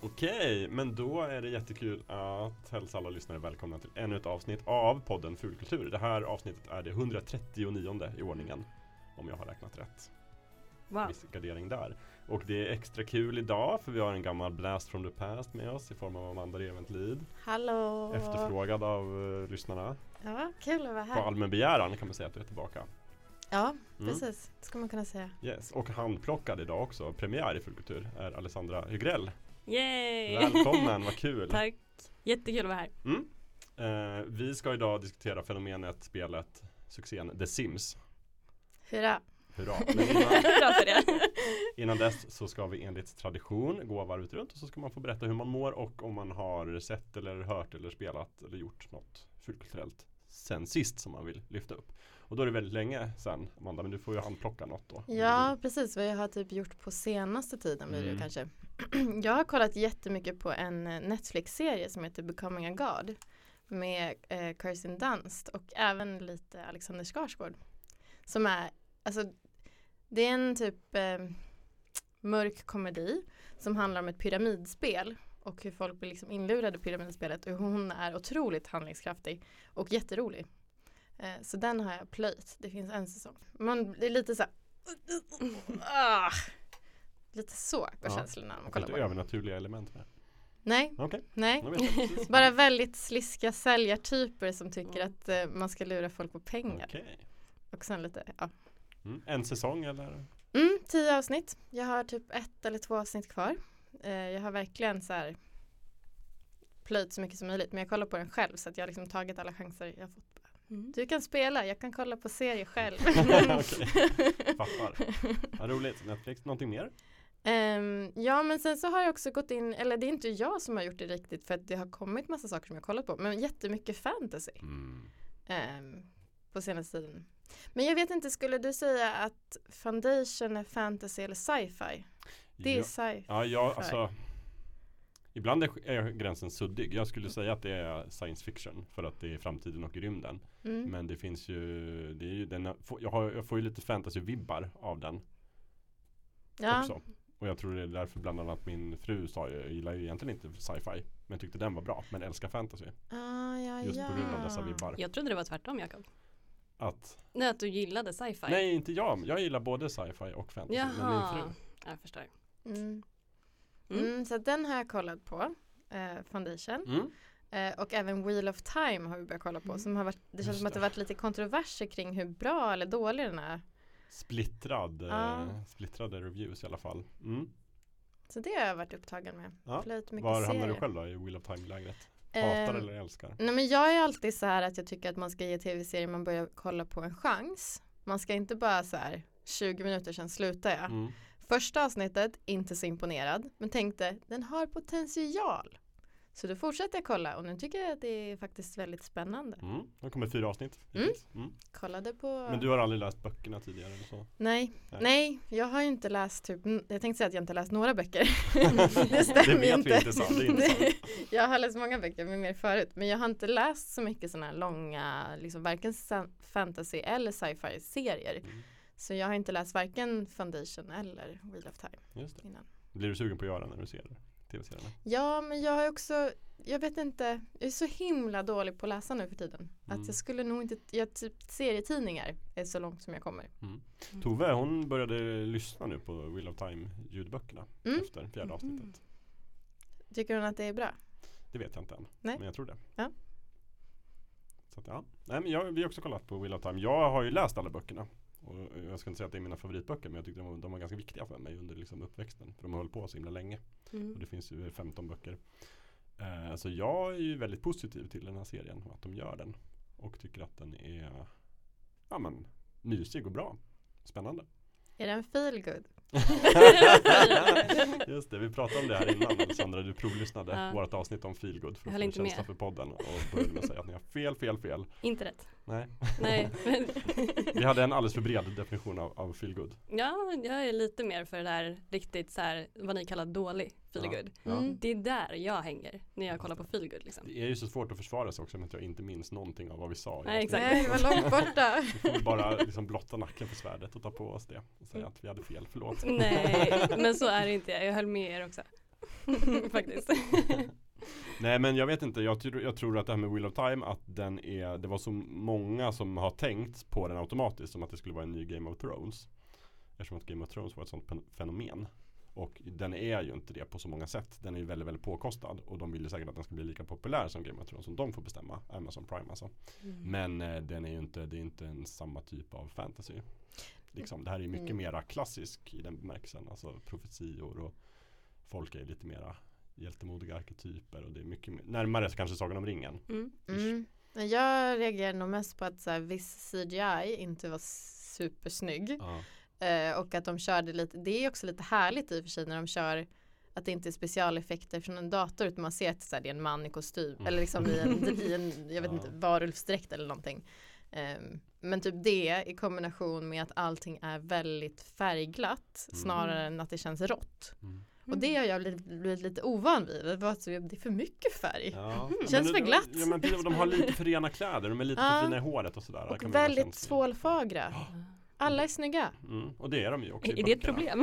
Okej, men då är det jättekul att hälsa alla lyssnare välkomna till ännu ett avsnitt av podden Fulkultur. Det här avsnittet är det 139 i ordningen, om jag har räknat rätt. Wow. Viss gardering där. Och det är extra kul idag för vi har en gammal blast from the past med oss i form av Amanda Reventlid. Hallå! Efterfrågad av lyssnarna. Ja, kul att vara På här. allmän begäran kan man säga att du är tillbaka. Ja, precis. Det ska man kunna säga. Yes. Och handplockad idag också, premiär i Fulkultur, är Alessandra Hygrell. Yay! Välkommen, vad kul! Tack, jättekul att vara här. Vi ska idag diskutera fenomenet, spelet, succén The Sims. Hurra! Hurra! Men Bra för det. innan dess så ska vi enligt tradition gå varvet runt och så ska man få berätta hur man mår och om man har sett eller hört eller spelat eller gjort något fulkulturellt sen sist som man vill lyfta upp. Och då är det väldigt länge sen, Amanda, men du får ju handplocka något då. Ja, precis. Vad jag har typ gjort på senaste tiden blir det kanske. Jag har kollat jättemycket på en Netflix-serie som heter Becoming a God med Kirsten Dunst och även lite Alexander Skarsgård. Som är, alltså det är en typ mörk komedi som handlar om ett pyramidspel och hur folk blir liksom inlurade i pyramidspelet och hon är otroligt handlingskraftig och jätterolig. Så den har jag plöjt. Det finns en säsong. Man blir lite så här, lite så går känslorna när man kollar på det. Övernaturliga element med. Nej. Okej. Nej. Bara väldigt sliska säljartyper som tycker att man ska lura folk på pengar. Okej. Och sen lite, ja. En säsong eller? 10 avsnitt. Jag har typ 1 eller 2 avsnitt kvar. Jag har verkligen så här plöjt så mycket som möjligt. Men jag kollar på den själv så att jag har liksom tagit alla chanser jag har fått. Du kan spela, jag kan kolla på serier själv. Okej, fattar. Ja, roligt. Netflix, någonting mer? Ja, men sen så har jag också gått in, eller det är inte jag som har gjort det riktigt för att det har kommit massa saker som jag har kollat på. Men jättemycket fantasy på senaste tiden. Men jag vet inte, skulle du säga att Foundation är fantasy eller sci-fi? Det är sci-fi. Ja, alltså ibland är gränsen suddig. Jag skulle säga att det är science fiction för att det är framtiden och rymden. Men det finns ju, det är ju jag får ju lite fantasy-vibbar av den också. Och jag tror det är därför bland annat min fru sa jag gillar ju egentligen inte sci-fi men tyckte den var bra, men älskar fantasy. Just på grund av dessa vibbar. Jag trodde det var tvärtom, Jakob. Nej, att du gillade sci-fi. Nej, inte jag. Jag gillar både sci-fi och fantasy. Jaha, men min fru. jag förstår. Så den har jag kollat på, Foundation. Och även Wheel of Time har vi börjat kolla på. Som har varit, det känns som att det har varit lite kontroverser kring hur bra eller dålig den är. Splittrade reviews i alla fall. Så det har jag varit upptagen med. Var hamnar du själv då i Wheel of Time-lägret? Hatar eller älskar? Nej, men jag är alltid så här att jag tycker att man ska ge tv-serier man börjar kolla på en chans. Man ska inte bara så här 20 minuter sedan slutar jag. Första avsnittet, inte så imponerad. Men tänkte, den har potential. Så då fortsätter jag kolla. Och nu tycker jag att det är faktiskt väldigt spännande. Det kommer 4 avsnitt. Kollade på... Men du har aldrig läst böckerna tidigare eller så? Nej, jag har ju inte läst typ... Jag tänkte säga att jag inte läst några böcker. Det stämmer det vet vi inte så. Det är inte sant. Jag har läst många böcker, men mer förut. Men jag har inte läst så mycket sådana här långa, liksom varken fantasy eller sci-fi serier. Så jag har inte läst varken Foundation eller Wheel of Time. Just det. Innan. Blir du sugen på att göra när du ser tv-serierna? Ja, men jag har också, jag vet inte, jag är så himla dålig på att läsa nu för tiden. Att jag skulle nog inte, typ serietidningar är så långt som jag kommer. Tove, hon började lyssna nu på Wheel of Time ljudböckerna efter 4:e avsnittet. Tycker hon att det är bra? Det vet jag inte än, Nej. men jag tror det. Ja. Så att, Nej, men vi har också kollat på Wheel of Time. Jag har ju läst alla böckerna. Och jag ska inte säga att det är mina favoritböcker, men jag tyckte de var ganska viktiga för mig under liksom uppväxten. För de har hållit på så himla länge. Och det finns ju 15 böcker. Så jag är ju väldigt positiv till den här serien och att de gör den. Och tycker att den är mysig och bra. Spännande. Är den feel good? Just det, vi pratade om det här innan, Alessandra. Du provlyssnade vårt avsnitt om feel good för att få en känsla för podden. Och började med att säga att ni har fel. Inte rätt. Nej. Vi hade en alldeles för bred definition av feel good. Ja, jag är lite mer för det där riktigt så här, vad ni kallar dålig feel good. Det är där jag hänger när jag kollar på feel good liksom. Det är ju så svårt att försvara sig också med att jag inte minns någonting av vad vi sa. Nej, det var långt borta. Vi får bara liksom blotta nacken för svärdet och ta på oss det och säga att vi hade fel, förlåt. Nej, men så är det inte. Jag höll med er också. Faktiskt. Nej, men jag vet inte, jag tror att det här med Wheel of Time, att det var så många som har tänkt på den automatiskt som att det skulle vara en ny Game of Thrones. Eftersom att Game of Thrones var ett sånt fenomen. Och den är ju inte det på så många sätt. Den är ju väldigt, väldigt påkostad. Och de vill ju säkert att den ska bli lika populär som Game of Thrones, som de får bestämma, Amazon Prime alltså. Men den är ju inte, det är inte en samma typ av fantasy. Liksom, det här är mycket mera klassisk i den bemärkelsen. Alltså profetior, och folk är lite mera hjältemodiga arketyper, och det är mycket närmare kanske Sagan om ringen. Jag reagerar nog mest på att så här, viss CGI inte var supersnygg. Och att de körde lite, det är också lite härligt i och för sig när de kör att det inte är specialeffekter från en dator, utan man ser att så här, det är en man i kostym eller liksom i en jag vet inte, varulvsdräkt eller någonting. Men typ det i kombination med att allting är väldigt färgglatt snarare än att det känns rått. Och det har jag blivit lite ovan vid. Det är för mycket färg. Det känns för glatt. Ja, men de har lite för rena kläder. De är lite för fina i håret och sådär. Och väldigt svålfagra. Alla är snygga. Och det är de ju också. Är det ett problem?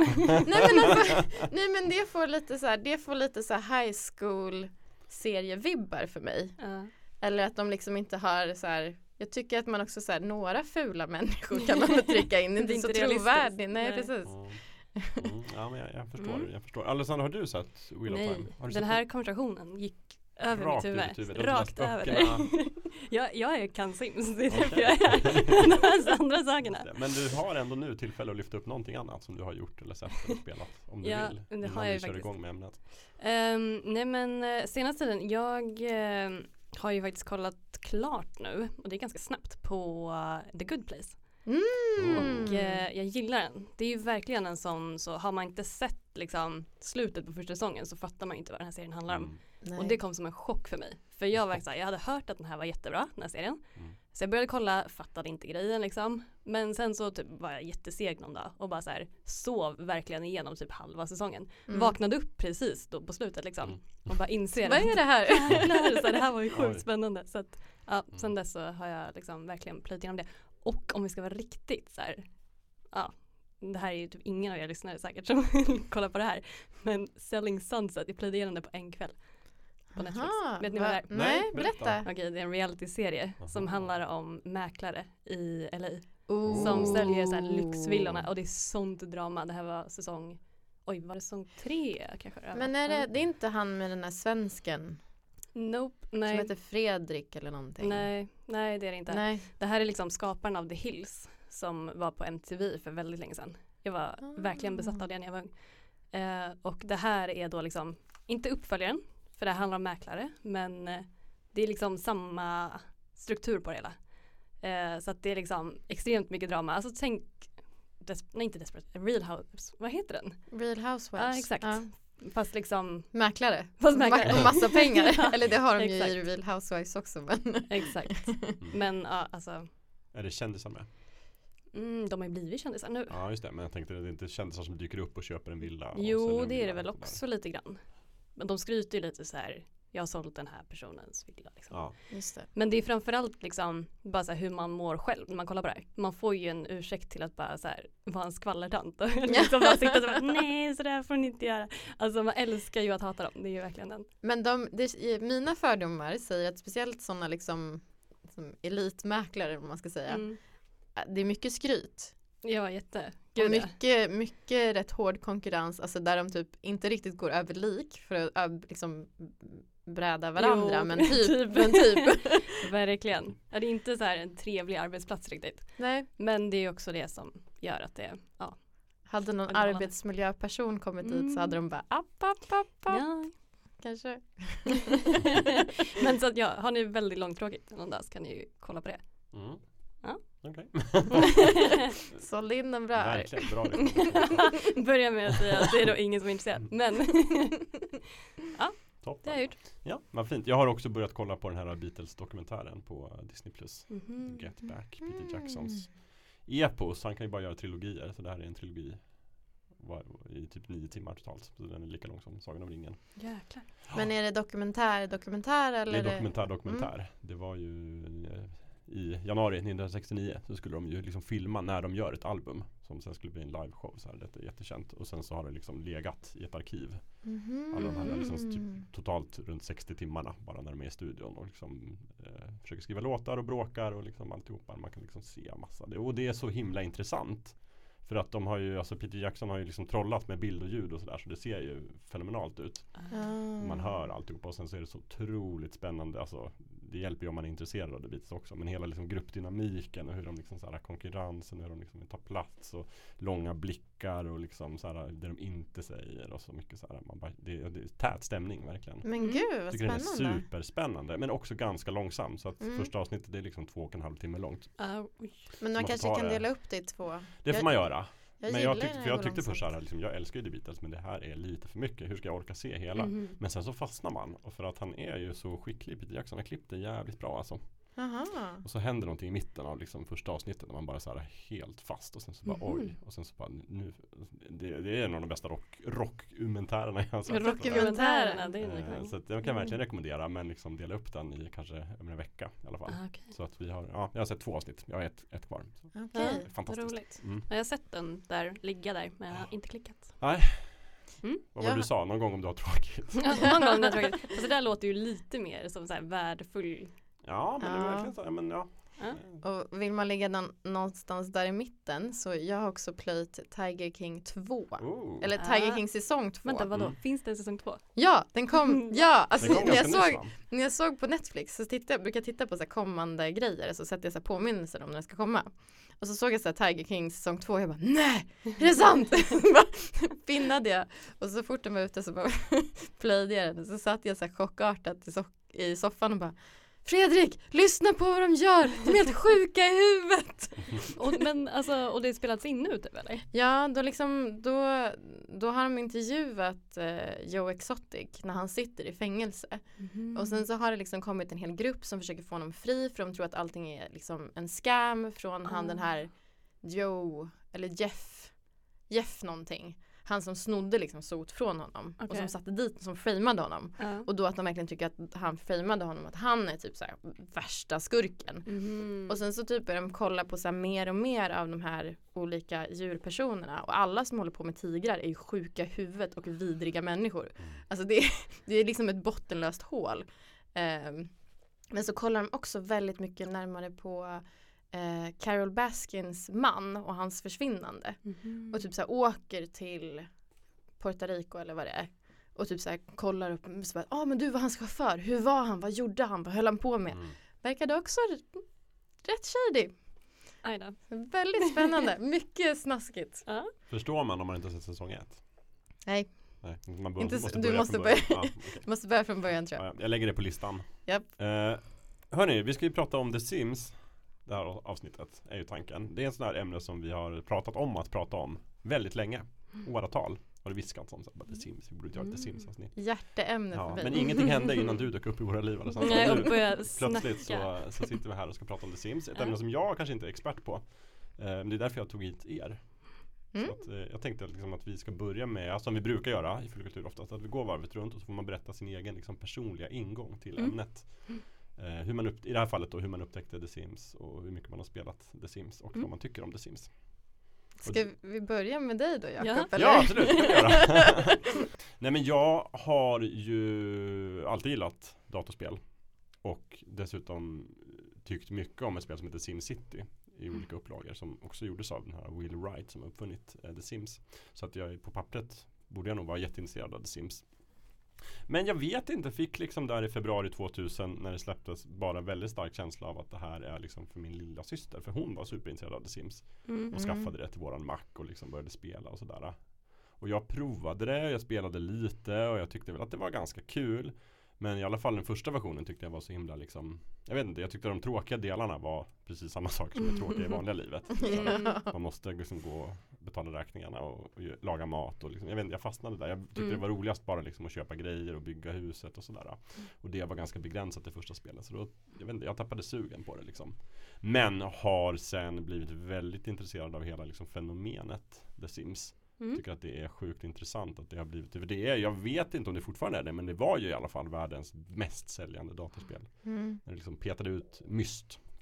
nej men det får lite så här high school serievibbar för mig. Eller att de liksom inte har så här. Jag tycker att man också så här, några fula människor kan man trycka in. Det är inte så trovärdigt. Nej, precis. Ja, men jag förstår. Alessandra, har du sett Wheel of Time? Har du den sett här konversationen gick över rakt mitt huvud. huvud. Rakt över det. jag kan Sims, det är därför jag är de andra sakerna. Men du har ändå nu tillfälle att lyfta upp någonting annat som du har gjort eller sett eller spelat, om du vill. Det har jag ju faktiskt. Igång med ämnet. Nej, men senaste tiden, jag har ju faktiskt kollat klart nu, och det är ganska snabbt, på The Good Place. Och jag gillar den. Det är ju verkligen en sån, så har man inte sett liksom slutet på första säsongen så fattar man inte vad den här serien handlar om. Och det kom som en chock för mig. För jag var så här, jag hade hört att den här var jättebra, den här serien. Så jag började kolla, fattade inte grejen liksom. Men sen så typ var jag jätteseg någon dag och bara så här, sov verkligen igenom typ halva säsongen. Vaknade upp precis då på slutet liksom. Och bara inser vad är det här? Så det här var ju sjukt spännande. Så att, ja, sen dess så har jag liksom verkligen plöjt igenom det. Och om vi ska vara riktigt så här, ja, det här är ju typ ingen av er lyssnare säkert som kollar på det här. Men Selling Sunset, jag plöjde igenom det på en kväll. På Netflix. Vet ni vad det är? Nej, berätta. Okej, det är en realityserie som handlar om mäklare i LA. Som säljer så här lyxvillorna, och det är sånt drama. Det här var säsong 3 kanske? Men är det är inte han med den här svensken? Nope, nej. Som heter Fredrik eller någonting? Nej, det är det inte. Nej. Det här är liksom skaparen av The Hills som var på MTV för väldigt länge sedan. Jag var verkligen besatt av det när jag var ung. Och det här är då liksom, inte uppföljaren, för det handlar om mäklare, men det är liksom samma struktur på det hela. Så att det är liksom extremt mycket drama. Alltså tänk, inte Desperate, Real Housewives, vad heter den? Real Housewives. Ja, exakt. Fast liksom mäklare. Fast mäklare. Och massa pengar. Eller det har de ju i Real Housewives också. Men. Exakt. Men ja, alltså. Är det kändisar med? De har ju blivit kändisar nu. Ja, just det. Men jag tänkte att det är inte kändisar som dyker upp och köper en villa. Jo, det är det väl också lite grann. Men de skryter ju lite så här, jag har sålt den här personens villa. Liksom. Ja. Just det. Men det är framförallt liksom bara så här hur man mår själv när man kollar på det här. Man får ju en ursäkt till att bara så här vara en skvallertant. Och liksom bara sitta och bara, nej, så där får ni inte göra. Alltså man älskar ju att hata dem, det är ju verkligen den. Men mina fördomar säger att speciellt sådana liksom som elitmäklare, om man ska säga, det är mycket skryt. Ja, jätte. Och mycket rätt hård konkurrens, alltså där de typ inte riktigt går över lik för att liksom bräda varandra, jo, men typ. Verkligen. Ja, det är inte så här en trevlig arbetsplats riktigt. Nej. Men det är också det som gör att det, ja. Hade någon arbetsmiljöperson kommit dit så hade de bara app. Ja. Kanske. Men så att ja, har ni väldigt långtråkigt någon dag så kan ni ju kolla på det. Ja. Okej. Såld in den bra. Verkligen, bra. Börja med att säga att det är då ingen som är intresserad. Men ja, toppen. Det har jag gjort. Ja, vad fint. Jag har också börjat kolla på den här Beatles-dokumentären på Disney+. Get Back, Peter Jacksons epos. Han kan ju bara göra trilogier, så det här är en trilogi i typ 9 timmar totalt. Så den är lika lång som Sagan om ringen. Jäklar. Men är det dokumentär eller? Det är dokumentär. Det var ju i januari 1969 så skulle de ju liksom filma när de gör ett album som sen skulle bli en liveshow. Så här, det är jättekänt. Och sen så har det liksom legat i ett arkiv. Alla de här liksom typ, totalt runt 60 timmarna bara när de är i studion och liksom, försöker skriva låtar och bråkar och liksom alltihopa. Man kan liksom se massa. Och det är så himla intressant. För att de har ju, alltså Peter Jackson har ju liksom trollat med bild och ljud och sådär, så det ser ju fenomenalt ut. Man hör alltihopa och sen så är det så otroligt spännande. Alltså, det hjälper ju om man är intresserad av det bitet också. Men hela liksom gruppdynamiken och hur de liksom så här, konkurrensen, hur de liksom tar plats och långa blickar och liksom så här, det de inte säger och så mycket så här. Det är tät stämning verkligen. Men gud vad spännande. Det är superspännande men också ganska långsam. Så att första avsnittet det är liksom 2,5 timmar långt. Men man kanske kan dela upp det i 2. Det får man göra. Men jag tyckte först så här, liksom, jag älskar ju The Beatles men det här är lite för mycket. Hur ska jag orka se hela? Men sen så fastnar man. Och för att han är ju så skicklig, Peter Jackson har klippt det jävligt bra alltså. Och så händer någonting i mitten av liksom första avsnittet när man bara så här helt fast och sen så bara oj och sen så bara nu det är en av de bästa rockumentärerna jag har sett. Rockumentärerna, det är så att jag kan verkligen rekommendera men liksom dela upp den i kanske över en vecka i alla fall. Så att vi har jag har sett 2 avsnitt. Jag har ett kvar. Fantastiskt. Roligt. Jag har sett den där ligga där men jag har inte klickat. Nej. Vad var det du sa? Någon gång om du har tråkigt. Någon gång har tråkigt. Alltså det där låter ju lite mer som så här värdefull. Ja, men det är verkligen så. Men ja. Och vill man ligga någonstans där i mitten så jag har också plöjt Tiger King 2. Eller Tiger King säsong 2. Vänta, vadå? Finns det en säsong 2? Ja, den kom. Ja, alltså kom när jag såg på Netflix så brukar jag titta på så här kommande grejer så sätter jag så här påminnelser om när det ska komma. Och så såg jag så här Tiger King säsong 2 och jag bara, nej, är det sant? Pinnade jag. Och så fort den var ute så bara plöjde jag den. Så satt jag så här chockartat i soffan och bara, Fredrik, lyssna på vad de gör. De är helt sjuka i huvudet. Och det spelats in nu typ eller? Ja, då har de intervjuat Joe Exotic när han sitter i fängelse. Och sen så har det liksom kommit en hel grupp som försöker få honom fri för de tror att allting är liksom en scam från han den här Joe eller Jeff någonting. Han som snodde liksom sot från honom och som satte dit, som framade honom. Och då att de verkligen tycker att han framade honom, att han är typ så här värsta skurken. Och sen så typ börjar de kolla på så här mer och mer av de här olika djurpersonerna. Och alla som håller på med tigrar är ju sjuka huvudet och vidriga människor. Alltså det är liksom ett bottenlöst hål. Men så kollar de också väldigt mycket närmare på Carol Baskins man och hans försvinnande och typ så här åker till Puerto Rico eller vad det är och typ så här kollar upp så bara, men du var hans chaufför, hur var han, vad gjorde han, vad höll han på med, verkade också rätt shady. Väldigt spännande, mycket snaskigt. Förstår man om man inte sett säsong 1? Nej. Man måste börja från början tror jag. Jag lägger det på listan. Hörni, vi ska ju prata om The Sims. Det här avsnittet är ju tanken. Det är en sån här ämne som vi har pratat om att prata om väldigt länge. Åratal har det viskats om. The Sims, vi borde göra The Sims avsnitt. Hjärteämne för mig. Men ingenting hände innan du dök upp i våra liv. Plötsligt så sitter vi här och ska prata om The Sims. Ett ämne som jag kanske inte är expert på. Men det är därför jag tog hit er. Så att, jag tänkte liksom att vi ska börja med, som vi brukar göra i Fullkultur oftast, att vi går varvet runt och så får man berätta sin egen liksom, personliga ingång till ämnet. I det här fallet då, hur man upptäckte The Sims och hur mycket man har spelat The Sims och vad man tycker om The Sims. Ska vi börja med dig då, Jakob? Ja, absolut, det kan vi göra. Nej, men jag har ju alltid gillat datorspel och dessutom tyckt mycket om ett spel som heter SimCity i olika upplagor som också gjordes av den här Will Wright som har uppfunnit The Sims. Så att jag på pappret borde jag nog vara jätteintresserad av The Sims. Men jag vet inte, fick liksom där i februari 2000 när det släpptes bara en väldigt stark känsla av att det här är liksom för min lilla syster. För hon var superintresserad av The Sims och skaffade det till våran Mac och liksom började spela och sådär. Och jag provade det, jag spelade lite och jag tyckte väl att det var ganska kul. Men i alla fall den första versionen tyckte jag var så himla liksom, jag vet inte, jag tyckte de tråkiga delarna var precis samma sak som är tråkiga i vanliga livet. Man måste liksom gå och betala räkningarna och laga mat och liksom, jag vet inte, jag fastnade där. Jag tyckte det var roligast bara liksom att köpa grejer och bygga huset och sådär. Och det var ganska begränsat det första spelet, så då, jag vet inte, jag tappade sugen på det liksom. Men har sen blivit väldigt intresserad av hela liksom fenomenet The Sims. Tycker att det är sjukt intressant att det har blivit, för det är, jag vet inte om det fortfarande är det, men det var ju i alla fall världens mest säljande datorspel. När det liksom petade ut Myst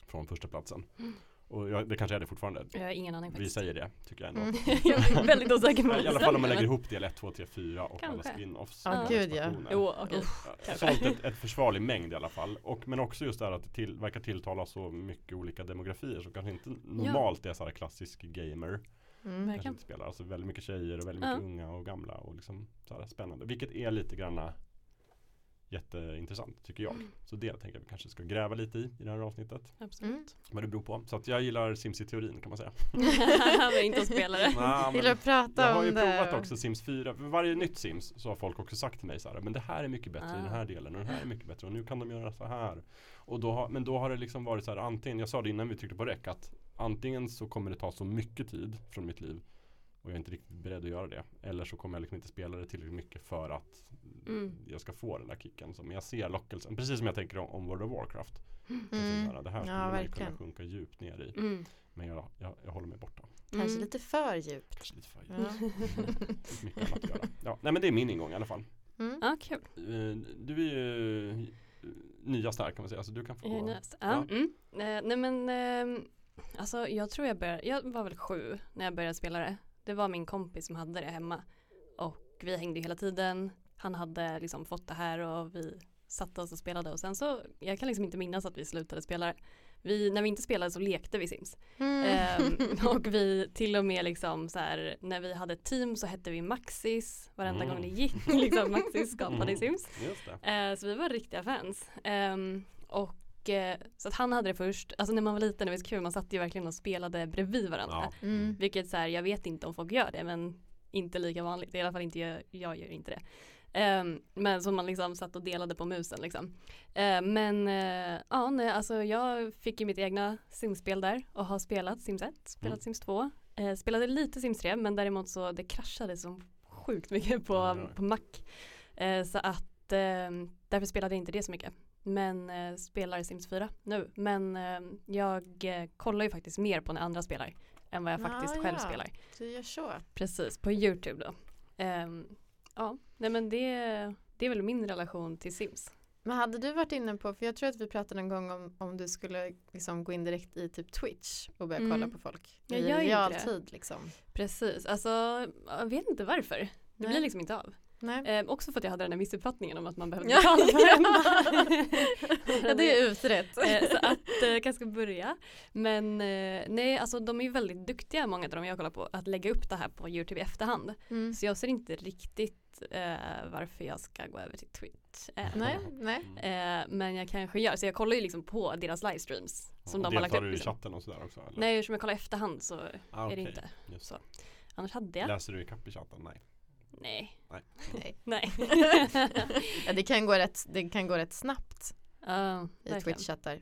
från första platsen. Och det kanske är det fortfarande. Jag har ingen aning faktiskt. Vi säger det, tycker jag ändå. Jag är väldigt osäker på I alla fall om man lägger ihop del 1, 2, 3, 4 och kanske. alla spin-offs. Gud, ja. Jo, okej. Sånt ett försvarlig mängd i alla fall. Men också just det här att det verkar tilltala så mycket olika demografier som kanske inte normalt är så här klassisk gamer. Kanske inte spelar. Alltså väldigt mycket tjejer och väldigt mycket unga och gamla och liksom så här spännande. Vilket är lite granna jätteintressant tycker jag. Så det tänker jag vi kanske ska gräva lite i det här avsnittet. Absolut. Vad det beror på. Så att jag gillar Sims i teorin kan man säga. Jag är inte en spelare. Vill du prata jag har ju om det? provat också Sims 4. För varje nytt Sims så har folk också sagt till mig så här, men det här är mycket bättre i den här delen och den här är mycket bättre och nu kan de göra så här. Och då har det liksom varit så här, antingen, jag sa det innan vi tryckte på räck, att antingen så kommer det ta så mycket tid från mitt liv och jag är inte riktigt beredd att göra det. Eller så kommer jag liksom inte spela det tillräckligt mycket för att jag ska få den där kicken. Men jag ser lockelsen, precis som jag tänker om World of Warcraft. Det här skulle man kunna sjunka djupt ner i. Men jag håller mig borta. Kanske lite för djupt. Kanske lite för djupt. Mycket annat att göra. Ja, nej men det är min ingång i alla fall. Ja, kul. Du är ju nyast här kan man säga. Alltså du kan få... Nej men alltså jag tror jag var väl 7 när jag började spela det. Det var min kompis som hade det hemma. Och vi hängde hela tiden. Han hade liksom fått det här och vi satte oss och spelade. Och sen så, jag kan liksom inte minnas att vi slutade spela. När vi inte spelade så lekte vi Sims. Och vi till och med liksom så här, när vi hade ett team så hette vi Maxis. Varenda gång det gick liksom Maxis skapade Sims. Just det. Så vi var riktiga fans. Så att han hade det först. Alltså när man var liten, det var så kul. Man satt ju verkligen och spelade bredvid varandra. Vilket så här, jag vet inte om folk gör det. Men inte lika vanligt. I alla fall inte jag gör inte det. Men som man liksom satt och delade på musen liksom. Alltså jag fick ju mitt egna Sims-spel där. Och har spelat Sims 1, spelat Sims 2. Spelade lite Sims 3. Men däremot så det kraschade så sjukt mycket på Mac. Så att därför spelade jag inte det så mycket. Men spelar Sims 4 nu. Men jag kollar ju faktiskt mer på när andra spelar än vad jag faktiskt själv spelar. Du gör så. Precis, på YouTube då. Nej men det är väl min relation till Sims. Men hade du varit inne på, för jag tror att vi pratade en gång om du skulle liksom gå in direkt i typ Twitch och börja kolla på folk i realtid liksom. Precis, alltså jag vet inte varför. Det blir liksom inte av. Också för att jag hade den här missuppfattningen om att man behöver betala för det. Ja, det är utrett. Så att jag kanske ska börja. Men nej, alltså de är ju väldigt duktiga, många av dem jag kollar på, att lägga upp det här på YouTube i efterhand. Så jag ser inte riktigt varför jag ska gå över till Twitch. Nej. Men jag kanske gör. Så jag kollar ju liksom på deras livestreams. Som de har lagt upp. Deltar du i chatten och sådär också? Eller? Nej, eftersom jag kollar efterhand så är det inte. Så. Annars hade jag. Läser du i kapp i chatten? Nej. Nej. Ja, det kan gå rätt snabbt i Twitch-chattar.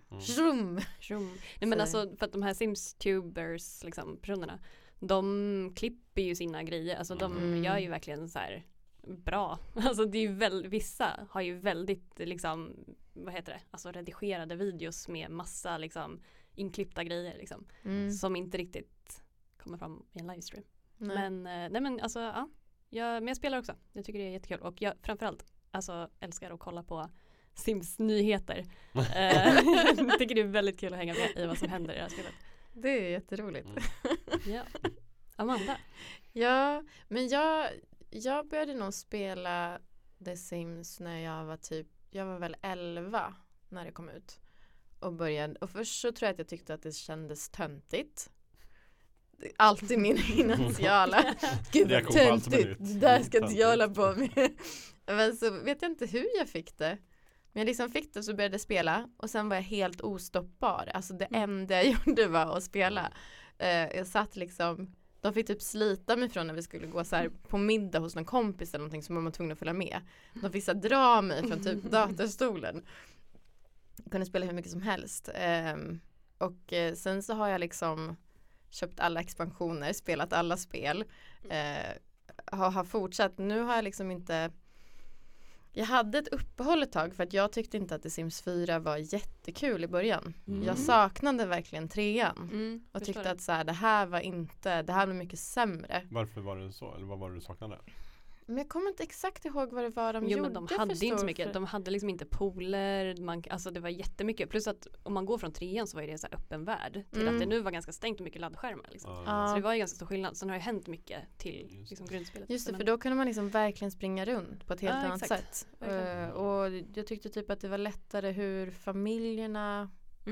Nej, men alltså för att de här Sims-tubers liksom, personerna, de klipper ju sina grejer. Alltså de gör ju verkligen så här bra. Alltså det är ju vissa har ju väldigt liksom, vad heter det? Alltså redigerade videos med massa liksom inklippta grejer liksom. Som inte riktigt kommer fram i en livestream. Men alltså ja. Men jag spelar också. Jag tycker det är jättekul. Och jag framförallt älskar att kolla på Sims-nyheter. Jag tycker det är väldigt kul att hänga med i vad som händer i det här spelet. Det är jätteroligt. Ja. Amanda? Ja, men jag började nog spela The Sims när jag var väl 11 när det kom ut. Och först så tror jag att jag tyckte att det kändes töntigt. Alltid min initiala. Gud vad töntigt. Det där ska inte jag hålla på med. Men så vet jag inte hur jag fick det. Men jag liksom fick det, så började jag spela. Och sen var jag helt ostoppbar. Alltså det enda jag gjorde var att spela. Jag satt liksom. De fick typ slita mig från när vi skulle gå så här på middag hos någon kompis eller någonting, som man var tvungen att följa med. De fick så dra mig från typ datorstolen. Jag kunde spela hur mycket som helst. Och sen så har jag liksom köpt alla expansioner, spelat alla spel. Har fortsatt. Nu har jag liksom inte. Jag hade ett uppehåll ett tag för att jag tyckte inte att The Sims 4 var jättekul i början. Jag saknade verkligen 3:an. Och tyckte att så här, det här var mycket sämre. Varför var det så? Eller vad var det du saknade? Men jag kommer inte exakt ihåg vad det var de gjorde. Men de hade inte så mycket. De hade liksom inte pooler. Alltså det var jättemycket. Plus att om man går från 3:an så var det så här öppen värld. Till att det nu var ganska stängt och mycket laddskärmar. Liksom. Så det var ju ganska stor skillnad. Sen har det hänt mycket till liksom, grundspelet. Just det, för då kunde man liksom verkligen springa runt på ett helt annat sätt. Och jag tyckte typ att det var lättare hur familjerna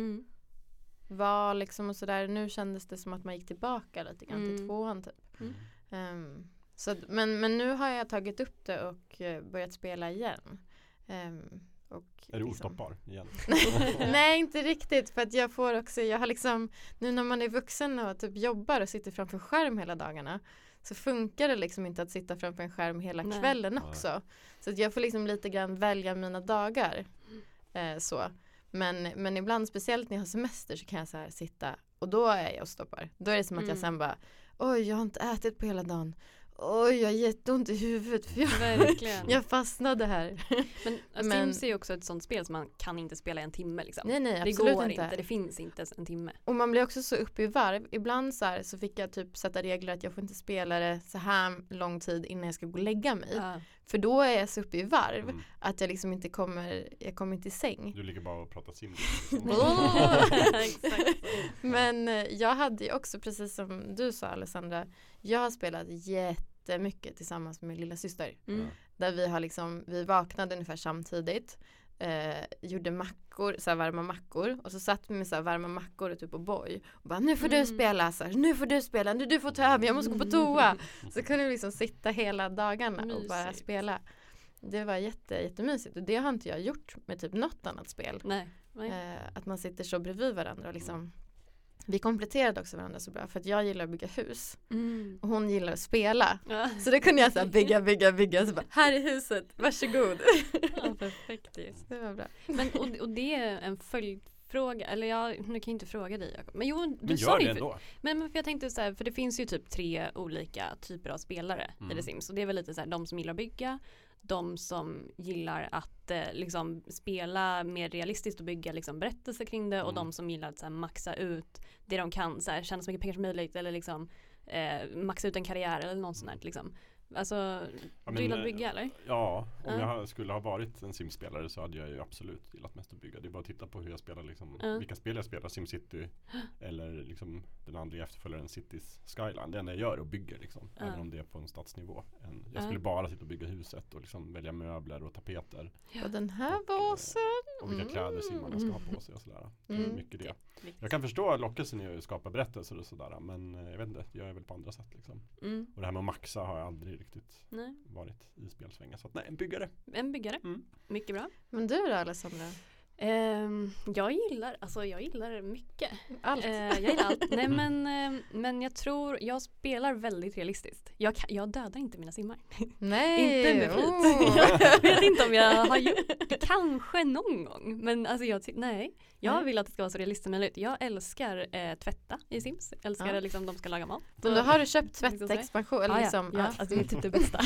var liksom och sådär. Nu kändes det som att man gick tillbaka lite grann till 2:an typ. Så, men nu har jag tagit upp det och börjat spela igen. Och är du ostoppbar igen? Nej, inte riktigt. För att jag har liksom, nu när man är vuxen och typ jobbar och sitter framför skärm hela dagarna, så funkar det liksom inte att sitta framför en skärm hela kvällen också. Så att jag får liksom lite grann välja mina dagar. Så. Men ibland, speciellt när jag har semester, så kan jag så här sitta, och då är jag och stoppar. Då är det som att jag sen bara, oj, jag har inte ätit på hela dagen. Oj, jag har jätteont i huvudet för jag fastnade här. Men Sims är ju också ett sånt spel som man kan inte spela i en timme liksom. Nej, absolut det går inte. Det finns inte en timme. Och man blir också så uppe i varv. Ibland så fick jag typ sätta regler att jag får inte spela det så här lång tid innan jag ska gå och lägga mig. För då är jag så uppe i varv att jag liksom inte kommer inte i säng. Du ligger bara och pratar Sims. Exakt. Men jag hade ju också, precis som du sa Alessandra, jag har spelat jättemycket tillsammans med min lilla syster. Där vi vaknade ungefär samtidigt. Gjorde mackor, så här varma mackor. Och så satt vi med så här varma mackor och typ på boy. Och bara, nu får du spela så här, nu får du spela, nu du får ta över, jag måste gå på toa. Så kunde vi liksom sitta hela dagarna och bara spela. Det var jättemysigt. Och det har inte jag gjort med typ något annat spel. Nej. Att man sitter så bredvid varandra och liksom. Vi kompletterade också varandra så bra, för att jag gillar att bygga hus och hon gillar att spela. Så det kunde jag så här bygga så bara, här är huset, varsågod. Ja, perfekt just. Det var bra. Men, och det är en följdfråga, eller nu kan jag inte fråga dig Jakob. Men jo, du men sa det ju ändå. Men för jag tänkte så här, för det finns ju typ 3 olika typer av spelare i The Sims. Och det är väl lite så här, de som gillar att bygga, de som gillar att liksom spela mer realistiskt och bygga liksom berättelser kring det och de som gillar att så här, maxa ut det de kan, så här, tjäna så mycket pengar som möjligt eller liksom maxa ut en karriär eller något sånt där liksom. Alltså, du gillar att bygga eller? Ja, om jag skulle ha varit en Sims-spelare så hade jag ju absolut gillat mest att bygga. Det är bara att titta på hur jag spelar liksom, vilka spel jag spelar, SimCity eller liksom den andra efterföljaren Cities Skyline. Det enda jag gör är att bygga liksom, även om det är på en stadsnivå. Jag skulle bara sitta och bygga huset och liksom välja möbler och tapeter. Och den här vasen. Och vilka kläder simmarna ska ha på sig och sådär. Det är mycket det. Jag kan förstå lockelsen i att skapa berättelser och sådär, men jag vet inte, jag är väl på andra sätt liksom. Och det här med att maxa har jag aldrig riktigt varit i spelsvängen. Så att, en byggare. Mycket bra. Men du då Alessandra? Jag gillar mycket. Allt. Jag gillar allt. Nej, men jag tror, jag spelar väldigt realistiskt. Jag dödar inte mina simmar. Nej. Inte med flit. Jag vet inte om jag har gjort det. Kanske någon gång. Men alltså jag vill att det ska vara så realistiskt som möjligt. Jag älskar tvätta i Sims. Älskar liksom de ska laga mat. Men då har du köpt tvättexpansion? Eller liksom, alltså det är typ det bästa.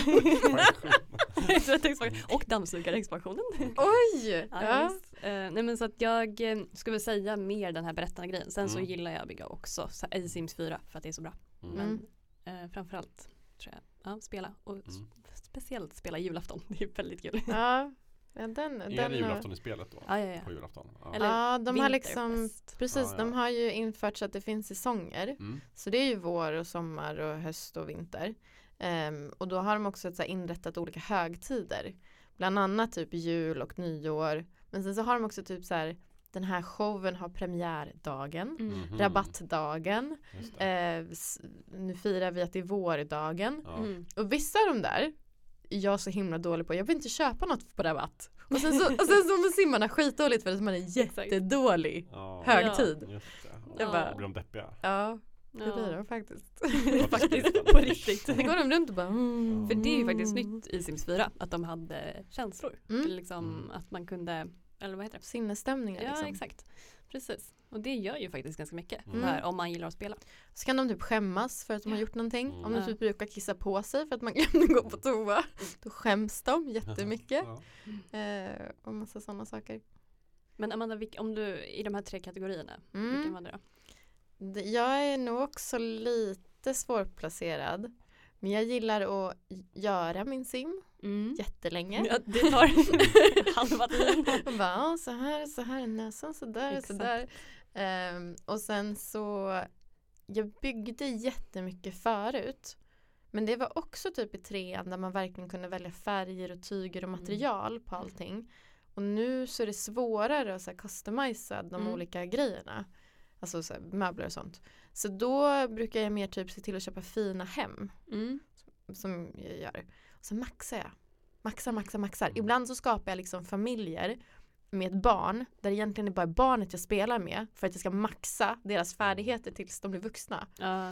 Och dammsugarexpansionen. Oj! Nej men så att jag skulle säga mer den här berättande grejen. Sen så gillar jag att bygga också i Sims 4 för att det är så bra. Men framförallt tror jag spela och speciellt spela julafton. Det är väldigt kul. Ja, är det julafton i spelet då? Ja. På julafton. Eller de har liksom precis, de har ju infört så att det finns säsonger. Så det är ju vår och sommar och höst och vinter. Och då har de också så här inrättat olika högtider. Bland annat typ jul och nyår. Men sen så har de också typ så här, den här showen har premiärdagen, rabattdagen. Nu firar vi att det är vårdagen. Och vissa av de där är jag så himla dålig på. Jag vill inte köpa något på rabatt. Och sen så med simmarna skitdåligt för att man är jättedålig högtid. Just det. Jag bara, blir de deppiga? Ja. Det blir de faktiskt. Faktiskt på riktigt. Det går de runt och bara För det är ju faktiskt nytt i Sims 4 att de hade känslor. Liksom att man kunde, eller vad heter det? Sinnesstämningar. Ja, liksom. Exakt. Precis. Och det gör ju faktiskt ganska mycket om man gillar att spela. Så kan de typ skämmas för att de har gjort någonting. Om de typ brukar kissa på sig för att man glömde gå på toa. Då skäms de jättemycket. Och massa sådana saker. Men Amanda, om du i de här 3 kategorierna, vilken var det då? Jag är nog också lite svårplacerad. Men jag gillar att göra min sim jättelänge. Ja, det tar halva tiden. Och bara, så här är näsan, så där. Och sen så, jag byggde jättemycket förut. Men det var också typ i 3:an där man verkligen kunde välja färger och tyger och material på allting. Och nu så är det svårare att så här customisa de olika grejerna. Alltså så här, möbler och sånt. Så då brukar jag mer typ se till att köpa fina hem. Som jag gör. Och så maxar jag. Maxar. Ibland så skapar jag liksom familjer med ett barn. Där det egentligen är bara barnet jag spelar med. För att jag ska maxa deras färdigheter tills de blir vuxna.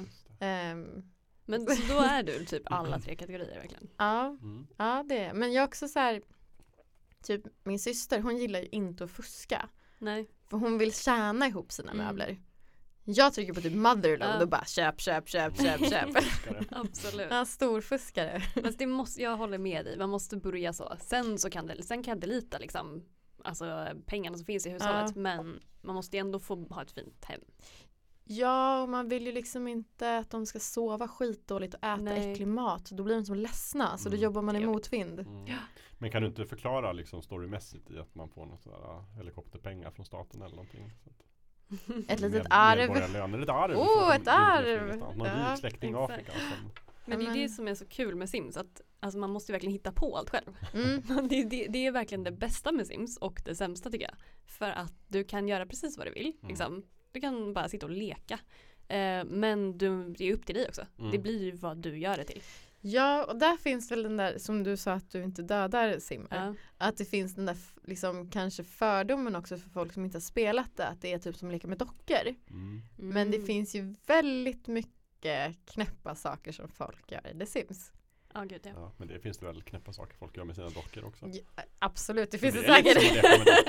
Men så då är du typ alla 3 kategorier verkligen? Ja, det är. Men jag också så här, typ min syster, hon gillar ju inte att fuska. Nej. För hon vill tjäna ihop sina möbler. Jag trycker på typ motherload och bara köp. Absolut. Ja, storfuskare. Men det måste, jag håller med dig. Man måste börja så. Sen kan jag delita liksom, alltså pengarna som finns i hushållet. Men man måste ändå få ha ett fint hem. Ja, och man vill ju liksom inte att de ska sova skitdåligt och äta äcklig mat. Då blir de som ledsna, så då jobbar man i motvind. Men kan du inte förklara liksom storymässigt i att man får något sådär helikopterpengar från staten eller någonting? Så att ett litet arv. Ett arv! Någon rik släkting i Afrika. Men det är det som är så kul med Sims. Att alltså, man måste ju verkligen hitta på allt själv. Det är verkligen det bästa med Sims och det sämsta tycker jag. För att du kan göra precis vad du vill. Liksom. Du kan bara sitta och leka. Men det är upp till dig också. Det blir ju vad du gör det till. Ja, och där finns väl den där, som du sa att du inte dödar simmar. Att det finns den där liksom, kanske fördomen också för folk som inte har spelat det. Att det är typ som leka med dockor. Men det finns ju väldigt mycket knäppa saker som folk gör i The Sims. Gud, ja, men det finns det väl knäppa saker folk gör med sina dockor också. Ja, absolut, det finns det säkert.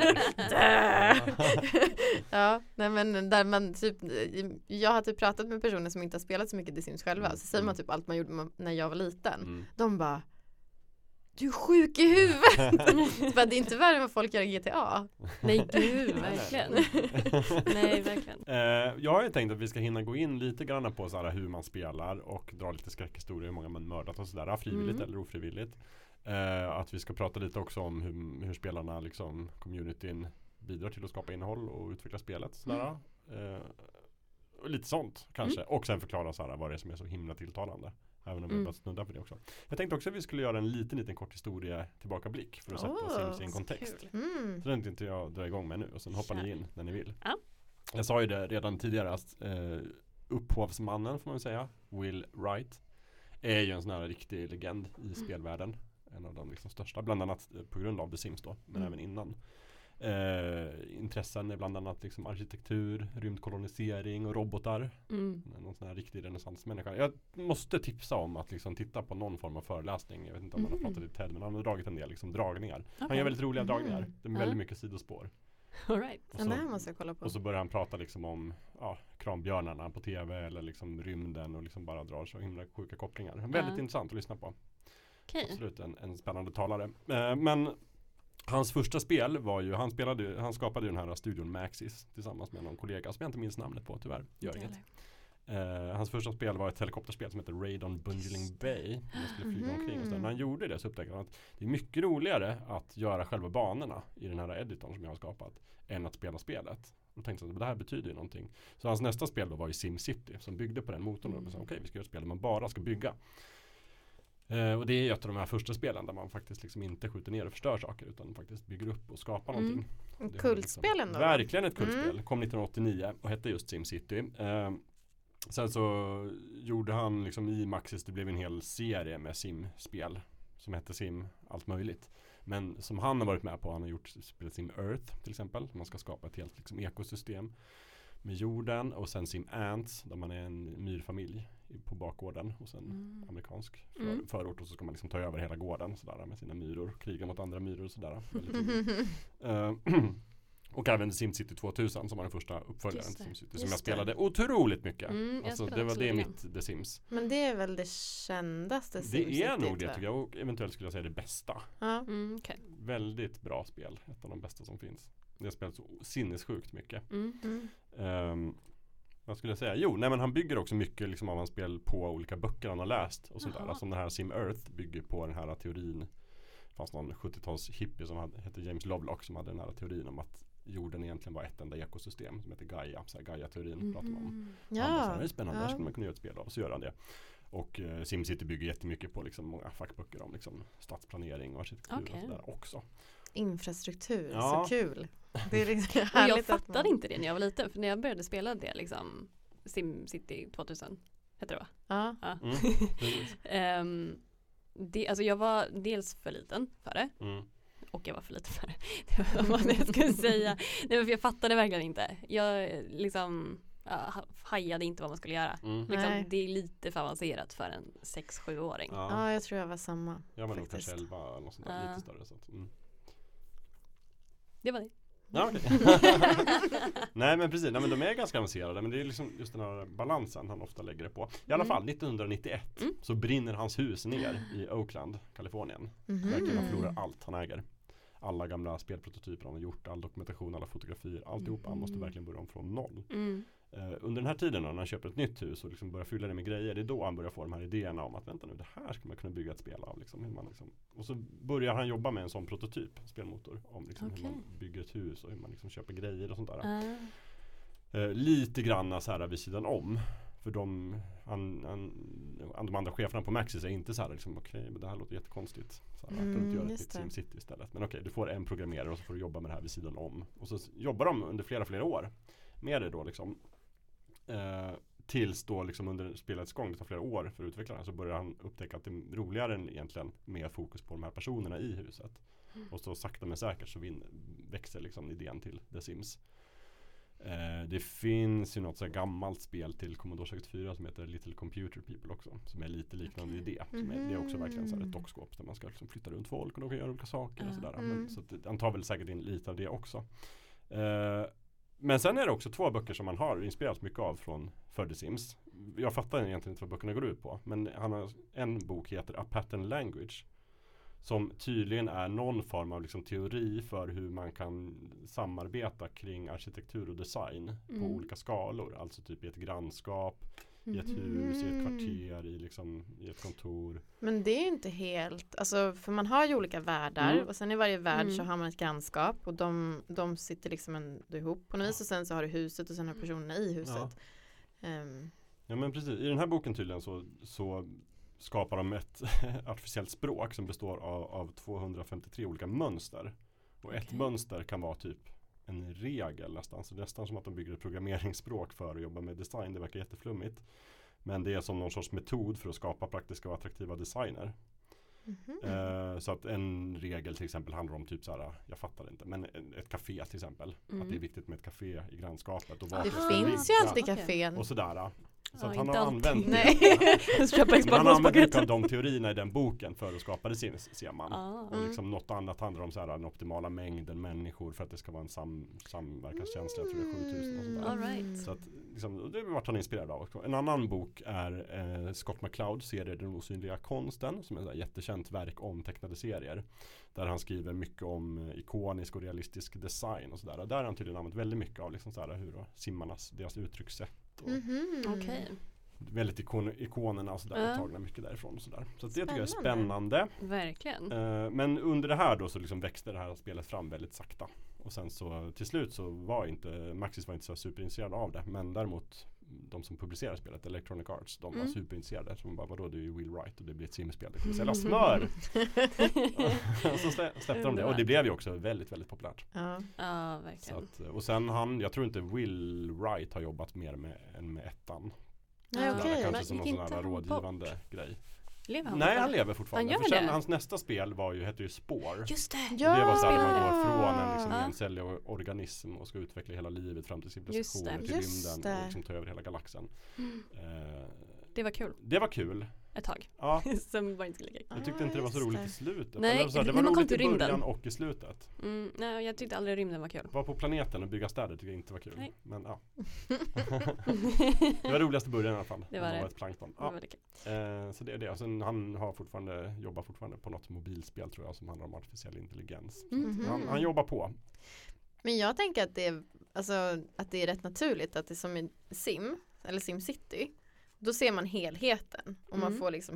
Ja, nej, men där man typ, jag har typ pratat med personer som inte har spelat så mycket The Sims själva. Så säger man typ allt man gjorde när jag var liten. De bara, du är sjuk i huvudet. Det är inte värre än vad folk gör i GTA. Nej, gud, verkligen. Nej, verkligen. Jag har ju tänkt att vi ska hinna gå in lite grann på så här, hur man spelar och dra lite skräckhistorier, hur många man mördat och sådär, frivilligt eller ofrivilligt. Att vi ska prata lite också om hur spelarna, liksom, communityn bidrar till att skapa innehåll och utveckla spelet. Sådär. Och lite sånt kanske. Och sen förklara så här, vad det är som är så himla tilltalande. Även om vi bara snuddar för det också. Jag tänkte också att vi skulle göra en liten kort historia tillbakablick för att sätta Sims i en kontext. Så den inte jag drar igång med nu och sen hoppar ni in när ni vill. Jag sa ju det redan tidigare att upphovsmannen, får man säga, Will Wright, är ju en sån här riktig legend i spelvärlden. En av de liksom största, bland annat på grund av The Sims då, men även innan. Intressen är bland annat liksom arkitektur, rymdkolonisering och robotar. Någon sån här riktig renässansmänniska. Jag måste tipsa om att liksom titta på någon form av föreläsning. Jag vet inte om han har pratat i TED, men han har dragit en del liksom dragningar. Han gör väldigt roliga dragningar. Det är väldigt mycket sidospår. All right. Och det här måste jag kolla på. Och så börjar han prata liksom om krambjörnarna på tv eller liksom rymden och liksom bara drar så himla sjuka kopplingar. Väldigt intressant att lyssna på. Absolut en spännande talare. Men hans första spel var ju, han skapade ju den här studion Maxis tillsammans med någon kollega som jag inte minns namnet på, tyvärr. Gör inget. Hans första spel var ett helikopterspel som heter Raid on Bungling Bay. Man skulle flyga omkring och så. När han gjorde det så upptäckte han att det är mycket roligare att göra själva banorna i den här editorn som jag har skapat än att spela spelet. Och tänkte att det här betyder ju någonting. Så hans nästa spel då var ju SimCity som byggde på den motorn. Och sa okej, vi ska göra ett spel där man bara ska bygga. Och det är ett av de här första spelen där man faktiskt liksom inte skjuter ner och förstör saker utan faktiskt bygger upp och skapar någonting. Kultspelen liksom, då? Verkligen ett kultspel. Kom 1989 och hette just SimCity. Sen så gjorde han liksom i Maxis, det blev en hel serie med Sim-spel som hette Sim allt möjligt. Men som han har varit med på, han har gjort spelet Sim Earth till exempel. Man ska skapa ett helt liksom ekosystem med jorden och sen Sim Ants där man är en myrfamilj på bakgården och sen amerikansk förort och så ska man liksom ta över hela gården sådär, med sina myror, kriga mot andra myror och sådär. Och även SimCity 2000 som var den första uppföljaren till SimCity som jag spelade otroligt mycket. Alltså, det är mitt The Sims. Men det är väl det kändaste SimCity? Det är nog det tycker jag, och eventuellt skulle jag säga det bästa. Okay. Väldigt bra spel, ett av de bästa som finns. Det har spelat så sinnessjukt mycket. vad skulle jag säga? Jo, nej men han bygger också mycket liksom av hans spel på olika böcker han har läst och sånt där. Som den här Sim Earth bygger på den här teorin. Det fanns någon 70-tals hippie som hette James Lovelock som hade den här teorin om att jorden egentligen var ett enda ekosystem som heter Gaia. Så här Gaia-teorin pratar man om. Ja. Det är spännande, där skulle man kunna göra ett spel av. Så gör han det. Och SimCity bygger jättemycket på liksom många fackböcker om liksom stadsplanering och arkitektur och sådär också. Infrastruktur, så kul. Det är liksom jag fattade inte det när jag var liten. För när jag började spela det liksom SimCity 2000 heter det va? Ja. Alltså jag var dels för liten för det. Och jag var för liten för det. Det var vad jag skulle säga. Nej, för jag fattade verkligen inte. Jag liksom hajade inte vad man skulle göra. Liksom, det är lite för avancerat för en 6-7-åring. Ja, jag tror jag var samma. Jag var nog kanske 11 eller något sånt där, lite större. Så att, Det var det. Ja, okay. Nej men precis, nej, men de är ganska avancerade. Men det är liksom just den här balansen han ofta lägger det på. I alla fall 1991 så brinner hans hus ner i Oakland, Kalifornien. Verkligen han förlorar allt han äger. Alla gamla spelprototyper han har gjort, all dokumentation, alla fotografier, alltihop. Han måste verkligen börja om från noll. Under den här tiden när han köper ett nytt hus och liksom börjar fylla det med grejer, det är då han börjar få de här idéerna om att vänta nu, det här ska man kunna bygga ett spel av. Liksom, hur man liksom. Och så börjar han jobba med en sån prototyp, spelmotor, om liksom hur man bygger ett hus och hur man liksom köper grejer och sånt där. Lite granna så här vid sidan om. För de andra cheferna på Maxis är inte så här liksom, okej, men det här låter jättekonstigt. Så här, kan du inte göra ett SimCity istället? Men okej, du får en programmerare och så får du jobba med det här vid sidan om. Och så jobbar de under flera år med det då liksom. Tills då liksom under spelets gång, det tar flera år för utvecklaren, så börjar han upptäcka att det är roligare än egentligen med fokus på de här personerna i huset. Och så sakta men säkert så växer liksom idén till The Sims. Det finns ju något så här gammalt spel till Commodore 64 som heter Little Computer People också, som är lite liknande idé. Det är också verkligen så här ett dockskåp där man ska liksom flytta runt folk och de kan göra olika saker och sådär. Men, så att, han tar väl säkert in lite av det också. Men sen är det också 2 böcker som man har inspirerats mycket av för The Sims. Jag fattar egentligen inte vad böckerna går ut på, men han har en bok heter A Pattern Language som tydligen är någon form av liksom teori för hur man kan samarbeta kring arkitektur och design på olika skalor. Alltså typ i ett grannskap, i ett hus, i ett kvarter, i ett kontor. Men det är ju inte helt, alltså för man har ju olika världar och sen i varje värld så har man ett grannskap och de sitter liksom ändå ihop på något vis och sen så har du huset och sen har personerna i huset. Ja men precis, i den här boken tydligen så skapar de ett artificiellt språk som består av 253 olika mönster. Och ett mönster kan vara typ en regel nästan. Så nästan som att de bygger ett programmeringsspråk för att jobba med design. Det verkar jätteflummigt. Men det är som någon sorts metod för att skapa praktiska och attraktiva designer. Så att en regel till exempel handlar om typ så här, jag fattar inte, men ett café till exempel. Att det är viktigt med ett café i grannskapet. Och det finns ju alltid cafén. Och sådär. Så att han har använt han har använt mycket av de teorierna i den boken för att skapa det ser man. Och liksom något annat handlar om så här, den optimala mängden människor för att det ska vara en samverkanskänsla. Jag tror det är 7000 och sådär. Så att liksom, det har varit han inspirerad av också. En annan bok är Scott McCloud serie Den osynliga konsten, som är ett jättekänt verk om tecknade serier. Där han skriver mycket om ikonisk och realistisk design och sådär. Där har han tydligen använt väldigt mycket av liksom så här, hur simmarnas, deras uttryckssätt. Väldigt ikonerna och sådär tagna mycket därifrån och sådär. Så det tycker jag är spännande. Verkligen. Men under det här då så liksom växte det här spelet fram väldigt sakta. Och sen så till slut så Maxis var inte så superintresserad av det. Men däremot de som publicerar spelet, Electronic Arts, de var superintresserade. Så man bara, vadå, det är ju Will Wright och det blir ett simspel. Det kommer sälja smör! Så släppte de det. Och det blev ju också väldigt, väldigt populärt. Ja, verkligen. Så att, och sen jag tror inte Will Wright har jobbat mer än med ettan. Kanske som någon sån här rådgivande grej. Nej, han lever fortfarande. För sen, hans nästa spel hette ju Spore. Just det. Det var så här man går från en liksom encellig organism och ska utveckla hela livet fram till civilisation till rymden och liksom ta över hela galaxen. Det var kul. Det var kul. Ett tag. Ja. Som var inte så lika. Jag tyckte inte det var så roligt i slutet. Nej, så här, det var roligt i början och i slutet. Nej, jag tyckte aldrig rymden var kul. Var på planeten och bygga städer tycker jag inte var kul. Nej. Men ja. Det var roligast i början i alla fall. Det var det. Ett plankton. Ja. Så det är det. Och sen han jobbar fortfarande på något mobilspel tror jag som handlar om artificiell intelligens. Han jobbar på. Men jag tänker att det alltså, att det är rätt naturligt att det är som i Sim eller SimCity. Då ser man helheten och man får liksom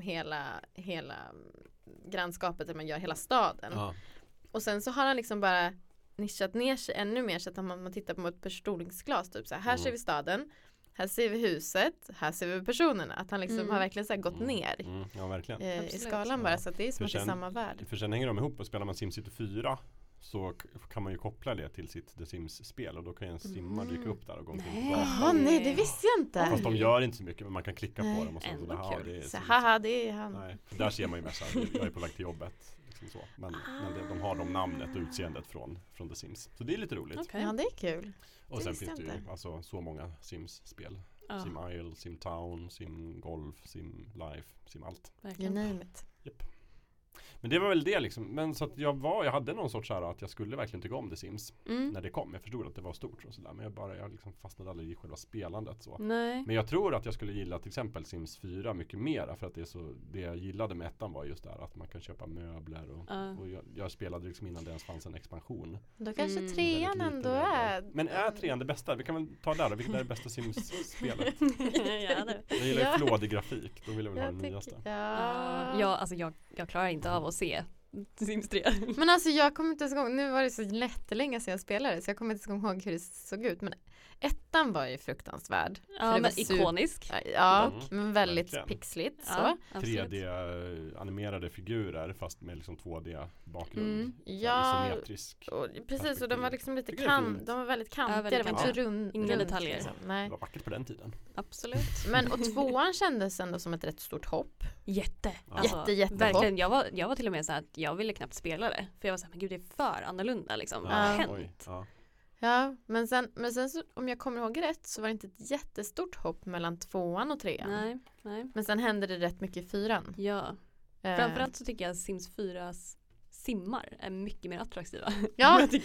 hela grannskapet där man gör hela staden. Ja. Och sen så har han liksom bara nischat ner sig ännu mer så att man tittar på ett förstoringsglas typ så här ser vi staden, här ser vi huset, här ser vi personerna. Att han liksom har verkligen så här gått ner Ja, verkligen. i skalan bara, så att det är som att det är samma värld. För sen hänger de ihop, och spelar man SimCity 4 så kan man ju koppla det till sitt The Sims-spel, och då kan ju en simma dyka upp där och gå omkring. Jaha, nej, det visste jag inte. Fast de gör inte så mycket, men man kan klicka på dem och så. Det är så haha, det är han. Nej, för där ser man ju mest att jag är på väg till jobbet. Liksom så. Men de har de namnet och utseendet från The Sims. Så det är lite roligt. Okay. Ja, det är kul. Och sen finns det ju alltså så många Sims-spel. Sim Isle, Sim Town, Sim Golf, Sim Life, Sim allt. You name it. Yep. Men det var väl det liksom. Men så att jag hade någon sorts här att jag skulle verkligen tycka om The Sims när det kom. Jag förstod att det var stort och sådär. Men jag liksom fastnade aldrig i själva spelandet så. Nej. Men jag tror att jag skulle gilla till exempel Sims 4 mycket mer. För att det jag gillade med ettan var just där att man kan köpa möbler. Och jag spelade liksom innan det ens fanns en expansion. Då kanske trean ändå är... Men är trean det bästa? Vi kan väl ta där då. Vilket är det bästa Sims-spelet? Jag gillar ju flådig grafik. Då vill jag väl ha den nyaste. Ja, alltså jag klarar inte av att se Sims 3. Men alltså jag kommer inte ens ihåg, nu var det så jättelänge sedan jag spelade så jag kommer inte ens ihåg hur det såg ut, men ettan var ju fruktansvärd. Ja, men ikonisk. Ja, men väldigt pixligt så. 3D-animerade figurer fast med liksom 2D-bakgrund. Isometrisk. Precis, och de var liksom lite de var väldigt kantiga, det var inte så rund. Inga detaljer. Liksom. Nej. Det var vackert på den tiden. Absolut. Men och tvåan kändes ändå som ett rätt stort hopp. Alltså, jättehopp. Verkligen, jag var till och med så att jag ville knappt spela det. För jag var så här, men gud, det är för annorlunda liksom. Vad har hänt? Ja, men sen så, om jag kommer ihåg rätt så var det inte ett jättestort hopp mellan tvåan och trean. Nej. Men sen hände det rätt mycket i fyran. Ja. Framförallt så tycker jag Sims 4s simmar är mycket mer attraktiva. Ja, ja,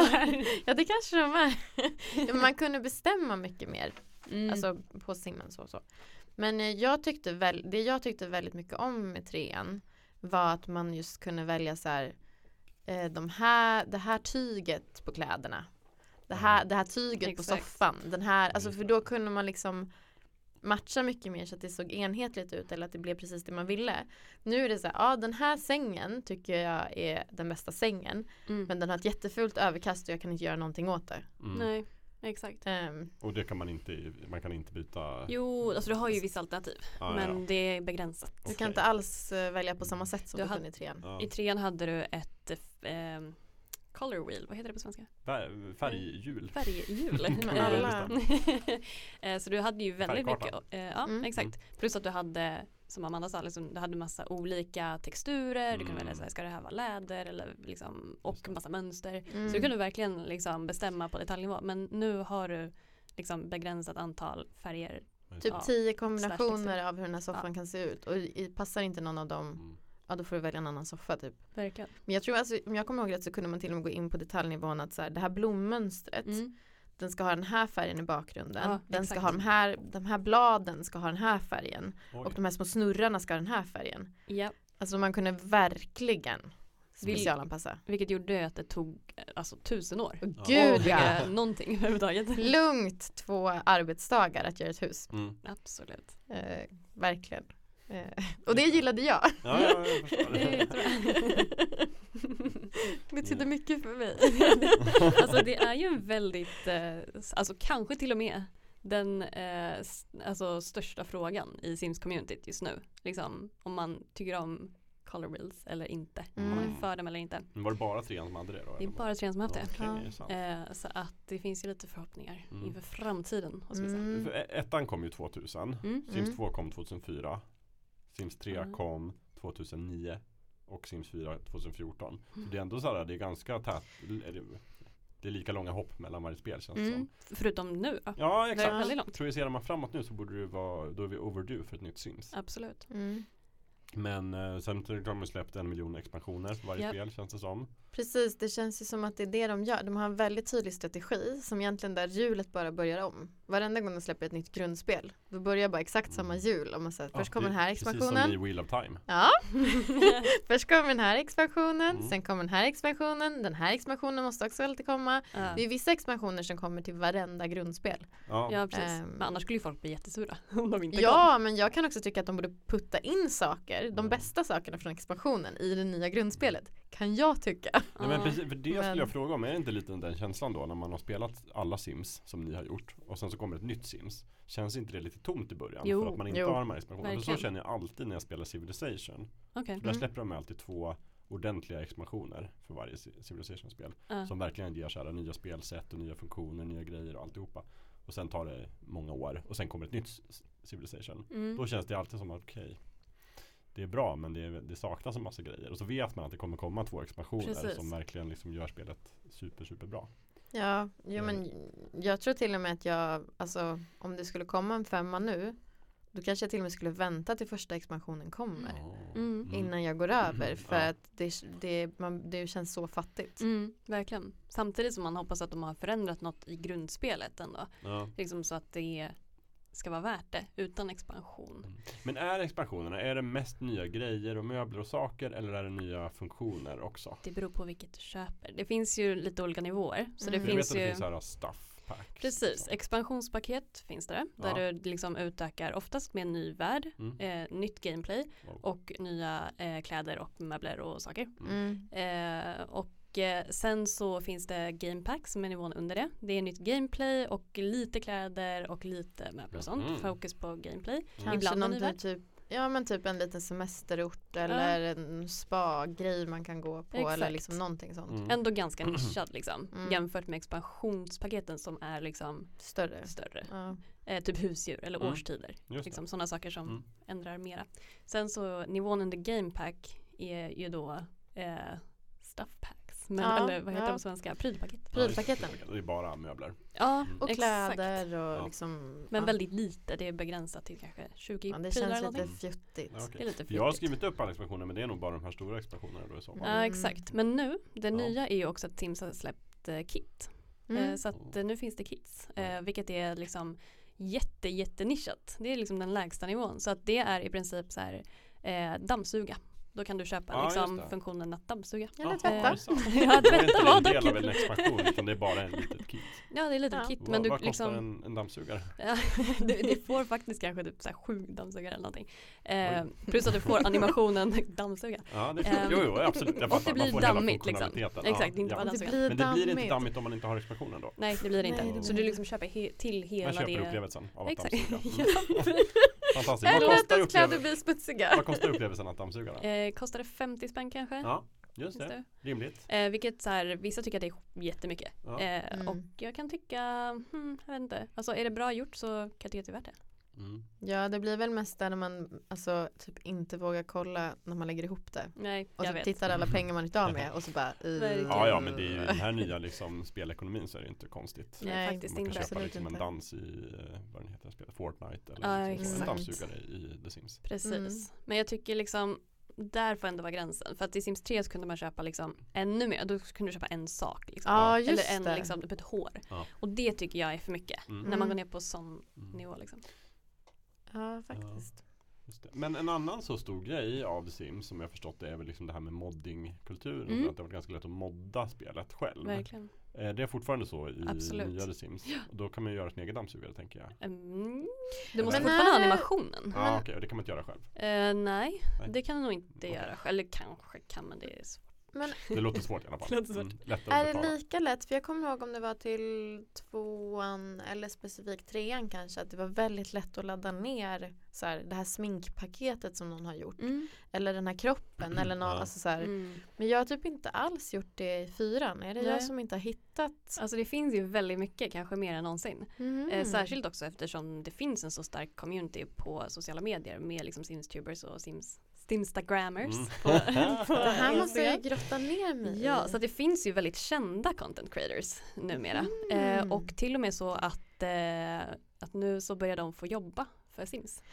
det kanske de är. Man kunde bestämma mycket mer. Alltså på simmen så. Men det jag tyckte väldigt mycket om med trean var att man just kunde välja så här, det här tyget på kläderna. Det här tyget på soffan. Den här, alltså för då kunde man liksom matcha mycket mer så att det såg enhetligt ut eller att det blev precis det man ville. Nu är det så här, den här sängen tycker jag är den bästa sängen. Men den har ett jättefult överkast och jag kan inte göra någonting åt det. Nej, exakt. Och det kan man kan inte byta. Jo, alltså du har ju vissa alternativ. Men det är begränsat. Du kan inte alls välja på samma sätt som du kunde i trean. I trean hade du ett color wheel, vad heter det på svenska? Färghjul. Så du hade ju väldigt mycket. Exakt. Plus att du hade, som Amanda sa, liksom, du hade massa olika texturer. Du kunde välja så här, ska det här vara läder eller liksom, och massa mönster. Så du kunde verkligen liksom bestämma på detaljnivå. Men nu har du liksom begränsat antal färger. Typ 10 kombinationer av hur den här soffan kan se ut. Och passar inte någon av dem, då får du välja en annan soffa typ. Verkligen. Men jag tror, alltså, om jag kommer ihåg rätt så kunde man till och med gå in på detaljnivån att så här, det här blommönstret, den ska ha den här färgen i bakgrunden. Den ska ha de här bladen ska ha den här färgen. Och de här små snurrarna ska ha den här färgen. Ja. Alltså man kunde verkligen specialanpassa. Vilket gjorde att det tog 1000 år. Gud, ja. Någonting överhuvudtaget. Lugnt 2 arbetsdagar att göra ett hus. Absolut. Verkligen. Och det gillade jag. Ja, jag förstår det. Det betyder mycket för mig. Alltså det är ju en väldigt, alltså kanske till och med den största frågan i Sims-communityt just nu. Liksom, om man tycker om color wheels eller inte. Om man är för dem eller inte. Men var det bara trean som hade det då? Det är bara trean som haft det. Okay, så att det finns ju lite förhoppningar inför framtiden. Ettan kom ju 2000. Sims 2 kom 2004. Sims 3 kom 2009 och Sims 4 2014. Så det är ändå så här, det är ganska tätt. Det är lika långa hopp mellan varje spel känns det som. Förutom nu. Ja, exakt. Det är väldigt långt. Projicerar man framåt nu så borde det vara, då är vi overdue för ett nytt Sims. Absolut. Men sen har de släppt 1 miljon expansioner för varje spel känns det som. Precis, det känns ju som att det är det de gör. De har en väldigt tydlig strategi som egentligen där hjulet bara börjar om. Varenda gång de släpper ett nytt grundspel, då börjar bara exakt samma hjul. Om man säger, först kommer den här expansionen. Precis som i Wheel of Time. Ja, först kommer den här expansionen, sen kommer den här expansionen. Den här expansionen måste också alltid komma. Det är vissa expansioner som kommer till varenda grundspel. Ja, precis. Men annars skulle ju folk bli jättesura om de inte kom. Men jag kan också tycka att de borde putta in saker, de bästa sakerna från expansionen i det nya grundspelet. Kan jag tycka. Nej, men precis, för det skulle jag fråga om, är det inte lite den känslan då när man har spelat alla Sims som ni har gjort och sen så kommer ett nytt Sims? Känns inte det lite tomt i början för att man inte har de här expansionerna? För så känner jag alltid när jag spelar Civilization. Där släpper de alltid 2 ordentliga expansioner för varje Civilization-spel som verkligen ger så här nya spelsätt och nya funktioner, nya grejer och alltihopa. Och sen tar det många år och sen kommer ett nytt Civilization. Då känns det alltid som att okej, det är bra men det saknas en massa grejer. Och så vet man att det kommer komma 2 expansioner som verkligen liksom gör spelet super bra. Ja, men jag tror till och med att om det skulle komma en 5 nu, då kanske jag till och med skulle vänta till första expansionen kommer innan jag går över för att det känns så fattigt. Verkligen. Samtidigt som man hoppas att de har förändrat något i grundspelet ändå. Liksom så att det ska vara värt det utan expansion. Men är expansionerna, är det mest nya grejer och möbler och saker eller är det nya funktioner också? Det beror på vilket du köper. Det finns ju lite olika nivåer. Så det jag finns vet att ju det finns så här stuff packs. Precis, expansionspaket finns det där du liksom utökar oftast med en ny värld, nytt gameplay och nya kläder och möbler och saker. Och sen så finns det game packs med nivån under det. Det är nytt gameplay och lite kläder och lite möbler och sånt. Fokus på gameplay. Kanske någon typ en liten semesterort eller en spa-grej man kan gå på. Eller liksom någonting sånt. Ändå ganska nischad liksom. Jämfört med expansionspaketen som är liksom större. Typ husdjur eller årstider. Liksom sådana saker som ändrar mera. Sen så nivån under game pack är ju då stuff packs. Eller vad heter det på svenska? Prylpaketen. Det är bara möbler. Ja, och kläder och liksom. Men väldigt lite. Det är begränsat till kanske 20 det känns lite fjuttigt. Det är lite fjuttigt. Jag har skrivit upp alla expansioner men det är nog bara de här stora expansionerna då i så fall. Ja, exakt. Men nu, det nya är ju också att Sims har släppt kit. Så att nu finns det kits. Vilket är liksom jättenischat. Det är liksom den lägsta nivån. Så att det är i princip så här dammsuga. Då kan du köpa funktionen att dammsuga. Eller tvätta. Tvätta var dock. Det är inte en del av en expansion utan det är bara en litet kit. Ja, det är ett litet kit. Men vad kostar en dammsugare? Du får faktiskt kanske typ så här 7 dammsugare eller någonting. Plus att du får animationen dammsuga. Ja, det jo, absolut. Och det blir dammigt liksom. Exakt, inte bara dammsuga. Men det blir inte dammigt om man inte har expansionen då? Nej, det blir det inte. Så du liksom köper till hela det. Man köper upplevelsen av att dammsuga. Fantastiskt. Vad kostar upplevelsen att dammsuga? Kostar det 50 spänn kanske? Ja, just det. Rimligt. Vilket så här, vissa tycker att det är jättemycket. Och jag kan tycka, jag vet inte. Alltså är det bra gjort så kan jag tycka att det är värt det. Ja, det blir väl mest där när man typ inte vågar kolla när man lägger ihop det. Nej, och så tittar alla pengar man inte av med och så bara Ja, men det är ju den här nya liksom spelekonomin så är det inte konstigt. Nej, faktiskt man inte. kan köpa liksom en dans i vad den heter, spelet Fortnite eller liksom en dammsugare i The Sims. Precis. Men jag tycker liksom där får ändå vara gränsen. För att i Sims 3 så kunde man köpa liksom ännu mer. Då kunde du köpa en sak. Liksom. Eller liksom, ett hår. Och det tycker jag är för mycket. När man går ner på sån nivå. Liksom. Ja, faktiskt. Just det. Men en annan så stor grej av The Sims som jag förstått det är väl liksom det här med moddingkulturen. Att det var ganska lätt att modda spelet själv. Verkligen. Det är fortfarande så i nya The Sims. Ja. Och då kan man göra sin egen dammsugare tänker jag. Du måste fortfarande ha animationen. Ja, okej. Och det kan man inte göra själv. Nej, det kan man nog inte göra själv. Eller kanske kan man det. Men det låter svårt i alla fall. Är det lika lätt? För jag kommer ihåg om det var till 2:an eller specifikt 3:an kanske. Att det var väldigt lätt att ladda ner så här, det här sminkpaketet som någon har gjort. Eller den här kroppen. Eller någon, alltså, så här. Men jag har typ inte alls gjort det i 4:an. Är det jag som inte har hittat? Alltså det finns ju väldigt mycket, kanske mer än någonsin. Särskilt också eftersom det finns en så stark community på sociala medier med liksom Simstubers och Simstagrammers. Det här måste jag grotta ner mig i. Ja, så det finns ju väldigt kända content creators numera. Och till och med så att nu så börjar de få jobba för Sims.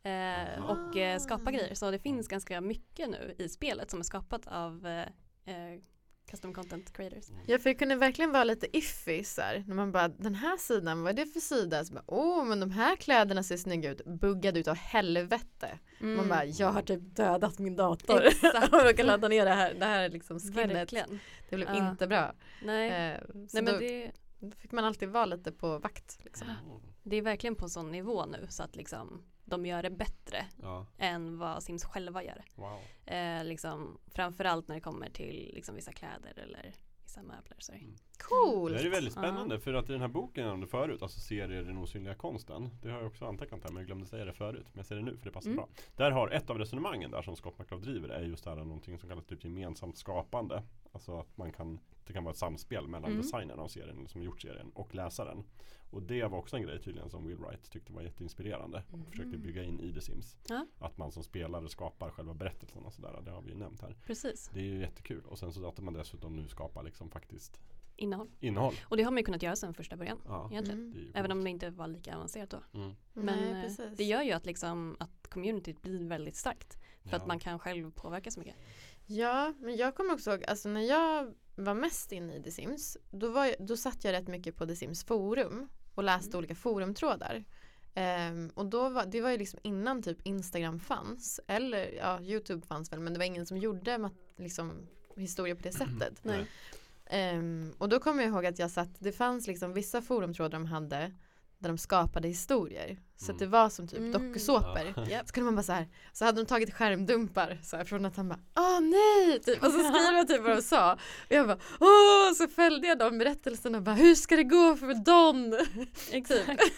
Och skapa grejer. Så det finns ganska mycket nu i spelet som är skapat av custom content creators. Ja, för det kunde verkligen vara lite iffy så här, när man bara, den här sidan, vad är det för sida? Så bara, men de här kläderna ser snygga ut, buggade ut av helvete. Man bara, jag har typ dödat min dator. Exakt. Och kan ladda ner det här är liksom skinnet. Verkligen. Det blev inte bra. Nej, så men då fick man alltid vara lite på vakt. Liksom. Det är verkligen på en sån nivå nu så att liksom de gör det bättre än vad Sims själva gör. Wow. Liksom, framförallt när det kommer till liksom, vissa kläder eller vissa möbler. Coolt! Det är väldigt spännande för att i den här boken om det förut, alltså serier Den osynliga konsten, det har jag också antecknat här men jag glömde säga det förut, men jag säger det nu för det passar bra. Där har ett av resonemangen där som Scott McCloud driver är just det här någonting som kallas typ gemensamt skapande. Alltså att det kan vara ett samspel mellan designerna av serien som gjort serien och läsaren. Och det var också en grej tydligen som Will Wright tyckte var jätteinspirerande och försökte bygga in i The Sims. Att man som spelare skapar själva berättelsen och sådär, det har vi ju nämnt här. Precis. Det är ju jättekul och sen så att man dessutom nu skapar liksom faktiskt innehåll. Och det har man ju kunnat göra sedan första början egentligen. Även om det inte var lika avancerat då. Men det gör ju att, liksom, att communityt blir väldigt starkt. För att man kan själv påverka så mycket. Ja, men jag kommer också ihåg, alltså när jag var mest inne i The Sims, då satt jag rätt mycket på The Sims forum och läste olika forumtrådar. Och det var ju liksom innan typ Instagram fanns, eller YouTube fanns väl, men det var ingen som gjorde liksom historia på det sättet. Nej. Och då kommer jag ihåg att det fanns liksom vissa forumtrådar de hade där de skapade historier. Så att det var som typ dokusåpor. Så kunde man bara så här, så hade de tagit skärmdumpar så här, från att han bara, nej! Typ, och så skriver jag typ vad de sa. Och jag bara, så följde jag de berättelserna och bara, hur ska det gå för Don? Exakt.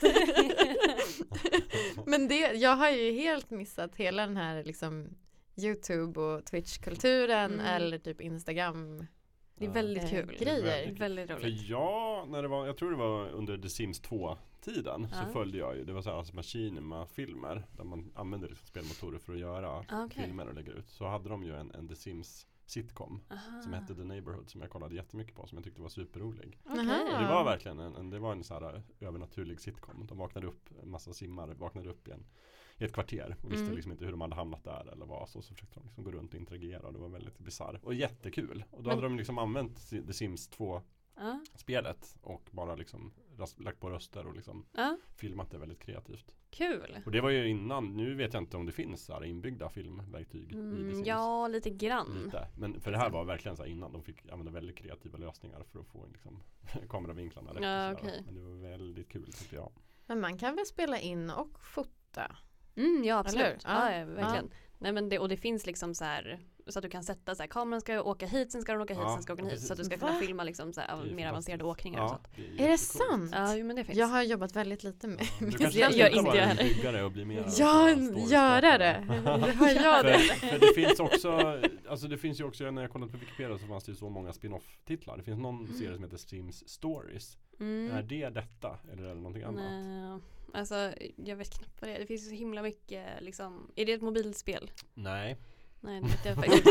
Men jag har ju helt missat hela den här liksom YouTube och Twitch-kulturen eller typ Instagram. Det är väldigt kul. Grejer. Väldigt roligt. För jag tror det var under The Sims 2-tiden så följde jag ju, det var så här alltså Machinima-filmer där man använde liksom spelmotorer för att göra filmer och lägga ut. Så hade de ju en The Sims sitcom som hette The Neighborhood som jag kollade jättemycket på som jag tyckte var superrolig. Och det var verkligen en så här övernaturlig sitcom. De vaknade upp, en massa simmare vaknade upp igen i ett kvarter och visste liksom inte hur de hade hamnat där eller vad, så försökte de liksom gå runt och interagera och det var väldigt bizarrt och jättekul. Och då hade de liksom använt The Sims 2-spelet och bara liksom lagt på röster och liksom filmat det väldigt kreativt. Kul! Och det var ju innan, nu vet jag inte om det finns så här inbyggda filmverktyg i The Sims. Ja, lite grann. Lite. Men för det här var verkligen så här innan, de fick använda väldigt kreativa lösningar för att få liksom kameravinklarna rätt. Men det var väldigt kul tycker jag. Men man kan väl spela in och fota? Ja, absolut. Ja, verkligen. Nej, men det finns liksom så här så att du kan sätta så här, kameran ska åka hit, sen ska den åka hit, sen ska åka hit så att du ska kunna filma liksom så här, mer avancerade åkningar och sånt. Är det sant? Ja, men det finns. Jag har jobbat väldigt lite med jag gör inte jag heller. Och bli mer göra det. För det finns också alltså det finns ju också, när jag kollade på Wikipedia så fanns det ju så många spin-off-titlar. Det finns någon serie som heter Sims Stories. Är det detta eller är det någonting annat? Alltså, jag vet knappt vad det är. Det finns ju så himla mycket liksom. Är det ett mobilspel? Nej, det vet jag faktiskt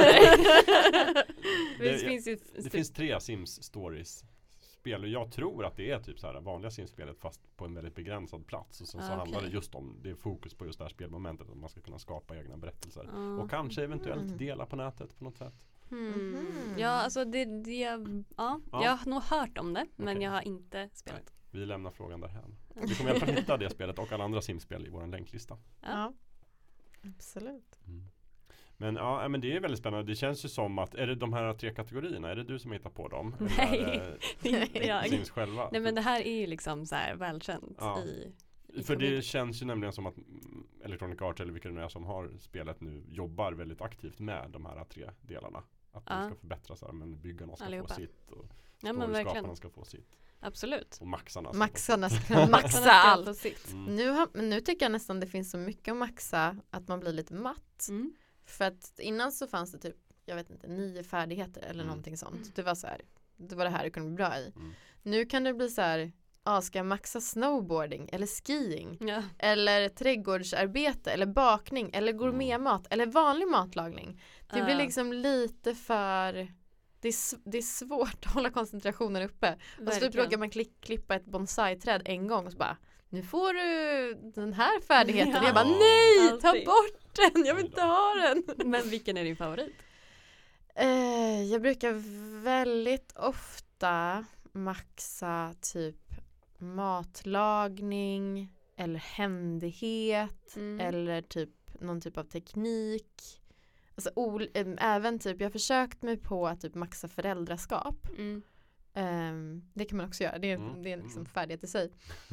inte. Det finns 3 Sims Stories spel och jag tror att det är typ så här vanliga Sims-spelet fast på en väldigt begränsad plats och sen så handlar det just om, det är fokus på just det här spelmomentet att man ska kunna skapa egna berättelser och kanske eventuellt dela på nätet på något sätt. Ja, alltså jag har nog hört om det men jag har inte spelat. Nej, vi lämnar frågan därhän. Vi kommer i alla fall hitta det spelet och alla andra Sims-spel i vår länklista. Ja, absolut. Men men det är väldigt spännande. Det känns ju som att, är det de här 3 kategorierna? Är det du som hittar på dem? Nej, det är inte jag. Sims själva? Nej, men det här är ju liksom så här välkänt för det känns ju nämligen som att Electronic Arts eller vilka det nu är som har spelet nu jobbar väldigt aktivt med de här 3 delarna. Att de ska förbättras här, men byggarna ska få sitt och storyskaparna ska få sitt. Absolut. Och maxarna ska maxa allt. Nu tycker jag nästan det finns så mycket att maxa att man blir lite matt. För att innan så fanns det typ, jag vet inte, 9 färdigheter eller någonting sånt. Det var så här, det var det här du kunde bli bra i. Nu kan det bli så här, ska jag maxa snowboarding eller skiing eller trädgårdsarbete eller bakning eller gourmetmat eller vanlig matlagning. Det blir liksom lite för det är svårt att hålla koncentrationen uppe. Och så råkar man klippa ett bonsai-träd en gång och så bara, nu får du den här färdigheten. Jag bara, nej, ta bort den, jag vill inte ha den. Men vilken är din favorit? Jag brukar väldigt ofta maxa typ matlagning eller händighet eller typ någon typ av teknik. Alltså även typ, jag har försökt mig på att typ maxa föräldraskap. Det kan man också göra. Det är liksom färdighet i sig.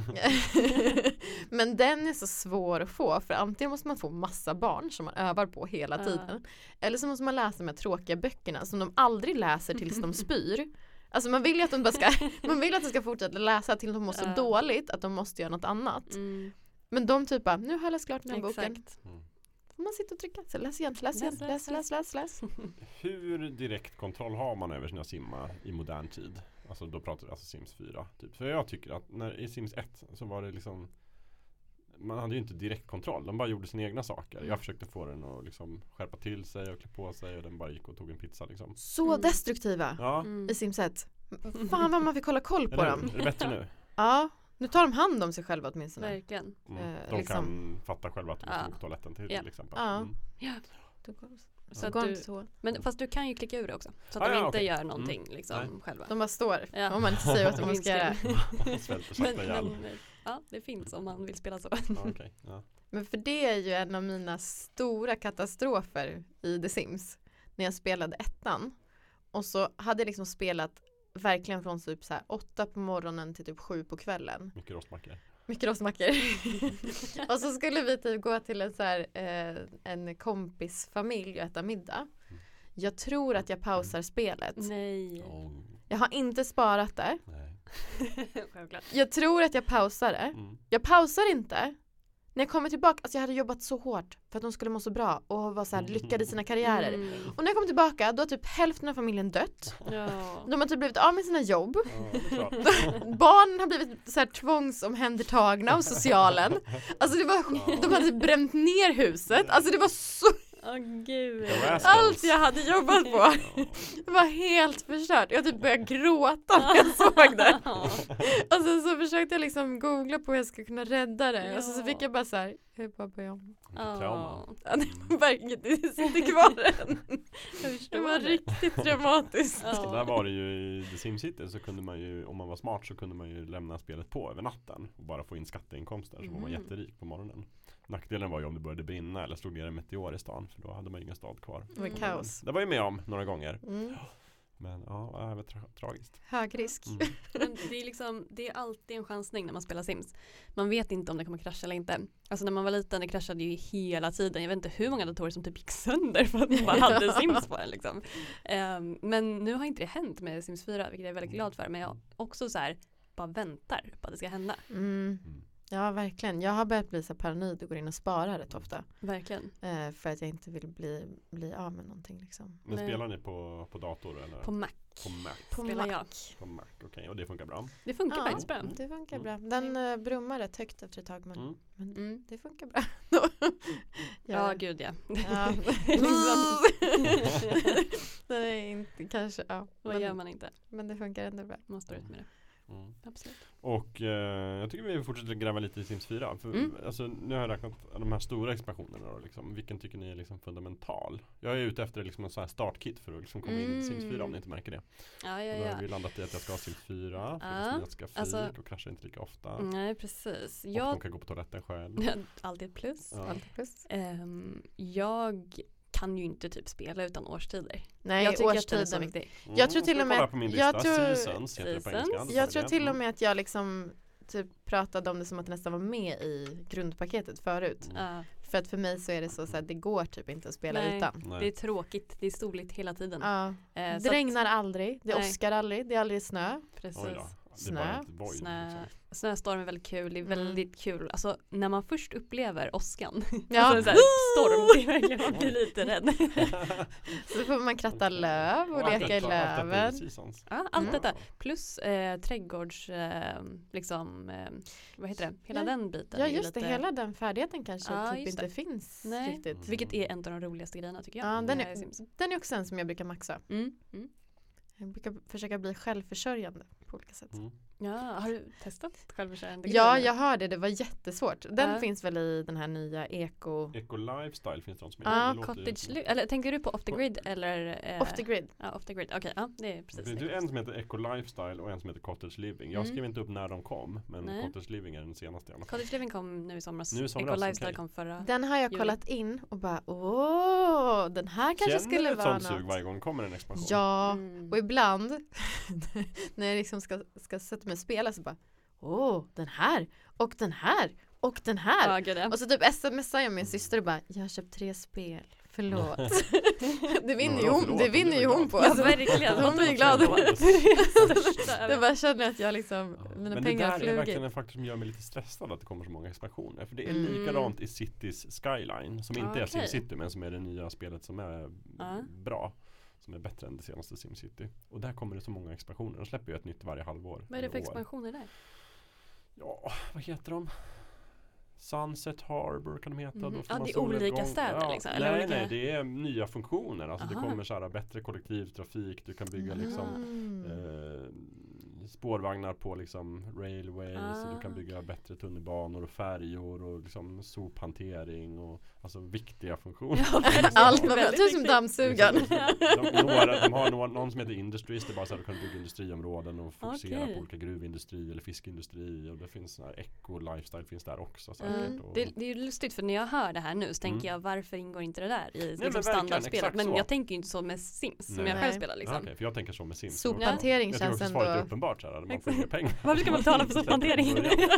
Men den är så svår att få. För antingen måste man få massa barn som man övar på hela tiden. Eller så måste man läsa de här tråkiga böckerna som de aldrig läser tills de spyr. Alltså man vill ju att de ska fortsätta läsa till de mår så dåligt att de måste göra något annat. Men de typ bara, nu har jag läst klart den här boken. Får man sitta och trycka. Så läs igen. Läs. Hur direkt kontroll har man över sina simma i modern tid? Alltså då pratar vi alltså Sims 4 typ. För jag tycker att när i Sims 1 så var det liksom, man hade ju inte direkt kontroll. De bara gjorde sina egna saker. Jag försökte få den att liksom skärpa till sig och klä på sig och den bara gick och tog en pizza liksom. Så destruktiva i Sims 1. Fan vad man fick hålla koll på dem. Är det bättre nu? Ja. Nu tar de hand om sig själva åtminstone. Verkligen. De liksom kan fatta själva att de ska gå på toaletten till exempel. Men fast du kan ju klicka ur det också. Så att de inte gör någonting liksom själva. De bara står om man inte säger vad de ska göra. Men det finns om man vill spela så. Men för det är ju en av mina stora katastrofer i The Sims. När jag spelade ettan. Och så hade jag liksom spelat verkligen från typ så här 8 på morgonen till typ 7 på kvällen. Mycket rostmackor. Och så skulle vi typ gå till en så här en kompisfamilj och äta middag. Jag tror att jag pausar spelet. Nej. Jag har inte sparat det. Självklart. Jag tror att jag pausar det. Jag pausar inte. När jag kommer tillbaka, alltså jag hade jobbat så hårt för att de skulle må så bra och vara så här lyckade i sina karriärer. Och när jag kommer tillbaka, då har typ hälften av familjen dött. De har typ blivit av med sina jobb. Barnen har blivit så här tvångsomhändertagna av socialen. Alltså det var, de hade bränt ner huset. Alltså det var så... Gud. Allt jag hade jobbat på var helt förstört. Jag typ började gråta när jag såg det. Och sen så försökte jag liksom googla på hur jag skulle kunna rädda det. Och så fick jag bara så här, jag bara började om. Det sitter kvar än. Det var riktigt dramatiskt. Där var det ju i The Sims City så kunde man ju, om man var smart så kunde man ju lämna spelet på över natten och bara få in skatteinkomster så var man jätterik på morgonen. Nackdelen var ju om det började brinna eller slog ner en meteor i stan för då hade man ingen stad kvar. Det var kaos. Det var ju med om några gånger. Men ja, det var tragiskt. Hög risk. Men det är liksom, det är alltid en chansning när man spelar Sims. Man vet inte om det kommer krascha eller inte. Alltså när man var liten, det kraschade ju hela tiden. Jag vet inte hur många datorer som typ gick sönder för att man bara hade Sims på den liksom. Men nu har inte det hänt med Sims 4, vilket jag är väldigt glad för. Men jag också så här, bara väntar på att det ska hända. Ja, verkligen. Jag har börjat bli så paranoid och går in och sparar rätt ofta. Verkligen. För att jag inte vill bli av med någonting liksom. Men spelar ni på dator eller? På Mac. Spelar jag. På Mac, okej. Och det funkar bra? Det funkar faktiskt bra. Det funkar bra. Den brummar rätt högt efter ett tag, men det funkar bra. Ja, gud ja. Den är inte kanske, Vad gör man inte? Men det funkar ändå bra. Man står ut med det. Absolut. Och jag tycker vi fortsätter gräva lite i Sims 4. För, alltså, nu har jag räknat de här stora expansionerna. Då, liksom. Vilken tycker ni är liksom fundamental? Jag är ute efter liksom en sån här startkit för att liksom komma in i Sims 4 om ni inte märker det. Ja. Då har vi landat i att jag ska ha Sims 4 för att jag ska flik och kraschar inte lika ofta. Nej, precis. Och de kan gå på toaletten själv. Alltid ett plus. Ja. Alltid plus. Jag kan ju inte typ spela utan årstider. Nej, jag tycker att det är så viktigt. Jag tror till och med Seasons heter det på engelska. Jag tror till och med att jag liksom typ pratade om det som att det nästan var med i grundpaketet förut. För att för mig så är det så att det går typ inte att spela utan. Nej. Det är tråkigt, det är soligt hela tiden. Det regnar aldrig, det åskar aldrig, det är aldrig snö. Precis. Snö. Snöstorm är väldigt kul, det är väldigt kul. Alltså när man först upplever åskan, ja. Alltså, så här, storm, det är verkligen, man blir lite rädd. Så får man kratta löv och leka i löven. Ja, allt detta. Plus trädgårds, liksom, vad heter det? Hela den biten. Ja, just det. Hela den färdigheten kanske typ inte finns riktigt. Vilket är en av de roligaste grejerna tycker jag. Ja, den är också en som jag brukar maxa. Jag brukar försöka bli självförsörjande på olika sätt. Ja, har du testat självkörande? Ja, jag har det. Det var jättesvårt. Den finns väl i den här nya Eco Lifestyle finns det någon som eller tänker du på Off the Grid eller? Off the Grid. Ja, Off the Grid. Okej, ja, det är precis. Det är en som heter Eco Lifestyle och en som heter Cottage Living. Jag skrev inte upp när de kom, men Cottage Living är den senaste. Cottage Living kom nu i somras. Eco Lifestyle kom förra. Den har jag kollat in och bara den här kanske skulle vara något. Känner sug varje gång kommer en expansion? Ja, och ibland när jag liksom ska sätta mig och spela så bara den här och den här och den här. Och så typ smsar jag min syster och bara, jag har köpt 3 spel. Förlåt. Det vinner ju hon på. Alltså, verkligen. Hon blir glad. Det bara känner att jag liksom, mina pengar har flugit. Men det där är verkligen en faktor som gör mig lite stressad att det kommer så många expansioner. För det är likadant i Cities Skyline, som inte är SimCity men som är det nya spelet som är bra. Som är bättre än det senaste SimCity. Och där kommer det så många expansioner. De släpper ju ett nytt varje halvår. Vad är det för expansioner där? Ja, vad heter de? Sunset Harbor kan de heta. Då det är olika städer liksom? Eller Nej, det är nya funktioner. Alltså det kommer så här bättre kollektivtrafik. Du kan bygga liksom spårvagnar på liksom railways. Du kan bygga bättre tunnelbanor och färjor och liksom sophantering och alltså viktiga funktioner. Allt var typ som dammsugan. De har någon som heter Industries. Det är bara så att du kan bygga industriområden och fokusera på olika gruvindustri eller fiskindustri. Och det finns sån här Eco Lifestyle finns där också säkert. Det är ju lustigt för när jag hör det här nu så tänker jag varför ingår inte det där i liksom standardspelet. Men jag tänker ju inte så med Sims som jag själv spelar liksom. Okej, för jag tänker så med Sims. Sophantering känns ändå. Jag tycker uppenbart så här, man får inga pengar. Varför ska man betala för sophantering?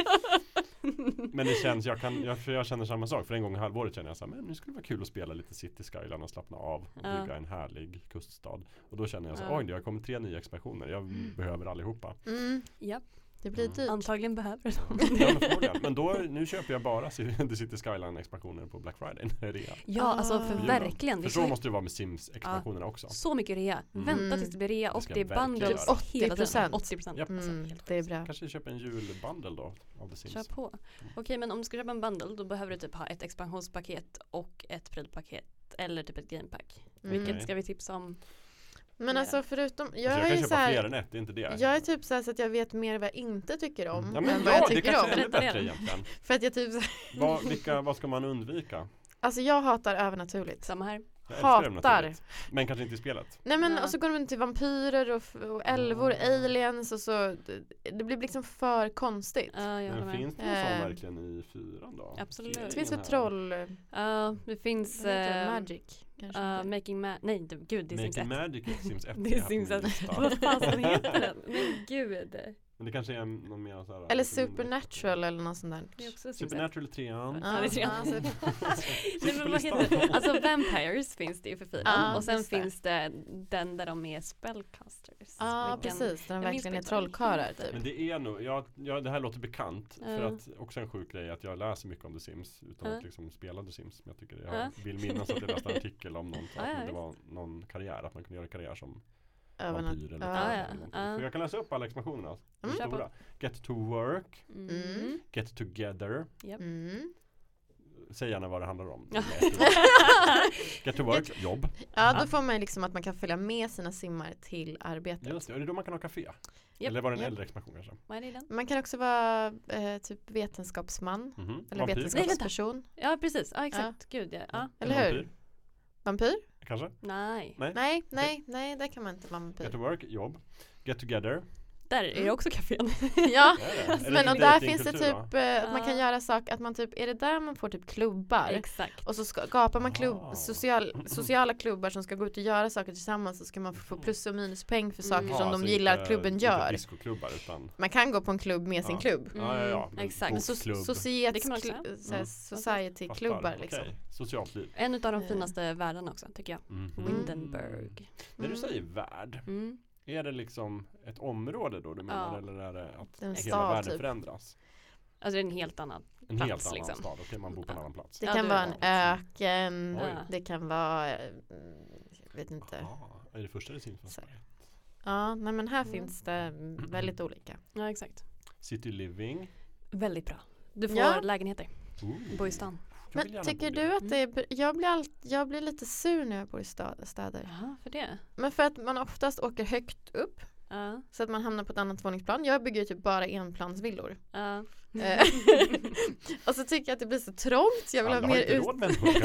Men det känns, jag känner samma sak. För en gång i halvåret känner jag så här, men nu skulle det vara kul att spela lite City Skyline och slappna av och bygga en härlig kuststad. Och då känner jag så här, det har kommit 3 nya expansioner. Jag behöver allihopa. Ja. Det blir dyrt. Antagligen behöver det. Men då, nu köper jag bara The City Skyline-expansioner på Black Friday. Rea. Ja, alltså för verkligen. För så måste det vara med Sims-expansionerna också. Så mycket rea. Vänta tills det blir rea och det är bundles 80%. 80%. Det är bra. Kanske köpa en julbundle då av The Sims. Kör på. Okej, men om du ska köpa en bundle då behöver du typ ha ett expansionspaket och ett prylpaket eller typ ett gamepack. Vilket ska vi tipsa om? Men alltså förutom jag kan köpa fler än ett, det är inte det. Jag är typ så att jag vet mer vad jag inte tycker om än vad jag tycker om. Det kanske är bättre egentligen. För att jag typ vad ska man undvika? Alltså jag hatar övernaturligt. Samma här. Hatar. Men kanske inte i spelet. Nej men och så går de till vampyrer och älvor, aliens och så det blir liksom för konstigt. Men finns det någon sån verkligen i 4 då? Absolut. Det finns väl troll. Det finns Magic. Making nej gud det är Sims 1. Making Magic är Sims 1. Det är Sims 1. Vad fan heter den? Men gud. Men det kanske är någon mer så här. Eller Supernatural eller något sånt där. Det är också Supernatural 3. Ja, det är 3. Nej men vad heter det? Alltså Vampires finns det ju för 4. Och sen finns det den där de är spellcasters. Ja, precis. Den verkligen är trollkarlar typ. Men det är nog, det här låter bekant. För att också en sjuk grej att jag läser mycket om The Sims utan att liksom spela The Sims. Men jag tycker jag vill minnas att jag läste en artikel om någon att det var någon karriär. Att man kunde göra karriär som vampyr eller så jag kan läsa upp alla expansionerna. Stora. Get to work. Get together. Säg gärna vad det handlar om. Get to work, jobb. Ja, då får man liksom att man kan följa med sina simmar till arbetet. Just det, och det är då man kan ha café. Eller var det en äldre expansion kanske? Vad är det den? Man kan också vara typ vetenskapsman. Eller vetenskapsperson. Ja, precis. Ja, exakt. Gud, ja. Eller hur? Vampyr? Kanske? Nej, det kan man inte vara vampyr. Get to work, jobb. Get together. Där är det också kafén. Ja, men och där finns det typ att man kan göra saker, att man typ, är det där man får typ klubbar? Exakt. Och så skapar man sociala klubbar som ska gå ut och göra saker tillsammans, så ska man få plus- och minuspeng för saker som de gillar att klubben gör. Man kan gå på en klubb med sin klubb. Exakt. Society-klubbar liksom. Socialt liv. En av de finaste världarna också, tycker jag. Windenburg. När du säger värld, är det liksom ett område då du menar, eller är det att hela världen typ förändras? Alltså det är en helt annan plats. Helt annan liksom. Stad, okej, man bor på en annan plats. Det kan vara en öken, det kan vara, jag vet inte. Är det första det syns? Ja, nej, men här finns det väldigt olika. Ja, exakt. City living. Väldigt bra. Du får lägenheter. Bo i stan. Men tycker du att det är, jag blir lite sur när jag bor i städer. Jaha, för det? Men för att man oftast åker högt upp Så att man hamnar på ett annat våningsplan. Jag bygger typ bara enplansvillor. Och så tycker jag att det blir så trångt. Jag vill ha mer ut.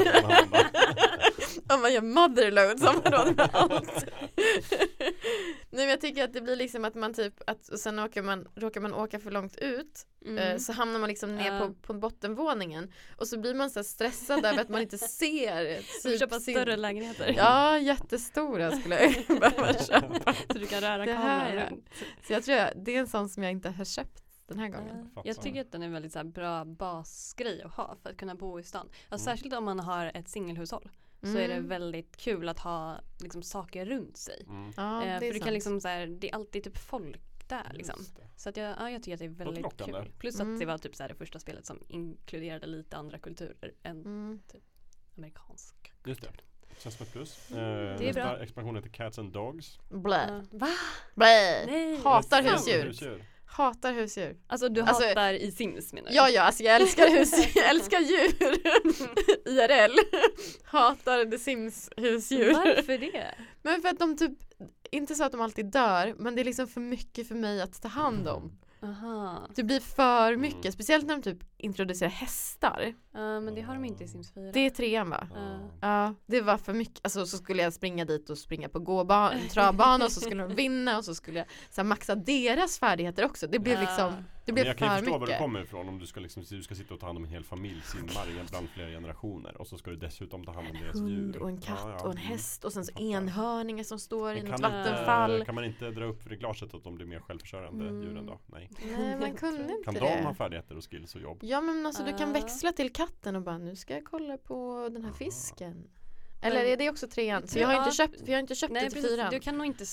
Om man gör motherload som man råd med allt. Nej, men jag tycker att det blir liksom att man typ och sen råkar man åka för långt ut så hamnar man liksom ner på bottenvåningen och så blir man så stressad över att man inte ser typ köpa större lägenheter. Ja, jättestora skulle jag behöva köpa. Så du kan röra kameran runt. Så jag tror det är en sån som jag inte har köpt den här gången. Jag tycker att den är en väldigt så här bra basgrej att ha för att kunna bo i stan. Alltså, särskilt om man har ett singelhushåll. Så är det väldigt kul att ha liksom, saker runt sig. För du kan liksom, så här, det är alltid typ folk där. Liksom. Så att jag tycker att det är väldigt kul. Plus att det var typ, så här, det första spelet som inkluderade lite andra kulturer än typ, amerikansk kultur. Just det. Känns som ett plus. Det är bra. Expansionen till Cats and Dogs. Blä. Va? Blä. Nej. Hatar husdjur. Hatar husdjur. Alltså du hatar i Sims menar du? Ja, alltså jag älskar husdjur. Jag älskar djur. IRL. Hatar The Sims husdjur. Varför det? Men för att de typ, inte så att de alltid dör, men det är liksom för mycket för mig att ta hand om. Aha. Det blir för mycket, speciellt när de typ introducerar hästar. Men det har de inte i Sims 4. Det är 3:an va? Ja, det var för mycket. Alltså så skulle jag springa dit och springa på travbana och så skulle de vinna och så skulle jag så här, maxa deras färdigheter också. Det blev liksom, det blev för mycket. Jag kan ju förstå var du kommer ifrån om du ska sitta och ta hand om en hel familj, simmar bland flera generationer och så ska du dessutom ta hand om deras djur. Och en katt och en häst och sen så enhörningar som står i något vattenfall. Kan man inte dra upp reglaget att de blir mer självförsörjande djuren då? Nej, man kunde inte kan det. de ha färdigheter och skills och jobb? Ja, men alltså du kan växla till katten och bara, nu ska jag kolla på den här fisken. Eller är det också 3:an? Så jag har inte köpt det till 4:an. Du kan nog inte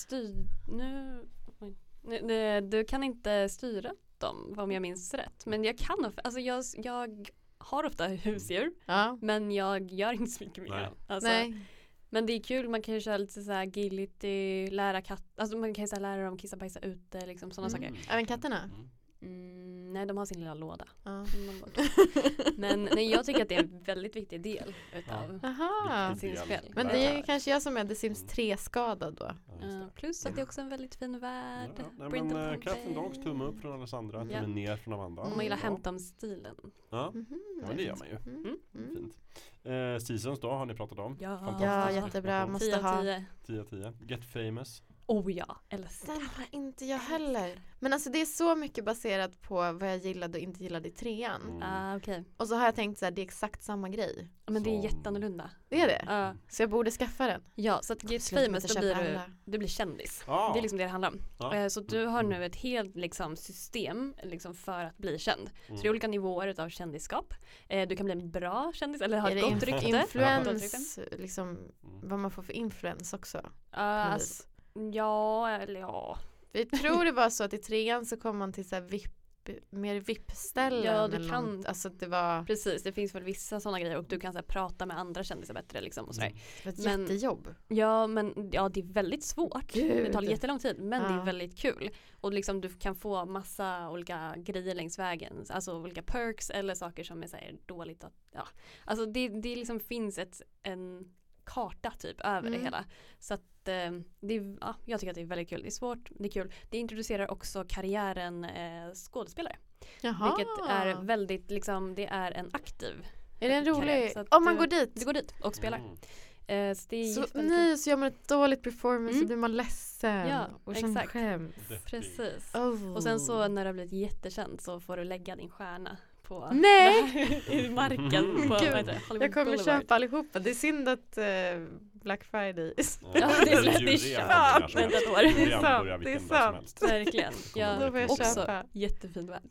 du kan inte styra dem om jag minns rätt. Men jag kan alltså jag har ofta husdjur. Men jag gör inte så mycket mer. Alltså, men det är kul, man kan ju köra lite så här agility, lära alltså man kan ju så här lära dem kissa, bajsa ute liksom sådana saker. Även katterna? Nej, de har sin lilla låda. Men nej, jag tycker att det är en väldigt viktig del utav Sims-spel. Men det är kanske jag som är The Sims 3-skadad då. Plus att det är också en väldigt fin värld. Men Cats and Dogs, tumme upp från Alessandra, tumme ner från Amanda. Man gillar Hampton-stilen. Ja, men det gör man ju. Fint. Seasons då, har ni pratat om? Ja, jättebra. Måste ha 10/10. Get Famous. Oh ja, eller den har inte jag heller. Men alltså det är så mycket baserat på vad jag gillade och inte gillade i 3:an. Okay. Och så har jag tänkt så här, det är exakt samma grej. Men det är jätteannorlunda. Det är det? Så jag borde skaffa den. Ja, så att Get Famous, då blir du blir kändis. Det är liksom det handlar om. Så du har nu ett helt liksom, system liksom, för att bli känd. Så det är olika nivåer av kändisskap. Du kan bli en bra kändis eller ha ett gott rykte. Influens, liksom, vad man får för influens också. Ja, eller ja. Jag tror det var så att i 3:an så kom man till så här mer VIP-ställen. Ja, du kan. Alltså det var... Precis, det finns väl vissa sådana grejer och du kan så här, prata med andra kändisar bättre liksom och sådär. Det var ett jättejobb. Ja, men det är väldigt svårt. Det tar jättelång tid, men det är väldigt kul. Och liksom du kan få massa olika grejer längs vägen. Alltså olika perks eller saker som är så här, dåligt att... Ja. Alltså det liksom finns en karta typ över det hela. Så att jag tycker att det är väldigt kul. Det är svårt, det är kul. Det introducerar också karriären skådespelare. Jaha. Vilket är väldigt, liksom, det är en aktiv. Är det en rolig? Om man går dit. Du går dit och spelar. Så gör man ett dåligt performance så blir man ledsen. Och exakt. Skämt. Precis. Och sen så när du har blivit jättekänd så får du lägga din stjärna på i marken på jag kommer köpa allihopa. Det är synd att Black Friday det är vänta ett år. Det är sant. Verkligen. Då får jag också köpa. Jättefin värld.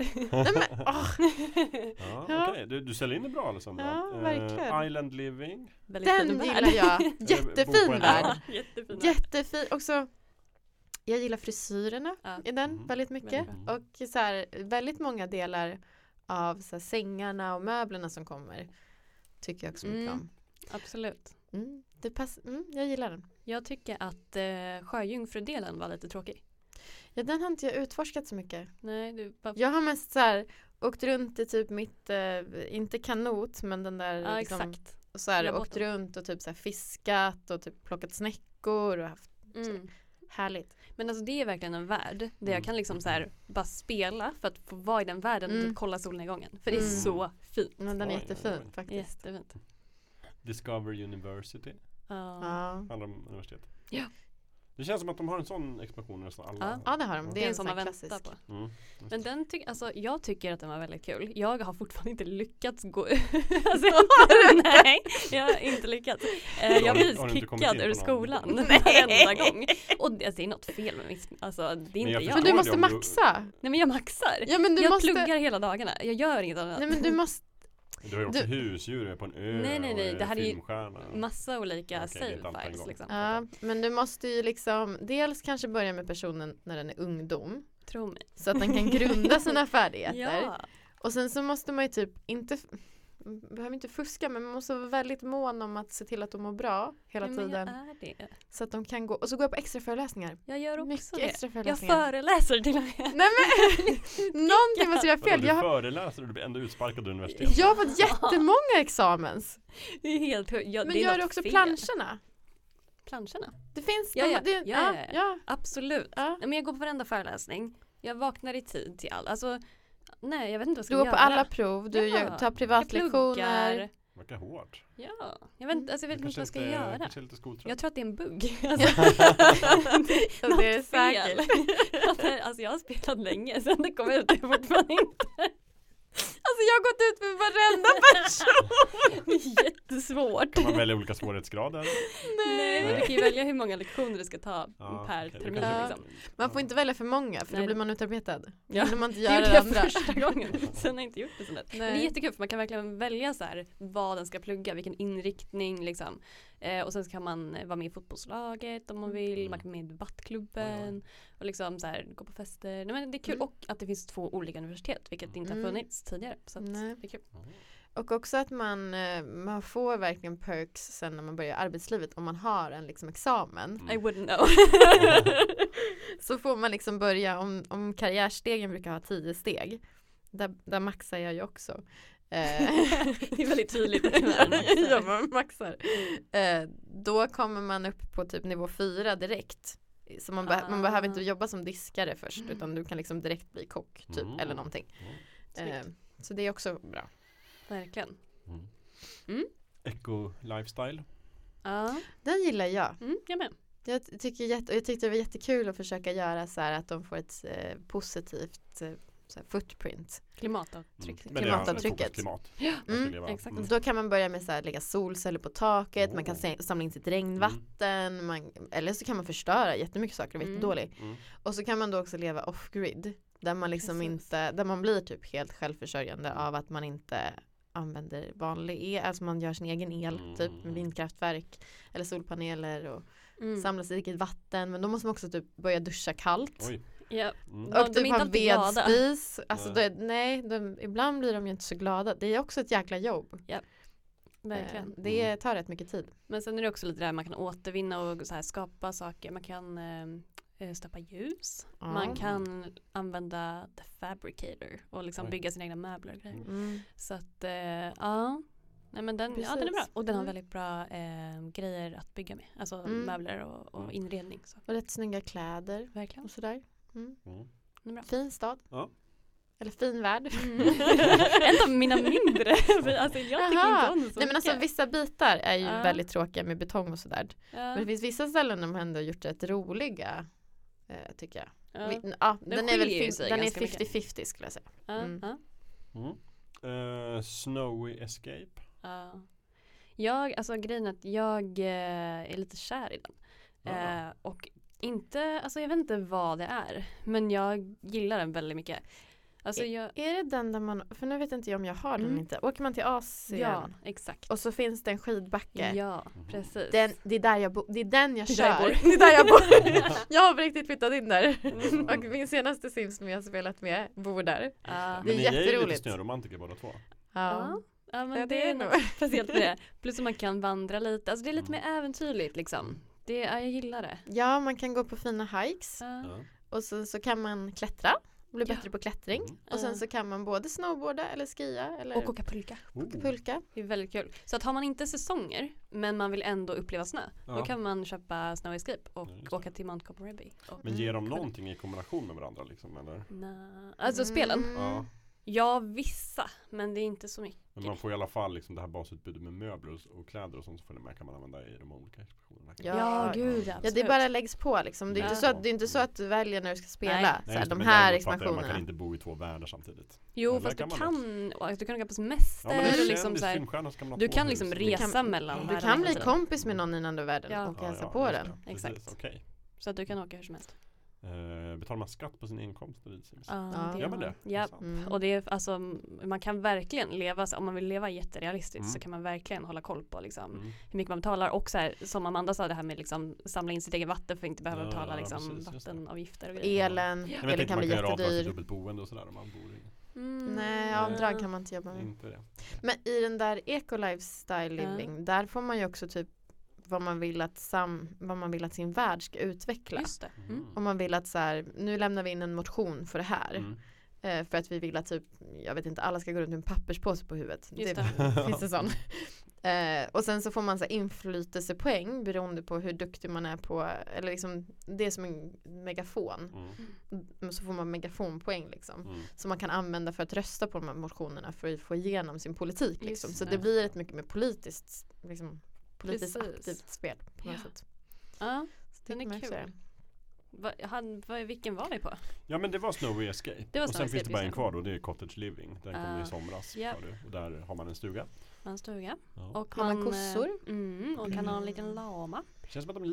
Okej. Du säljer in det bra Alessandra. Ja, verkligen. Island Living. Den gillar jag. Jättefin värld. Jättefin. Också jag gillar frisyrerna i den väldigt mycket. Och så här, väldigt många delar av så här, sängarna och möblerna som kommer tycker jag också mycket om. Absolut. Jag gillar den. Jag tycker att sjöjungfrudelen var lite tråkig. Ja, den har inte jag utforskat så mycket. Nej, jag har mest så här, åkt runt i typ mitt, inte kanot, men den där liksom, exakt. Så här, åkt runt och typ så här, fiskat och typ plockat snäckor och haft härligt. Men alltså det är verkligen en värld där jag kan liksom så här bara spela för att få vara i den världen och kolla solnedgången. För det är så fint. Men den är jättefin faktiskt. Jättefint. Discover University. Handlar om universitet. Ja. Det känns som att de har en sån expansion nästan alla. Ja, det har de. Det är en sån man väntar på. Men jag tycker att den var väldigt kul. Jag har fortfarande inte lyckats gå nej, jag har inte lyckats. Jag har blivit kickad ur skolan varenda gång. Och det är något fel med mig. Alltså, det är inte jag. Men du måste maxa. Nej, men jag maxar. Ja, men jag pluggar hela dagarna. Jag gör inget annat. Nej, men du måste. Du har ju också husdjur på en ö. Nej, det här är ju filmstjärna. Massa olika save files liksom. Ja, men du måste ju liksom dels kanske börja med personen när den är ungdom. Tro mig. Så att den kan grunda sina färdigheter. Ja. Och sen så måste man ju typ behöver inte fuska, men man måste vara väldigt mån om att se till att de mår bra hela tiden. Jag är det. Så att de kan gå, och så går jag på extra föreläsningar. Jag gör också mycket det. Extra föreläsningar. Jag föreläser till och med. Nej men, någonting måste jag fel. Du föreläser och du blir ändå utsparkad ur universitetet. Jag har fått jättemånga examens. Det är helt men gör du också planscherna? Planscherna? Det finns ja. Absolut. Ja. Men jag går på varenda föreläsning. Jag vaknar i tid till all. Alltså, nej, jag vet inte vad jag ska göra. Du går på alla prov, du tar privatlektioner. Verkar hårt. Ja, jag vet inte vad jag ska göra. Jag tror att det är en bugg. Alltså, det är säkert. Alltså jag har spelat länge sen det kom ut. Det fortfarande inte. Alltså jag har gått ut med varenda person. Det är jättesvårt. Kan man välja olika svårighetsgrader? Nej, men du kan ju välja hur många lektioner du ska ta per termin. Liksom. Man får inte välja för många för då blir man utarbetad. Ja. När man inte det gör gjorde det jag andra. första gången. Sen har jag inte gjort det så lätt. Men det är jättekul för man kan verkligen välja så här, vad den ska plugga, vilken inriktning liksom. Och sen kan man vara med i fotbollslaget om man vill. Man kan vara med i debattklubben. Och liksom så här, gå på fester. Nej, men det är kul. Och att det finns 2 olika universitet. Vilket inte har funnits tidigare. Så att det är kul. Och också att man får verkligen perks sen när man börjar arbetslivet. Om man har en liksom examen. I wouldn't know. Så får man liksom börja. Om karriärstegen brukar ha 10 steg. Där maxar jag ju också. Det är väldigt tydligt. Ja, man maxar. Då kommer man upp på typ nivå 4 direkt. Så man behöver inte jobba som diskare först. Utan du kan liksom direkt bli kock typ, eller någonting. Så det är också bra. Verkligen. Eco-lifestyle. Ja. Den gillar jag. Jag med. Jag tyckte det var jättekul att försöka göra så här att de får ett positivt så här footprint. Klimatavtrycket. Klimat. Exakt. Då kan man börja med så här, lägga solceller på taket. Man kan samla in sitt regnvatten. Eller så kan man förstöra jättemycket saker och vara jättedålig. Och så kan man då också leva off-grid. Där man liksom inte, där man blir typ helt självförsörjande av att man inte använder vanlig el. Alltså man gör sin egen el typ med vindkraftverk eller solpaneler och samlar sitt eget vatten. Men då måste man också typ börja duscha kallt. Oj. Ja. Och typ ha vedspis. Alltså ibland blir de ju inte så glada. Det är också ett jäkla jobb. Ja. Verkligen. Det tar rätt mycket tid. Men sen är det också lite där man kan återvinna och så här skapa saker. Man kan stoppa ljus. Man kan använda The Fabricator och liksom bygga sina egna möbler och grejer. Så att nej, men den är bra. Och den har väldigt bra grejer att bygga med. Alltså möbler och inredning. Så. Och rätt snygga kläder. Verkligen. Och sådär. Bra. Fin stad. Ja. Eller fin värld. En av mina mindre. Alltså jag tycker inte om det så. Nej, men alltså vissa bitar är ju väldigt tråkiga med betong och sådär. Men det finns vissa ställen de ändå gjort rätt roliga tycker jag. Den är väl 50-50 skulle jag säga. Snowy Escape. Alltså grejen är att jag är lite kär i den. Och inte, alltså jag vet inte vad det är. Men jag gillar den väldigt mycket. Alltså är det den där man, för nu vet inte jag om jag har den inte. Åker man till Asien? Ja, exakt. Och så finns det en skidbacke. Ja, precis. Det är där jag bor. Det är den jag kör. Det är där jag bor. Jag har riktigt flyttat in där. Och min senaste Sims som jag har spelat med bor där. Det är jätteroligt. Ni är ju lite snöromantiker båda två. Ja, men det är något speciellt med det. Plus att man kan vandra lite. Alltså det är lite mer äventyrligt liksom. Jag gillar det. Ja, man kan gå på fina hikes. Och så kan man klättra bli bättre på klättring. Och sen så kan man både snowboarda eller skia. Eller och åka pulka. Pulka. Det är väldigt kul. Så att har man inte säsonger men man vill ändå uppleva snö, då kan man köpa Snow Escape och åka till Mount Copenhagen. Men ger de någonting i kombination med varandra liksom, eller? Alltså spelen? Ja. Ja, vissa, men det är inte så mycket. Men man får i alla fall liksom det här basutbudet med möbler och kläder och sånt som kan man använda i de olika expansionerna. Ja, gud, ja, det bara läggs på liksom. Det är inte så att du väljer när du ska spela. Nej, så de här expansionerna. Man kan inte bo i 2 världar samtidigt. Jo, fast du kan åka på semester. Ja, men liksom så här, du kan liksom resa mellan du kan bli kompis med någon i den andra världen och hälsa på den. Exakt. Okay. Så att du kan åka hur som helst. Betalar man skatt på sin inkomst? Gör man det? Ja, och det är, alltså, man kan verkligen leva, om man vill leva jätterealistiskt så kan man verkligen hålla koll på liksom, hur mycket man betalar. Och så här, som Amanda sa, det här med liksom, samla in sitt eget vatten för att inte behöva betala liksom, vattenavgifter och grejer. Elen kan bli jättedyr. Dubbelt boende och sådär om man bor i. Nej, avdrag kan man inte jobba med. Inte det. Men i den där eco-lifestyle living, där får man ju också typ vad man vill att sin värld ska utveckla. Just det. Om man vill att så här, nu lämnar vi in en motion för det här. För att vi vill att typ, jag vet inte, alla ska gå runt med en papperspåse på huvudet. Finns det sån. Och sen så får man så här inflytelsepoäng beroende på hur duktig man är på, eller liksom det är som en megafon. Så får man megafonpoäng liksom. Så man kan använda för att rösta på de här motionerna för att få igenom sin politik liksom. Så det blir ett mycket mer politiskt liksom, politiskt aktivt spel på något sätt. Ja, den är kul. Vilken var vi på? Ja, men det var Snowy Escape. Och sen finns det bara en kvar då, det är Cottage Living. Den kom i somras. Och där har man en stuga. Och man kossor. Och kan ha en liten lama. Det känns som att de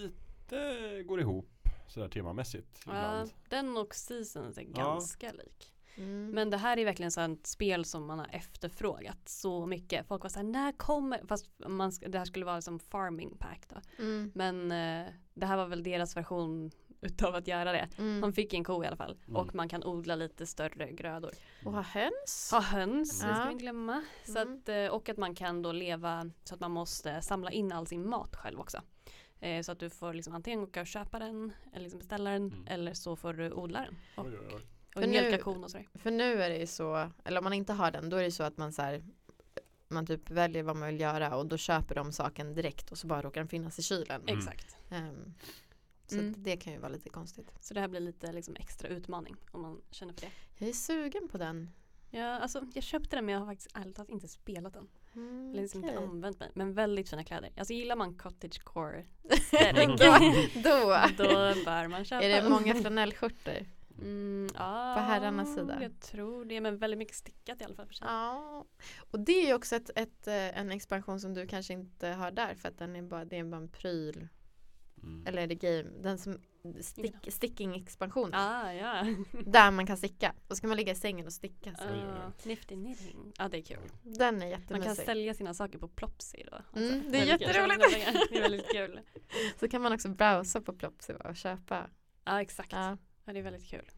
lite går ihop sådär temamässigt ibland. Den och Seasons är ganska lik. Men det här är verkligen så ett spel som man har efterfrågat så mycket. Folk var såhär, när kommer, fast det här skulle vara som farming pack då. Men det här var väl deras version utav att göra det. Man fick en ko i alla fall. Och man kan odla lite större grödor. Och ha höns. Det ska vi inte glömma. Så att, och att man kan då leva så att man måste samla in all sin mat själv också. Så att du får liksom antingen åka och köpa den eller liksom beställa den eller så får du odla den. Och mjölka kon och sådär. För nu är det ju så, eller om man inte har den, då är det så att man så här, man typ väljer vad man vill göra och då köper de saken direkt och så bara råkar den finnas i kylen. Exakt. Så det kan ju vara lite konstigt. Så det här blir lite liksom extra utmaning om man känner för det. Jag är sugen på den. Ja, alltså jag köpte den men jag har faktiskt ärligt talat inte spelat den. Eller liksom inte använt mig. Men väldigt fina kläder. Alltså gillar man cottagecore då bör man köpa. Är det många flanellskjortor? På herrarnas sida. Jag tror det, men väldigt mycket stickat i alla fall för sig. Ja. Och det är ju också en expansion som du kanske inte har där för att det är bara en pryl. Eller är det game, den som sticking-expansion. Där man kan sticka. Då ska man ligga i sängen och sticka. Nifty knitting. Ja, det är kul. Den är jättemysig. Man kan sälja sina saker på Plopsy då. Det är jätteroligt. Det är väldigt kul. Så kan man också browsa på Plopsy och köpa. Ja, exakt. Ja, det är väldigt kul.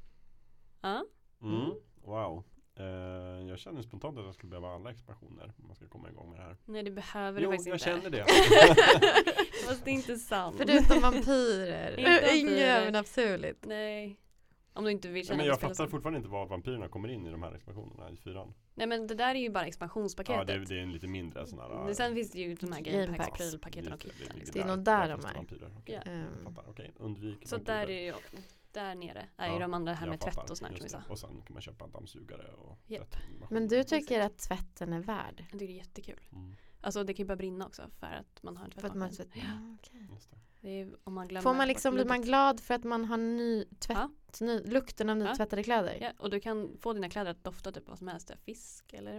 Wow. Jag känner spontant att jag skulle behöva alla expansioner om man ska komma igång med det här. Nej, det behöver du faktiskt inte. Jo, jag känner det. Fast det är inte sant. Förutom vampyrer. Inget övernaturligt. Nej. Om du inte vill känna. Men jag fattar fortfarande inte vad vampyrerna kommer in i de här expansionerna i 4. Nej, men det där är ju bara expansionspaketet. Ja, det är en lite mindre sån här. Sen finns det ju de här gamepacks, prylpaketen och det är nog där de är. Okej, undvik. Så där är ju där nere är ju de andra här med tvätt och sånt som vi sa. Och sen kan man köpa en dammsugare och Men du tycker att tvätten är värd? Jag tycker det är jättekul. Alltså det kan ju bara brinna också för att man har en tvättmaskin. Om man glömmer. Får man liksom, blir man glad för att man har ny tvätt, lukten av nytvättade kläder? Ja, och du kan få dina kläder att dofta typ vad som helst. Fisk eller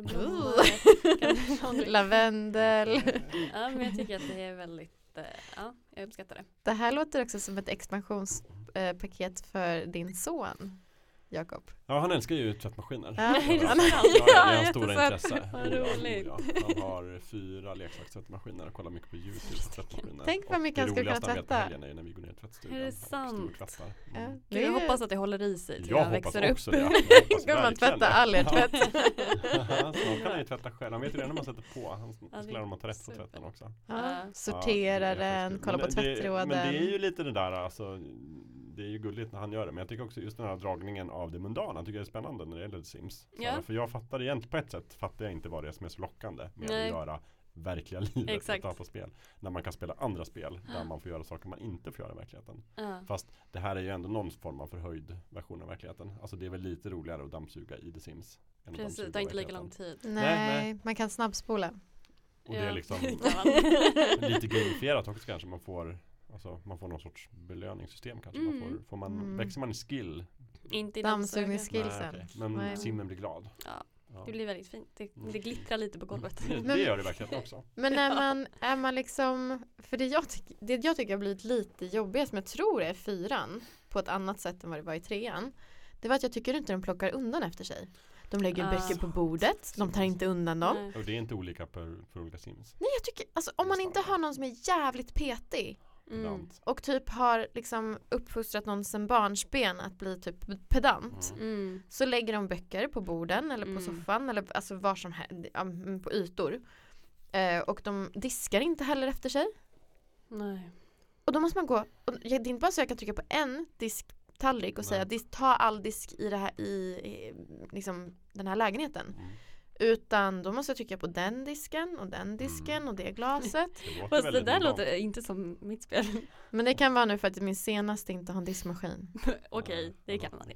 lavendel. Ja, men jag tycker att det är väldigt, jag uppskattar det. Det här låter också som ett expansionspaket för din son, Jakob. Ja, han älskar ju tvättmaskiner. Ja, det är hans stora intresse. Vad roligt. Han har 4 leksakstvättmaskiner och kollar mycket på YouTube på tvättmaskiner. Tänk vad mycket han skulle kunna tvätta. Det är när vi går ner i tvättstugan. Är det sant? Jag hoppas att det håller i sig till jag han växer också upp. Det. Ska man tvätta all er tvätt? Snart kan han ju tvätta själv. Han vet ju redan när man sätter på. Han ska lära dem att ta rätt på tvätten också. Sortera den, kolla på tvättråden. Men det är ju lite det där alltså, det är ju gulligt när han gör det. Men jag tycker också just den här dragningen av det mundana tycker jag är spännande när det gäller Sims. Ja. För jag fattar egentligen, på ett sätt fattar jag inte vad det är som är så lockande med att göra verkliga livet i ett dataspel. När man kan spela andra spel där man får göra saker man inte får göra i verkligheten. Fast det här är ju ändå någon form av förhöjd version av verkligheten. Alltså det är väl lite roligare att dammsuga i The Sims. Precis, det tar inte lika lång tid. Nej, man kan snabbspola. Och det är liksom lite gamifierat också kanske. Man får någon sorts belöningssystem kanske. Växer man i skill? Inte i dammsugningsskillsen. Men simmen blir glad. Ja. Det blir väldigt fint. Det glittrar lite på golvet. Det gör det verkligen också. Men är man liksom, för det jag tycker har blivit lite jobbigt, som jag tror är 4:an på ett annat sätt än vad det var i 3:an. Det var att jag tycker inte de plockar undan efter sig. De lägger böcker på bordet. De tar inte undan dem. Nej. Och det är inte olika för olika Sims. Nej, jag tycker, alltså om man inte har någon som är jävligt petig och typ har liksom uppfostrat någon sen barnsben att bli typ pedant, så lägger de böcker på borden eller på soffan eller alltså var som helst, på ytor. Och de diskar inte heller efter sig. Nej. Och då måste man gå, och det är inte bara så jag kan trycka på en disktallrik och säga ta all disk i det här i liksom den här lägenheten. Utan då måste jag trycka på den disken och den disken och det glaset. Fast det där låter inte som mitt spel. Men det kan vara nu för att min senaste inte har en diskmaskin. Okej, det kan man.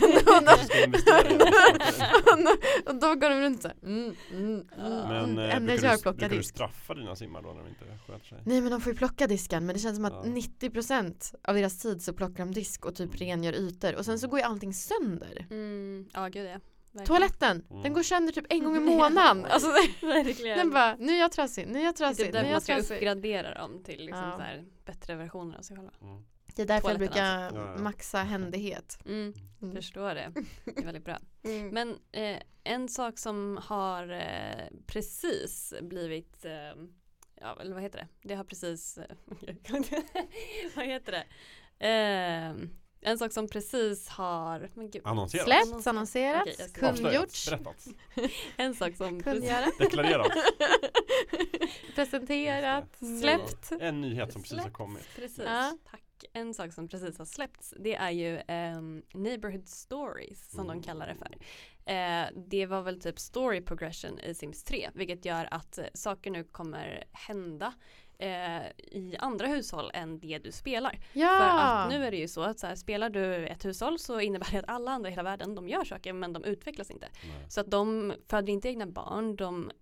Och då går de runt så här. Men brukar du straffa dina simmar då när de inte sköter sig? Nej, men de får ju plocka disken. Men det känns som att 90% av deras tid så plockar de disk och typ rengör ytor. Och sen så går ju allting sönder. Ja, gud ja. Verkligen. Toaletten, den går sönder typ en gång i månaden. Alltså, verkligen. Den bara, nu är jag trassig. Det är därför man ska uppgradera dem till liksom så här bättre versioner av sig själva. Det är därför jag brukar maxa händighet. Förstår det. Det är väldigt bra. Men en sak som har precis blivit eller vad heter det? Det har precis vad heter det? En sak som precis har släppts, annonserats, kungjorts. En sak som deklarerat. Presenterat, släppt. En nyhet som precis har kommit. Precis, tack. En sak som precis har släppts, det är ju Neighborhood Stories som de kallar det för. Det var väl typ story progression i Sims 3, vilket gör att saker nu kommer hända i andra hushåll än det du spelar. Ja. För att nu är det ju så att så här, spelar du ett hushåll så innebär det att alla andra i hela världen, de gör saker men de utvecklas inte. Nej. Så att de föder inte egna barn,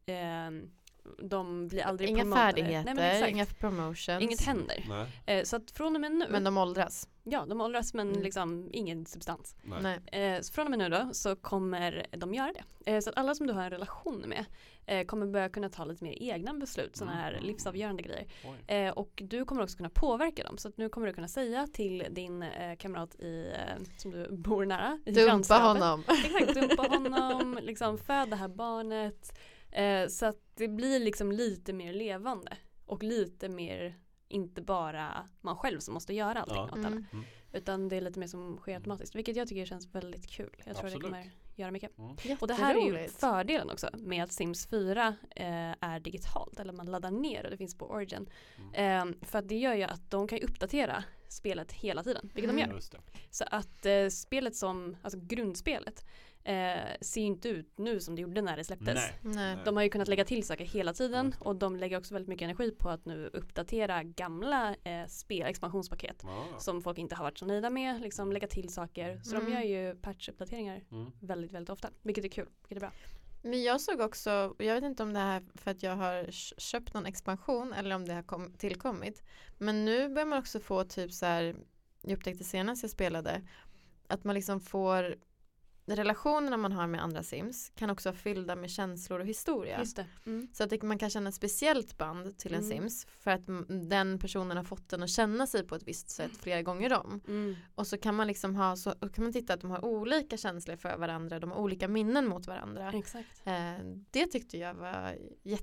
de blir aldrig inga promotade. Färdigheter, inga promotions. Inget händer. Så att från och med nu. Men de åldras. Ja, de åldras men liksom ingen substans. Nej. Så från och med nu då så kommer de göra det. Så att alla som du har en relation med kommer börja kunna ta lite mer egna beslut, sådana här livsavgörande grejer. Och du kommer också kunna påverka dem. Så att nu kommer du kunna säga till din kamrat som du bor nära. Dumpa honom. Exakt, dumpa honom, liksom föda det här barnet. Så att det blir liksom lite mer levande. Och lite mer, inte bara man själv som måste göra allting åt alla. Utan det är lite mer som sker automatiskt. Vilket jag tycker känns väldigt kul. Jag tror det kommer göra mycket. Och det här är ju fördelen också med att Sims 4 är digitalt. Eller man laddar ner och det finns på Origin. För att det gör ju att de kan uppdatera spelet hela tiden. Vilket de gör. Så att spelet alltså grundspelet ser inte ut nu som det gjorde när det släpptes. Nej. De har ju kunnat lägga till saker hela tiden och de lägger också väldigt mycket energi på att nu uppdatera gamla expansionspaket som folk inte har varit så nöjda med, liksom lägga till saker. Så de gör ju patch-uppdateringar väldigt, väldigt ofta, vilket är kul, vilket är bra. Men jag såg också, jag vet inte om det här för att jag har köpt någon expansion eller om det har tillkommit, men nu börjar man också få typ så här, jag upptäckte senast jag spelade, att man liksom får relationerna man har med andra Sims kan också vara fyllda med känslor och historia. Just det. Så att man kan känna ett speciellt band till en Sims för att den personen har fått den att känna sig på ett visst sätt flera gånger om. Och så kan man liksom kan man titta att de har olika känslor för varandra, de har olika minnen mot varandra. Exakt. Det tyckte jag var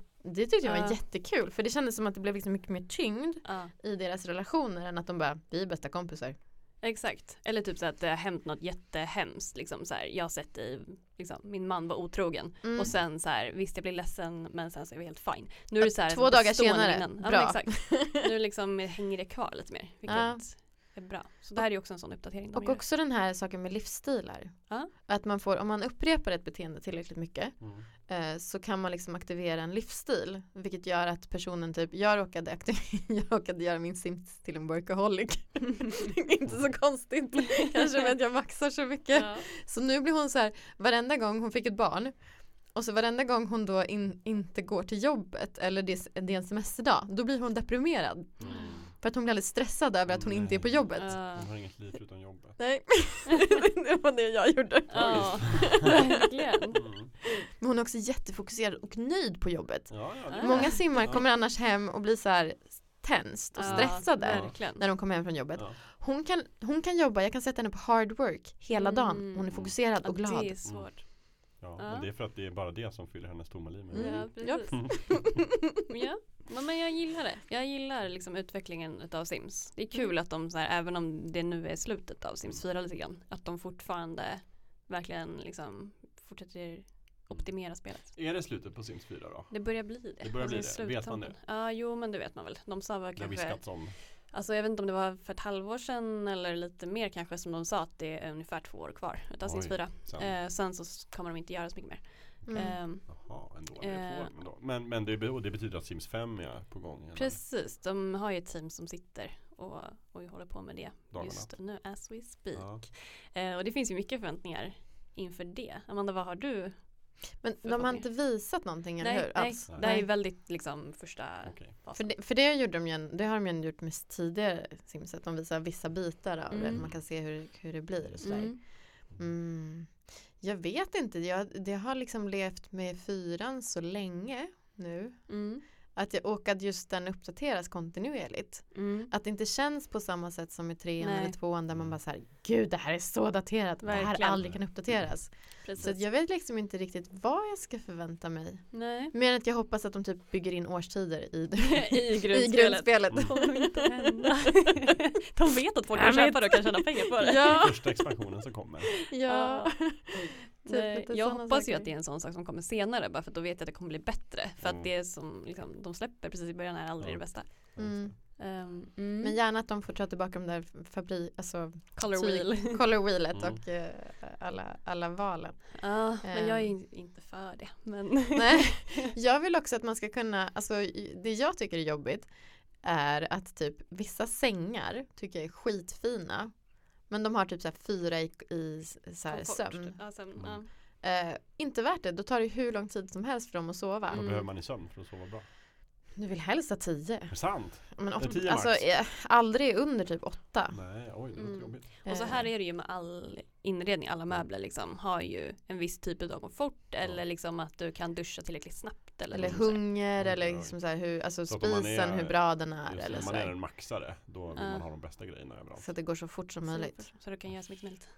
jättekul, för det kändes som att det blev liksom mycket mer tyngd i deras relationer än att de bara, vi är bästa kompisar. Exakt. Eller typ så att det har hänt något jättehemskt. Liksom så här, jag har sett min man var otrogen. Och sen så här, visst jag blir ledsen men sen så är vi helt fine. Nu är det så här, 2 dagar senare. Bra. Ja, exakt. Nu liksom hänger det kvar lite mer. Vilket är bra. Så det här är ju också en sån uppdatering. Och också den här saken med livsstilar. Att man får, om man upprepar ett beteende tillräckligt mycket så kan man liksom aktivera en livsstil. Vilket gör att personen typ, jag råkade göra min Sims till en workaholic. Inte så konstigt. Kanske med att jag maxar så mycket. Ja. Så nu blir hon så här, varenda gång hon fick ett barn. Och så varenda gång hon då inte går till jobbet eller det är en semesterdag, då blir hon deprimerad. För att hon blir alldeles stressad över att hon inte är på jobbet. Hon har inget liv utan jobbet. Nej, det var det jag gjorde. Ja, verkligen. Men hon är också jättefokuserad och nöjd på jobbet. Ja, många simmar kommer annars hem och blir så här tenst och stressade när de kommer hem från jobbet. Ja. Hon kan jobba, jag kan sätta henne på hard work hela dagen. Hon är fokuserad och glad. Det är svårt. Ja, men det är för att det är bara det som fyller hennes tomma liv. Ja, precis. Ja, men jag gillar det. Jag gillar liksom utvecklingen utav Sims. Det är kul att de så här, även om det nu är slutet av Sims 4 lite grann, att de fortfarande verkligen liksom fortsätter optimera spelet. Är det slutet på Sims 4 då? Det börjar bli det. Det börjar bli det. Vet man det? Ja, jo, men det vet man väl. De sa väl kanske... Det har viskats om... Alltså jag vet inte om det var för ett halvår sedan eller lite mer kanske som de sa att det är ungefär 2 år kvar utav Sims 4. Sen så kommer de inte göra så mycket mer. Jaha, ändå. Det är 2 år ändå. Men det betyder att Sims 5 är på gång. Eller? Precis, de har ju ett team som sitter och håller på med det just nu as we speak. Och det finns ju mycket förväntningar inför det. Amanda, vad har du? Men de har inte visat någonting, eller hur? Nej, det är väldigt liksom första fasen. För det gjorde det har de ju gjort med tidigare Sims, att de visar vissa bitar av det. Man kan se hur det blir och sådär. Jag vet inte, det har liksom levt med 4 så länge nu. Och att just den uppdateras kontinuerligt. Att det inte känns på samma sätt som i 3 eller 2 där man bara så här, gud, det här är så daterat. Verkligen. Det här aldrig kan uppdateras. Så jag vet liksom inte riktigt vad jag ska förvänta mig. Nej. Mer än att jag hoppas att de typ bygger in årstider i grundspelet. Det kommer inte hända. De vet att folk kan köpa det och kan tjäna pengar på det. Ja. Första expansionen som kommer. Ja. Jag hoppas ju att det är en sån sak som kommer senare, bara för att då vet jag att det kommer bli bättre. För att det som liksom, de släpper precis i början är aldrig det bästa. Men gärna att de får ta tillbaka de där color wheelet och alla valen. Men jag är inte för det. Men nej, jag vill också att man ska kunna, alltså det jag tycker är jobbigt är att typ vissa sängar tycker jag är skitfina. Men de har typ så här 4 i så här sömn. Inte värt det. Då tar det hur lång tid som helst för dem att sova. Vad behöver man i sömn för att sova bra? Du vill helst ha 10. Är det sant? Men 10 max? alltså aldrig under typ 8. Nej, oj, det låter jobbigt. Och så här är det ju med all inredning, alla möbler liksom har ju en viss typ av komfort eller liksom att du kan duscha tillräckligt snabbt eller hunger eller liksom så här hur, alltså så spisen, hur bra den är eller så. Om man är en maxare, då vill man ha de bästa grejerna överallt. Så att det går så fort som möjligt. Så du kan göra så mycket som möjligt.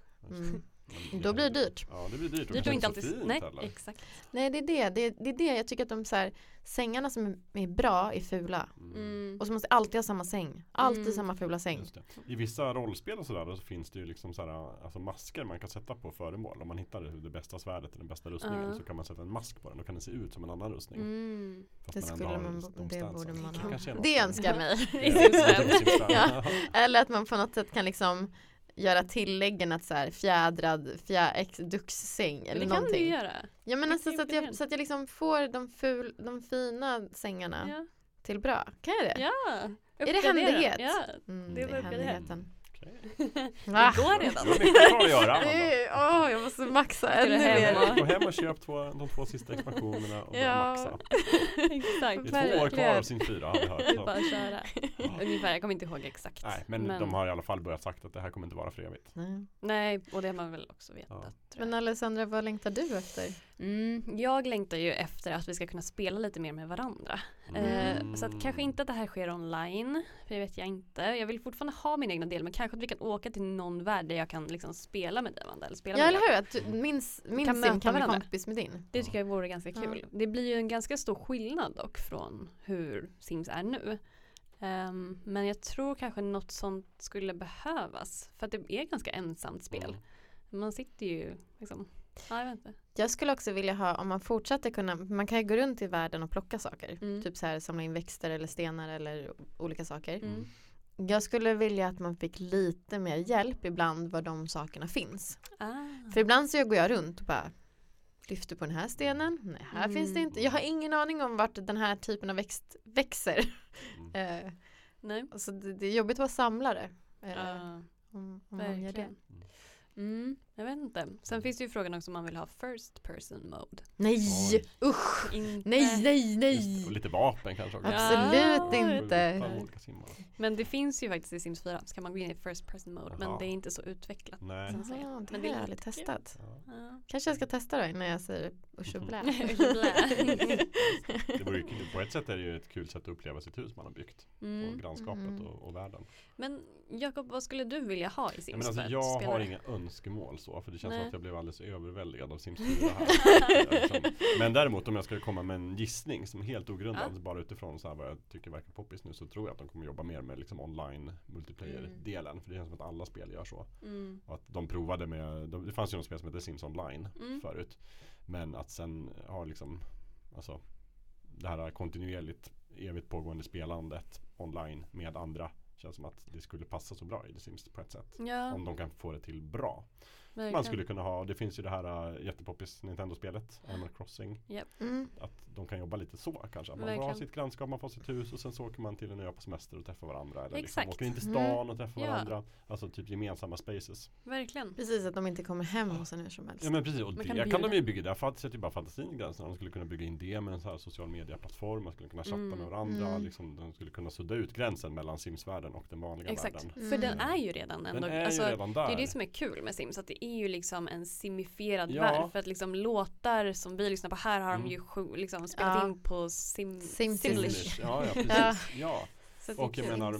Då blir det dyrt. Ja, det blir dyrt. Det är inte alltid fint. Nej, exakt. Nej, det är det. Jag tycker att de så här, sängarna som är bra är fula. Och så måste alltid ha samma säng. Alltid samma fula säng. I vissa rollspel och sådär så finns det ju liksom så här, alltså masker man kan sätta på föremål. Om man hittar det bästa svärdet eller den bästa rustningen så kan man sätta en mask på den. Då kan den se ut som en annan rustning. Det borde man ha. Det Det önskar mig. Eller att man på något sätt kan liksom göra tilläggen att så här fjädrad duxsäng eller någonting. Det kan du göra. Ja, men alltså, så att jag liksom får de fina sängarna till bra. Kan jag det? Ja. Är det hemlighet? Ja. Det är hemligheten. Det går redan. Det är mycket kvar att göra. Jag måste maxa ännu mer. Gå hem och köp de 2 sista expansionerna och maxa. Exakt. Det är 2 år kvar av sin 4 har vi hört. Det är bara att köra. Ungefär, jag kommer inte ihåg exakt. Nej, men de har i alla fall börjat sagt att det här kommer inte vara för evigt. Nej, och det har man väl också vetat. Men Alessandra, vad längtar du efter? Jag längtar ju efter att vi ska kunna spela lite mer med varandra. Så att kanske inte att det här sker online, för det vet jag inte. Jag vill fortfarande ha min egna del, men kanske att vi kan åka till någon värld där jag kan liksom spela med dig, Amanda. Eller hur? Att min sim kan bli kompis med din. Det tycker jag vore ganska kul. Det blir ju en ganska stor skillnad dock från hur Sims är nu. Men jag tror kanske något sånt skulle behövas. För att det är ganska ensamt spel. Man sitter ju liksom... Ja, jag vet inte. Jag skulle också vilja ha, om man fortsätter kunna, man kan ju gå runt i världen och plocka saker. Typ så här, samla in växter eller stenar eller olika saker. Jag skulle vilja att man fick lite mer hjälp ibland var de sakerna finns. För ibland så går jag runt och bara lyfter på den här stenen. Nej, här finns det inte. Jag har ingen aning om vart den här typen av växt växer. Nej. Alltså det är jobbigt att vara samlare. Om man gör det. Jag vet inte. Sen finns det ju frågan också om man vill ha first person mode. Nej! Usch! Nej! Och lite vapen kanske också. Absolut inte. Men det finns ju faktiskt i Sims 4. Så kan man gå in i first person mode. Men det är inte så utvecklat. Nej. Det har jag aldrig testat. Kanske jag ska testa då innan jag säger usch och blä. Det vore ju kul. På ett sätt är det ju ett kul sätt att uppleva sitt hus man har byggt. Och grannskapet och världen. Men Jakob, vad skulle du vilja ha i Sims? Men jag har inga önskemål så. För det känns som att jag blev alldeles överväldigad av Sims 4 här. Men däremot om jag skulle komma med en gissning som är helt ogrundad bara utifrån så här vad jag tycker verkar poppis nu, så tror jag att de kommer jobba mer med liksom online multiplayer-delen. För det känns som att alla spel gör så. Och att de provade med, det fanns ju något spel som heter Sims Online förut. Men att sen har liksom alltså det här kontinuerligt evigt pågående spelandet online med andra känns som att det skulle passa så bra i The Sims på ett sätt. Ja. Om de kan få det till bra. Verkligen. Man skulle kunna ha, det finns ju det här jättepoppis Nintendo-spelet, Animal Crossing. Att de kan jobba lite så kanske. Man får ha sitt grannskap, man får sitt hus och sen så åker man till en ö på semester och träffar varandra. Eller liksom åker in till stan och träffar varandra. Alltså typ gemensamma spaces. Verkligen. Precis, att de inte kommer hem hos en hur som helst. Ja men precis, och det kan de ju bygga. Därför sätter ju bara fantasin i gränsen. De skulle kunna bygga in det med en sån här social media-plattform. Man skulle kunna chatta med varandra. Liksom, de skulle kunna sudda ut gränsen mellan Sims-världen och den vanliga världen. För den är ju redan ändå. Den är ju redan där. Det är det som är kul med Sims. Att det är ju liksom en simifierad värld. För att liksom låtar som vi lyssnar på här har de ju liksom spelat in på Simlish. Ja, precis. Ja. Så och jag menar,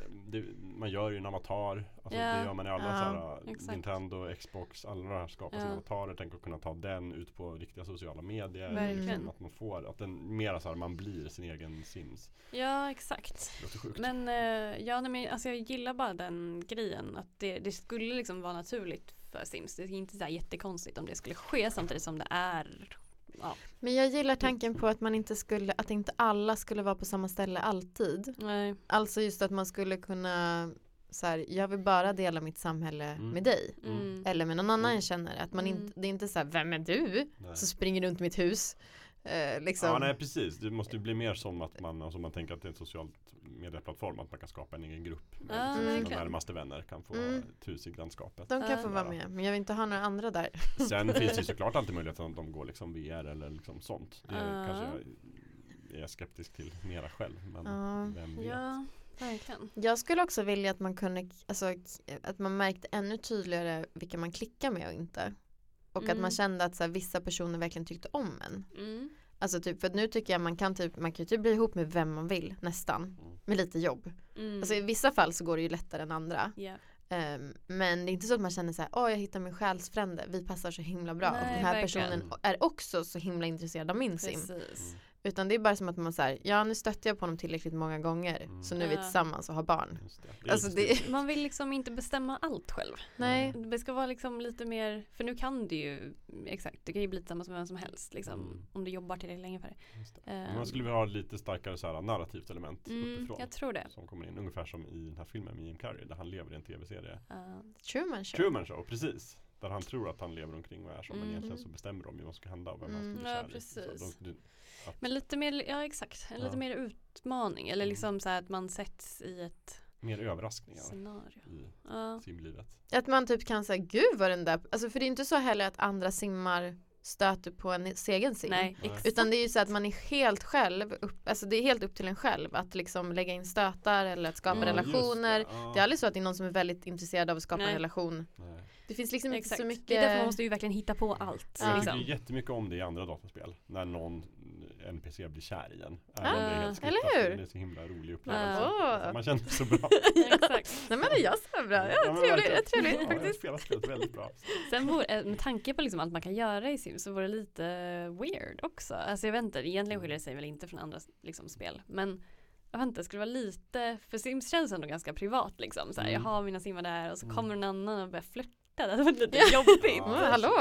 man gör ju en avatar. Alltså det gör man i alla såhär, Nintendo, Xbox, alla de här skapar sina avatarer. Tänk att kunna ta den ut på riktiga sociala medier. Liksom, att man får, att den mera såhär, man blir sin egen Sims. Ja, exakt. Det låter sjukt. Men alltså jag gillar bara den grejen. Att det skulle liksom vara naturligt för Sims. Det är inte så här jättekonstigt om det skulle ske samtidigt som det är. Ja. Men jag gillar tanken på att man inte skulle, att inte alla skulle vara på samma ställe alltid. Nej. Alltså just att man skulle kunna så här, jag vill bara dela mitt samhälle med dig. Eller med någon annan jag känner. Att man inte, det är inte så här, vem är du? Nej. Så springer runt mitt hus. Liksom. Ja, nej precis. Det måste ju bli mer som att man tänker att det är en socialt medieplattform, att man kan skapa en egen grupp. De närmaste vänner kan få ett hus i grannskapet. De kan få vara med, men jag vill inte ha några andra där. Sen finns det såklart alltid möjlighet att de går liksom VR eller liksom sånt. Det kanske jag är skeptisk till mera själv. Men vem vet? Ja, verkligen. Jag skulle också vilja att man kunde, alltså, att man märkte ännu tydligare vilka man klickar med och inte. Och att man kände att så här, vissa personer verkligen tyckte om en. Alltså typ, för nu tycker jag man kan ju typ bli ihop med vem man vill nästan. Med lite jobb. Alltså i vissa fall så går det ju lättare än andra. Men det är inte så att man känner så här, jag hittar min själsfrände, vi passar så himla bra. Nej, och den här personen är också så himla intresserad av min sim. Utan det är bara som att man säger, nu stötte jag på honom tillräckligt många gånger. Så nu är vi tillsammans och har barn. Alltså man vill liksom inte bestämma allt själv. Nej. Det ska vara liksom lite mer, för nu kan du ju, det kan ju bli tillsammans med vem som helst. Liksom, om du jobbar tillräckligt länge för det. Man skulle vilja ha lite starkare så här, narrativt element uppifrån. Jag tror det. Som kommer in, ungefär som i den här filmen med Jim Carrey, där han lever i en tv-serie. Truman Show, precis. Där han tror att han lever omkring och är så, men egentligen så bestämmer de ju vad som ska hända och vem han ska bli kär i. Precis. Men lite mer, lite mer utmaning. Eller liksom så här att man sätts i ett mer överraskningar scenario i simlivet. Att man typ kan säga, gud vad den där, alltså för det är inte så heller att andra simmar stöter på en egen sim. Nej. Utan det är ju så att man är helt själv alltså det är helt upp till en själv att liksom lägga in stötar eller att skapa relationer. Det är aldrig så att det är någon som är väldigt intresserad av att skapa en relation. Nej. Det finns liksom inte så mycket. Det är därför man måste ju verkligen hitta på allt. Jag tycker jättemycket om det i andra dataspel. När någon NPC blir kär i en. Det är helt eller hur? Det är så himla rolig upplevelse. Man känner sig så bra. Exakt. Nej men det är jag så bra. Trevligt faktiskt. Jag spelar spelet väldigt bra. Sen med tanke på liksom allt man kan göra i Sims så var det lite weird också. Alltså jag vet inte, egentligen skiljer det sig väl inte från andra liksom, spel. Men jag vet inte, det skulle vara lite, för Sims känns ändå ganska privat liksom. Så här, jag har mina simmar där och så kommer en annan och börjar flirta borta. Det hade varit lite jobbigt. Hallå!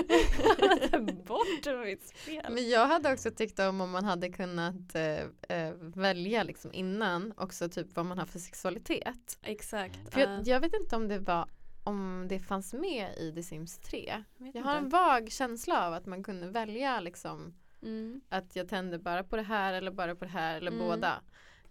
Bort mitt spel. Men jag hade också tyckt om man hade kunnat välja liksom innan också typ vad man har för sexualitet. Exakt. För jag vet inte om det fanns med i The Sims 3. Jag har en vag känsla av att man kunde välja liksom att jag tänder bara på det här eller bara på det här eller båda.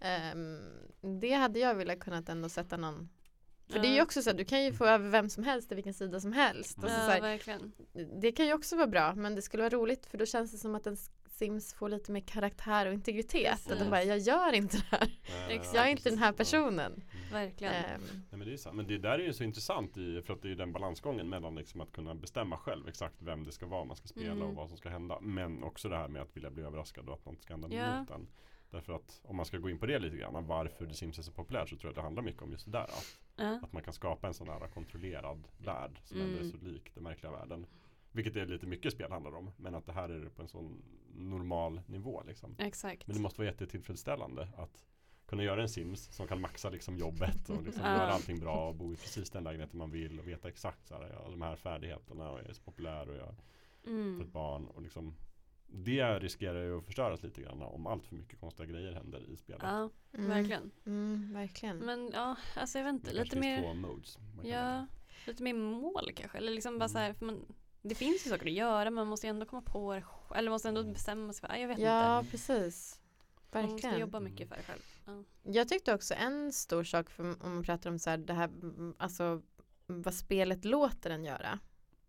Det hade jag velat kunnat ändå sätta någon. För det är ju också så att du kan ju få över vem som helst till vilken sida som helst. Alltså, så här, verkligen. det kan ju också vara bra, men det skulle vara roligt för då känns det som att en Sims får lite mer karaktär och integritet. Att de bara, jag gör inte det här. Jag är inte den här personen. Verkligen. Nej, men det är sant. Men det där är ju så intressant för att det är ju den balansgången mellan liksom att kunna bestämma själv exakt vem det ska vara man ska spela och vad som ska hända. Men också det här med att vilja bli överraskad och att något ska hända mot den. Därför att om man ska gå in på det lite grann, varför The Sims är så populärt, så tror jag att det handlar mycket om just det där. Att man kan skapa en sån här kontrollerad värld som ändå är så lik den verkliga världen. Vilket är lite mycket spel handlar om. Men att det här är på en sån normal nivå liksom. Exakt. Men det måste vara jättetillfredsställande att kunna göra en Sims som kan maxa liksom jobbet och liksom göra allting bra och bo i precis den lägenheten man vill och veta exakt så här, de här färdigheterna och jag är så populär och jag för ett barn och liksom det riskerar ju att förstöras lite grann om allt för mycket konstiga grejer händer i spelet. Ja, verkligen. Verkligen. Men ja, alltså jag vet inte, lite mer två modes. Lite mer mål kanske eller liksom bara så här, för det finns ju saker att göra men man måste ändå komma på det eller måste ändå bestämma sig för, jag vet inte. Ja, precis. Verkligen. Man måste jobba mycket för det själv. Ja. Jag tyckte också en stor sak för, om man pratar om så här, det här, alltså vad spelet låter den göra.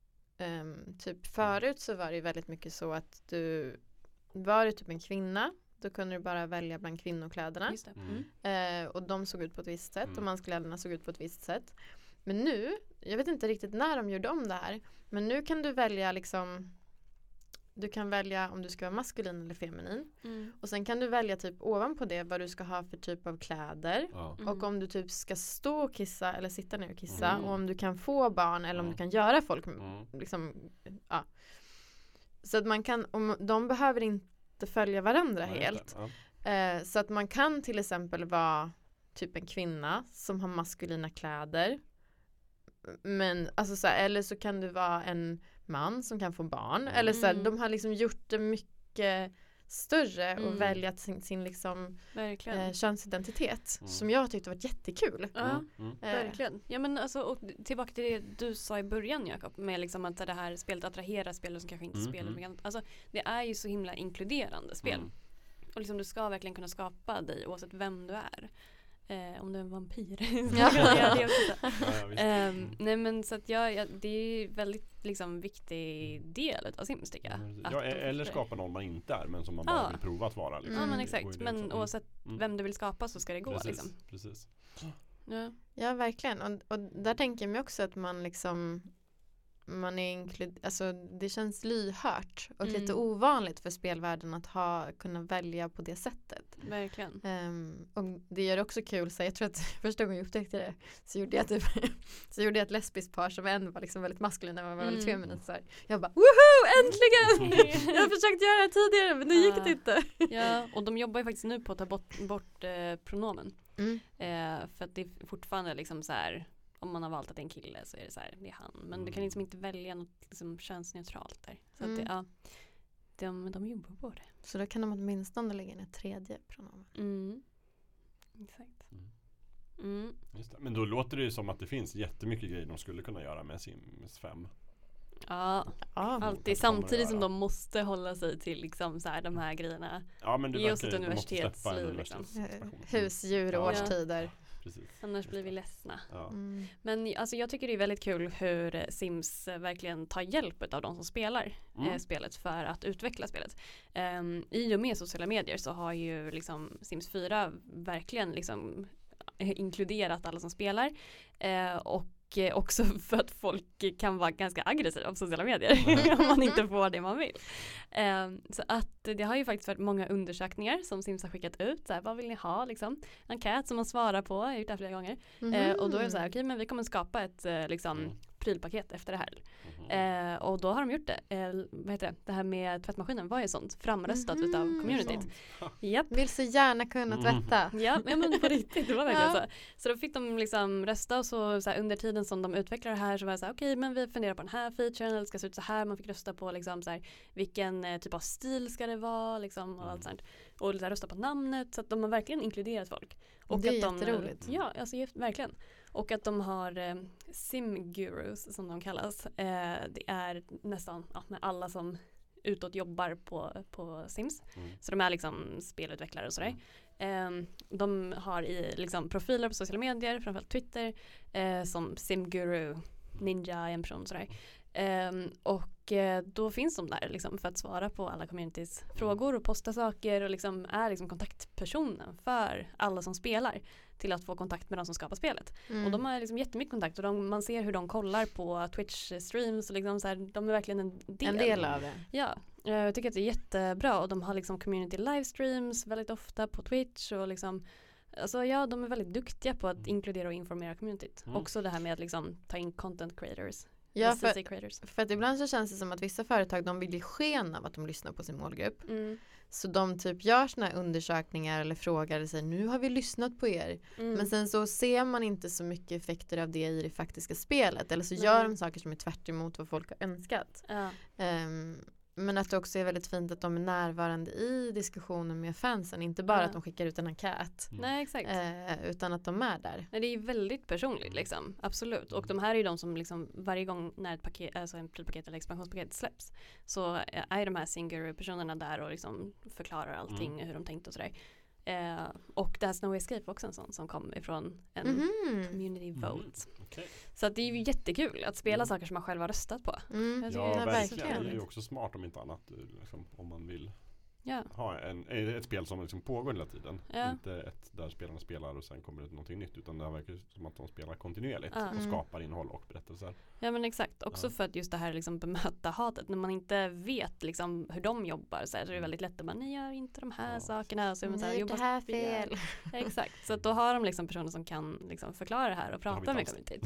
Typ förut så var det väldigt mycket så att var du typ en kvinna, då kunde du bara välja bland kvinnokläderna. Just det. Och de såg ut på ett visst sätt och manskläderna såg ut på ett visst sätt. Men nu, jag vet inte riktigt när de gjorde om det här, men nu kan du välja liksom, du kan välja om du ska vara maskulin eller feminin. Och sen kan du välja typ ovanpå det vad du ska ha för typ av kläder. Och om du typ ska stå och kissa eller sitta ner och kissa. Och om du kan få barn eller om du kan göra folk liksom, ja. Så att man kan, de behöver inte följa varandra helt. Så att man kan till exempel vara typ en kvinna som har maskulina kläder. Men alltså så här, eller så kan du vara en man som kan få barn eller så här, de har liksom gjort det mycket större och väljat sin liksom könsidentitet som jag tyckte var jättekul. Verkligen. Ja men alltså och tillbaka till det du sa i början Jakob med liksom att det här spelet attraherar spelare som kanske inte spelar med annat. Alltså det är ju så himla inkluderande spel. Och liksom du ska verkligen kunna skapa dig oavsett vem du är. Om du är en vampyr. Det också. Nej men så att det är ju väldigt liksom viktig del av Sims tycker jag. Eller skapa någon man inte är men som man bara vill prova att vara. Liksom. Ja men exakt. Men oavsett vem du vill skapa så ska det gå. Precis, liksom. Precis. Ja verkligen. Och där tänker jag mig också att man liksom man är alltså det känns lyhört och lite ovanligt för spelvärlden att kunna välja på det sättet. Verkligen. Och det gör också kul så jag tror att första gången jag upptäckte det så gjorde jag ett lesbiskt par som en var liksom väldigt maskulin och var väldigt feminin så här. Jag bara woho äntligen. Jag har försökt göra det tidigare men det gick det inte. Ja, och de jobbar ju faktiskt nu på att ta bort pronomen. För att det är fortfarande liksom så här om man har valt att det är en kille så är det så här, det är han. Men du kan liksom inte välja något liksom könsneutralt där. Så att de jobbar på det. Så då kan de åtminstone lägga in ett tredje pronomen. Exakt. Just det. Men då låter det ju som att det finns jättemycket grejer de skulle kunna göra med Sims 5. Ja, alltid samtidigt som de måste hålla sig till liksom så här, de här grejerna. Ja, men ge oss ett universitetsliv. Liksom. Husdjur och årstider. Precis. Annars blir vi ledsna. Men alltså, jag tycker det är väldigt kul hur Sims verkligen tar hjälp av de som spelar spelet för att utveckla spelet. I och med sociala medier så har ju liksom Sims 4 verkligen liksom inkluderat alla som spelar och också för att folk kan vara ganska aggressiva på sociala medier om man inte får det man vill. Så att det har ju faktiskt varit många undersökningar som Sims har skickat ut. Så här, vad vill ni ha? Liksom. Enkät som man svarar på. Jag har gjort det flera gånger. Och då är det så här, okej, men vi kommer skapa ett liksom, prylpaket efter det här. Och då har de gjort det. Vad heter det? Det här med tvättmaskinen var ju sånt framröstat utav communityt. Japp. Vill så gärna kunna tvätta. Ja, men på riktigt, det var verkligen så. Så då fick de liksom rösta och så här, under tiden som de utvecklar det här så var det så här, okej, men vi funderar på den här featuren, eller det ska se ut så här. Man fick rösta på liksom så här, vilken typ av stil ska det vara liksom, och allt sånt. Och så här, rösta på namnet, så att de har verkligen inkluderat folk. Och det är att jätteroligt. Ja, alltså verkligen. Och att de har sim-gurus som de kallas. Det är nästan med alla som utåt jobbar på Sims. Så de är liksom spelutvecklare och sådär. De har i liksom profiler på sociala medier, framförallt Twitter, som sim-guru, ninja, en person sådär. Och då finns de där liksom, för att svara på alla communities frågor och posta saker och liksom är liksom kontaktpersonen för alla som spelar till att få kontakt med de som skapar spelet. Och de har liksom jättemycket kontakt och man ser hur de kollar på Twitch-streams och liksom så här, de är verkligen en del av det. Ja, jag tycker att det är jättebra och de har liksom community livestreams väldigt ofta på Twitch och liksom, alltså ja, de är väldigt duktiga på att inkludera och informera communityt. Också det här med att liksom ta in content creators. Ja, för att ibland så känns det som att vissa företag, de vill ge sken av att de lyssnar på sin målgrupp. Så de typ gör såna här undersökningar eller frågar eller säger, nu har vi lyssnat på er. Men sen så ser man inte så mycket effekter av det i det faktiska spelet. Eller så gör de saker som är tvärt emot vad folk har önskat. Men att det också är väldigt fint att de är närvarande i diskussionen med fansen. Inte bara att de skickar ut en enkät. Nej, exakt. Utan att de är där. Nej, det är väldigt personligt liksom. Absolut. Och de här är ju de som liksom varje gång när ett paket, alltså en prylpaket eller expansionspaket släpps, så är de här singular-personerna där och liksom förklarar allting, hur de tänkt och sådär. Och det här Snow Escape också en sån som kom ifrån en community vote. Okay. Så att det är ju jättekul att spela saker som man själv har röstat på. Ja, verkligen. Det är ju också smart om inte annat liksom, om man vill ha ett spel som liksom pågår hela tiden. Inte ett där spelarna spelar och sen kommer det någonting nytt, utan det verkar som att de spelar kontinuerligt och skapar innehåll och berättelser. Ja, men exakt. Också för att just det här liksom bemöta hatet. När man inte vet liksom hur de jobbar så är det väldigt lätt att man, ni gör inte de här sakerna. Så ni gör det här fel. Exakt. Så att då har de liksom personer som kan liksom förklara det här och prata med communityt.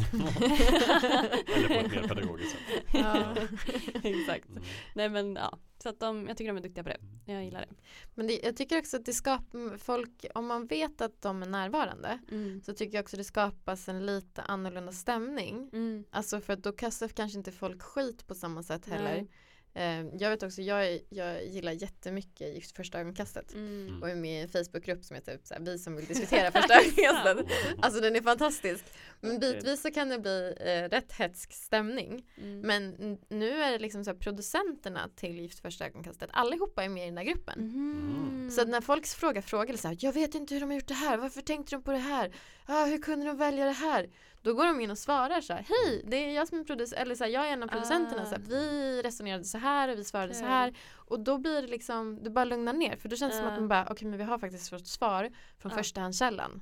Eller på ett mer pedagogiskt sätt. Exakt. Nej, men så att jag tycker de är duktiga på det. Jag gillar det. Men jag tycker också att det skapar folk, om man vet att de är närvarande, så tycker jag också det skapas en lite annorlunda stämning. Alltså för att då kastar kanske inte folk skit på samma sätt heller. Jag vet också, jag gillar jättemycket Gift första ögonkastet och är med i en Facebookgrupp som heter såhär, vi som vill diskutera första ögonkastet. Alltså den är fantastisk. Men bitvis så kan det bli rätt hetsk stämning. Men nu är det liksom så här, producenterna till Gift första ögonkastet, allihopa är med i den där gruppen. Så att när folk frågar så här, jag vet inte hur de har gjort det här, varför tänkte de på det här? Hur kunde de välja det här? Då går de in och svarar så här, hej, det är jag som är producent, eller så här, jag är en av producenterna, så här, vi resonerade så här och vi svarade så här, och då blir det liksom, det bara lugnar ner, för då känns det som att man bara, okej, men vi har faktiskt fått svar från förstahandskällan.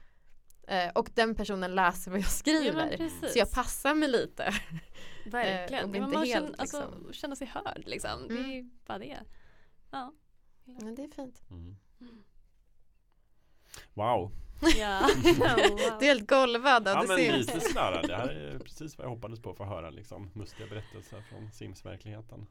Och den personen läser vad jag skriver, så jag passar mig lite. Verkligen, och inte man helt liksom, känna sig hörd liksom. Det är bara det. Ja, det är fint. Wow. Ja. Det är helt golvad av men lite sådär. Det här är precis vad jag hoppades på för att höra liksom, mustiga berättelser från Sims-verkligheten.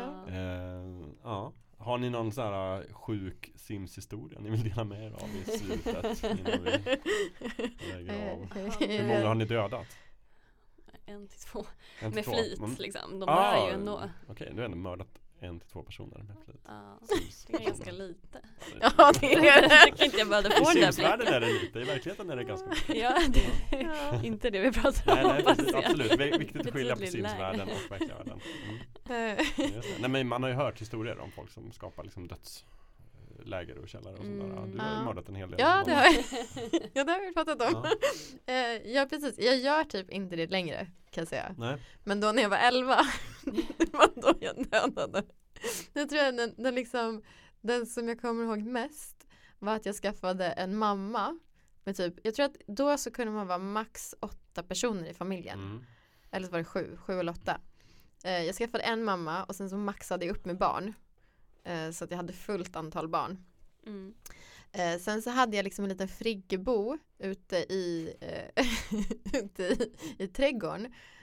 Har ni någon sån här sjuk Sims-historia ni vill dela med er av i slutet innan vi lägger av? Hur många har ni dödat? 1 till 2. Med flit liksom. De är ju ändå. Okej, du har ändå mördat 1 till 2 personer med flit. Det är ganska lite. Ja, det är det. Jag kan inte jag började få I den där Sims-världen är det lite, i verkligheten är det ganska mycket. Inte det vi pratar om. Nej, precis, absolut. Viktigt att skilja på Sims-världen och verkliga världen. Nej, men man har ju hört historier om folk som skapar liksom dödsläger och källare och sådär. Du har ju mördat en hel del. Ja, det har jag pratat om. Ja, precis. Jag gör typ inte det längre, kan jag säga. Nej. Men då när jag var 11, det var då jag dödade. Jag tror att den som jag kommer ihåg mest var att jag skaffade en mamma. Men typ, jag tror att då så kunde man vara max 8 personer i familjen. Eller så var det 7 eller 8. Jag skaffade en mamma och sen så maxade jag upp med barn. Så att jag hade fullt antal barn. Sen så hade jag liksom en liten friggebo ute i trädgården.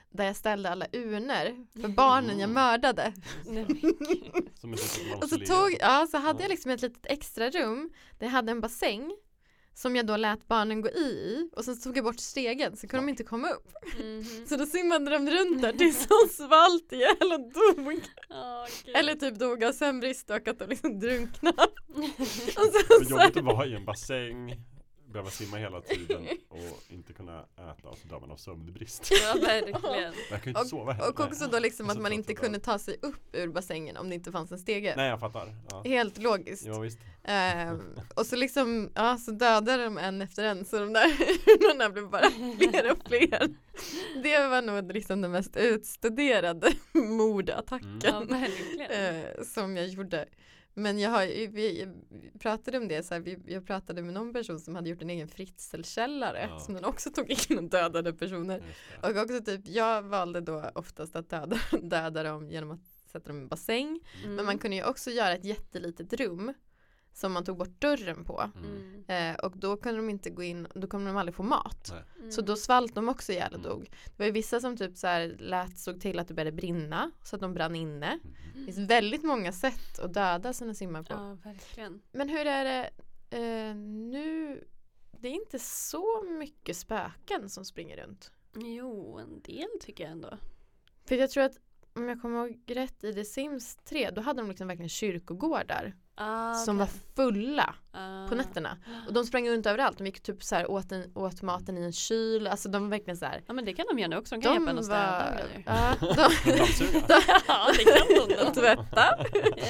där jag ställde alla urnor för barnen jag mördade. Som ett litet Och så hade jag liksom ett litet extra rum där jag hade en bassäng som jag då lät barnen gå i och sen tog jag bort stegen så kunde de inte komma upp. Så då simmade de runt där tills de svalt ihjäl och dog. Eller typ dog av sömnbrist och att de liksom drunknade. Det jobbigt att vara i en bassäng, behöva simma hela tiden och inte kunna äta och så dör man av sömnbrist. Ja, verkligen. Jag kan inte sova heller. Och också då liksom att man inte kunde ta sig upp ur bassängen om det inte fanns en stege. Nej, jag fattar. Ja. Helt logiskt. Ja, visst. Och så liksom, så dödade de en efter en så de där urnorna blev bara fler och fler. Det var nog liksom den mest utstuderade mordattacken som jag gjorde. Men vi pratade om det så här, jag pratade med någon person som hade gjort en egen fritzelkällare som den också tog in och dödade personer. Och också typ, jag valde då oftast att döda dem genom att sätta dem i en bassäng. Men man kunde ju också göra ett jättelitet rum som man tog bort dörren på. Och då kunde de inte gå in, då kunde de aldrig få mat. Så då svalt de också ihjäl och dog. Det var ju vissa som typ så här såg till att det började brinna så att de brann inne. Det finns väldigt många sätt att döda sina simmar på. Ja, verkligen. Men hur är det nu? Det är inte så mycket spöken som springer runt. Jo, en del tycker jag ändå. För jag tror att om jag kommer ihåg rätt i The Sims 3 då hade de liksom verkligen kyrkogårdar som var fulla på nätterna. Och de sprang runt överallt. De gick typ så här åt maten i en kyl. Alltså de var verkligen så här. Ja, men det kan de göra nu också. De kan hjälpa en att städa och grejer. Ja, det kan de. Tvätta.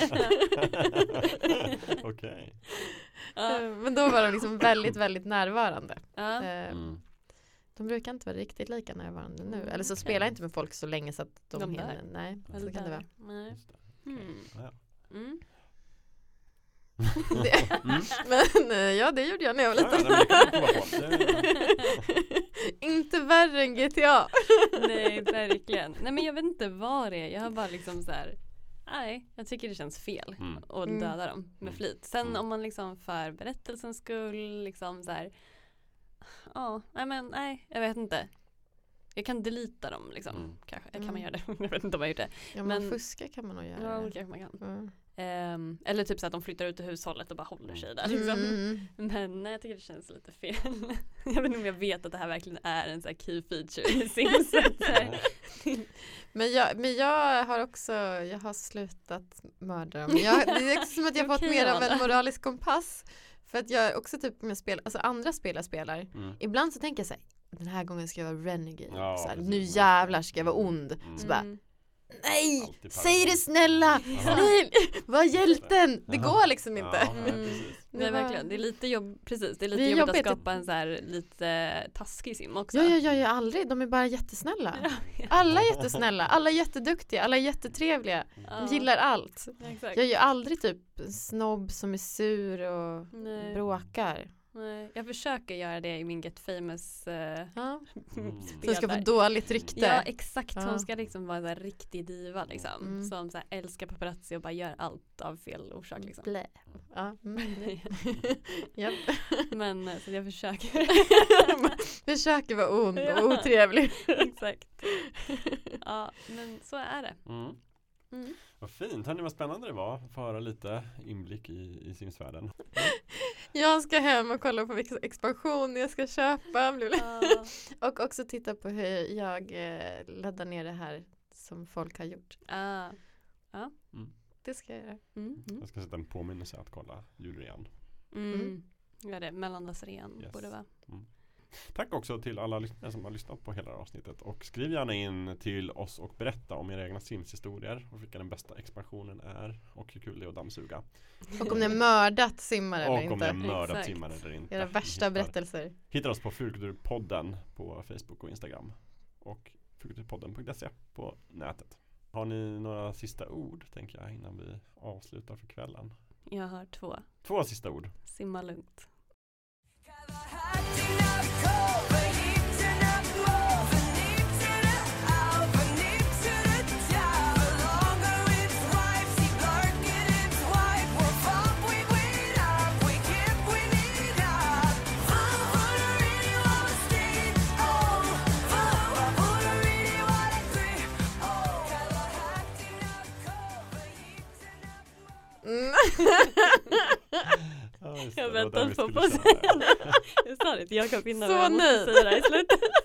Okej. Men då var de liksom väldigt, väldigt närvarande. De brukar inte vara riktigt lika närvarande nu. Eller så spelar jag inte med folk så länge så att de hinner. Nej, så kan det vara. Nej. Men ja, det gjorde jag när jag var liten. Inte värre än GTA. Nej, verkligen. Nej, men jag vet inte vad det är. Jag har bara liksom så här. Nej, jag tycker det känns fel att döda dem med flit. Sen om man liksom för berättelsens skull liksom så här. Nej, jag vet inte. Jag kan delita dem liksom. Kanske. Kan man göra det? Jag vet inte om jag gjort det. Ja, men fuska kan man nog göra. Ja, det kanske man kan. Eller typ så att de flyttar ut ur hushållet och bara håller sig där liksom. Men nej, jag tycker det känns lite fel. Jag vet inte om jag vet att det här verkligen är en sån här key feature i Sims. Men jag har slutat mörda dem. Det är också som att jag har fått mer av en moralisk kompass. För att jag också typ med spel, alltså andra spelar. Ibland så tänker jag så här, den här gången ska jag vara renegade. Så här, nu jävlar ska jag vara ond. Så bara, nej, säg det snälla. Nej, var hjälten. Det går liksom inte. Det är verkligen, det är lite det är lite jobbigt att skapa en så här lite taskig sim också. Ja, aldrig. De är bara jättesnälla. Alla är jättesnälla, alla är jätteduktiga, alla är jättetrevliga. De gillar allt. Exakt. Jag är ju aldrig typ snobb som är sur och bråkar. Nej, jag försöker göra det i min Get Famous som ska få dåligt rykte. Ja, exakt. Hon ska liksom vara en så här riktig diva liksom. Som så här älskar paparazzi och bara gör allt av fel orsak liksom. Blä. Ja. Yep. Men så jag försöker. Försöker vara ond och otrevlig. Exakt. Ja, men så är det. Vad fint, hörni, vad spännande det var att få höra lite inblick i Sims-världen. Jag ska hem och kolla på vilken expansion jag ska köpa. Och också titta på hur jag laddar ner det här som folk har gjort. Det ska jag göra. Jag ska sätta en påminnelse att kolla Julian. Gör det, mellandagsrean borde vara. Tack också till alla lyssnare som har lyssnat på hela avsnittet. Och skriv gärna in till oss och berätta om era egna Sims-historier och vilka den bästa expansionen är och hur kul det är att dammsuga. Och om ni har mördat simmare eller inte. Och om ni har mördat simmare eller inte. Era värsta berättelser. Hittar oss på Fulkulturpodden på Facebook och Instagram. Och fulkulturpodden.se på nätet. Har ni några sista ord, tänker jag, innan vi avslutar för kvällen? Jag har 2. 2 sista ord. Simma lugnt. Ja, just Jag det, väntar vi på skulle att köra. Jag sa det till Jakob innan Så jag måste nöjd. säga det här i slutet.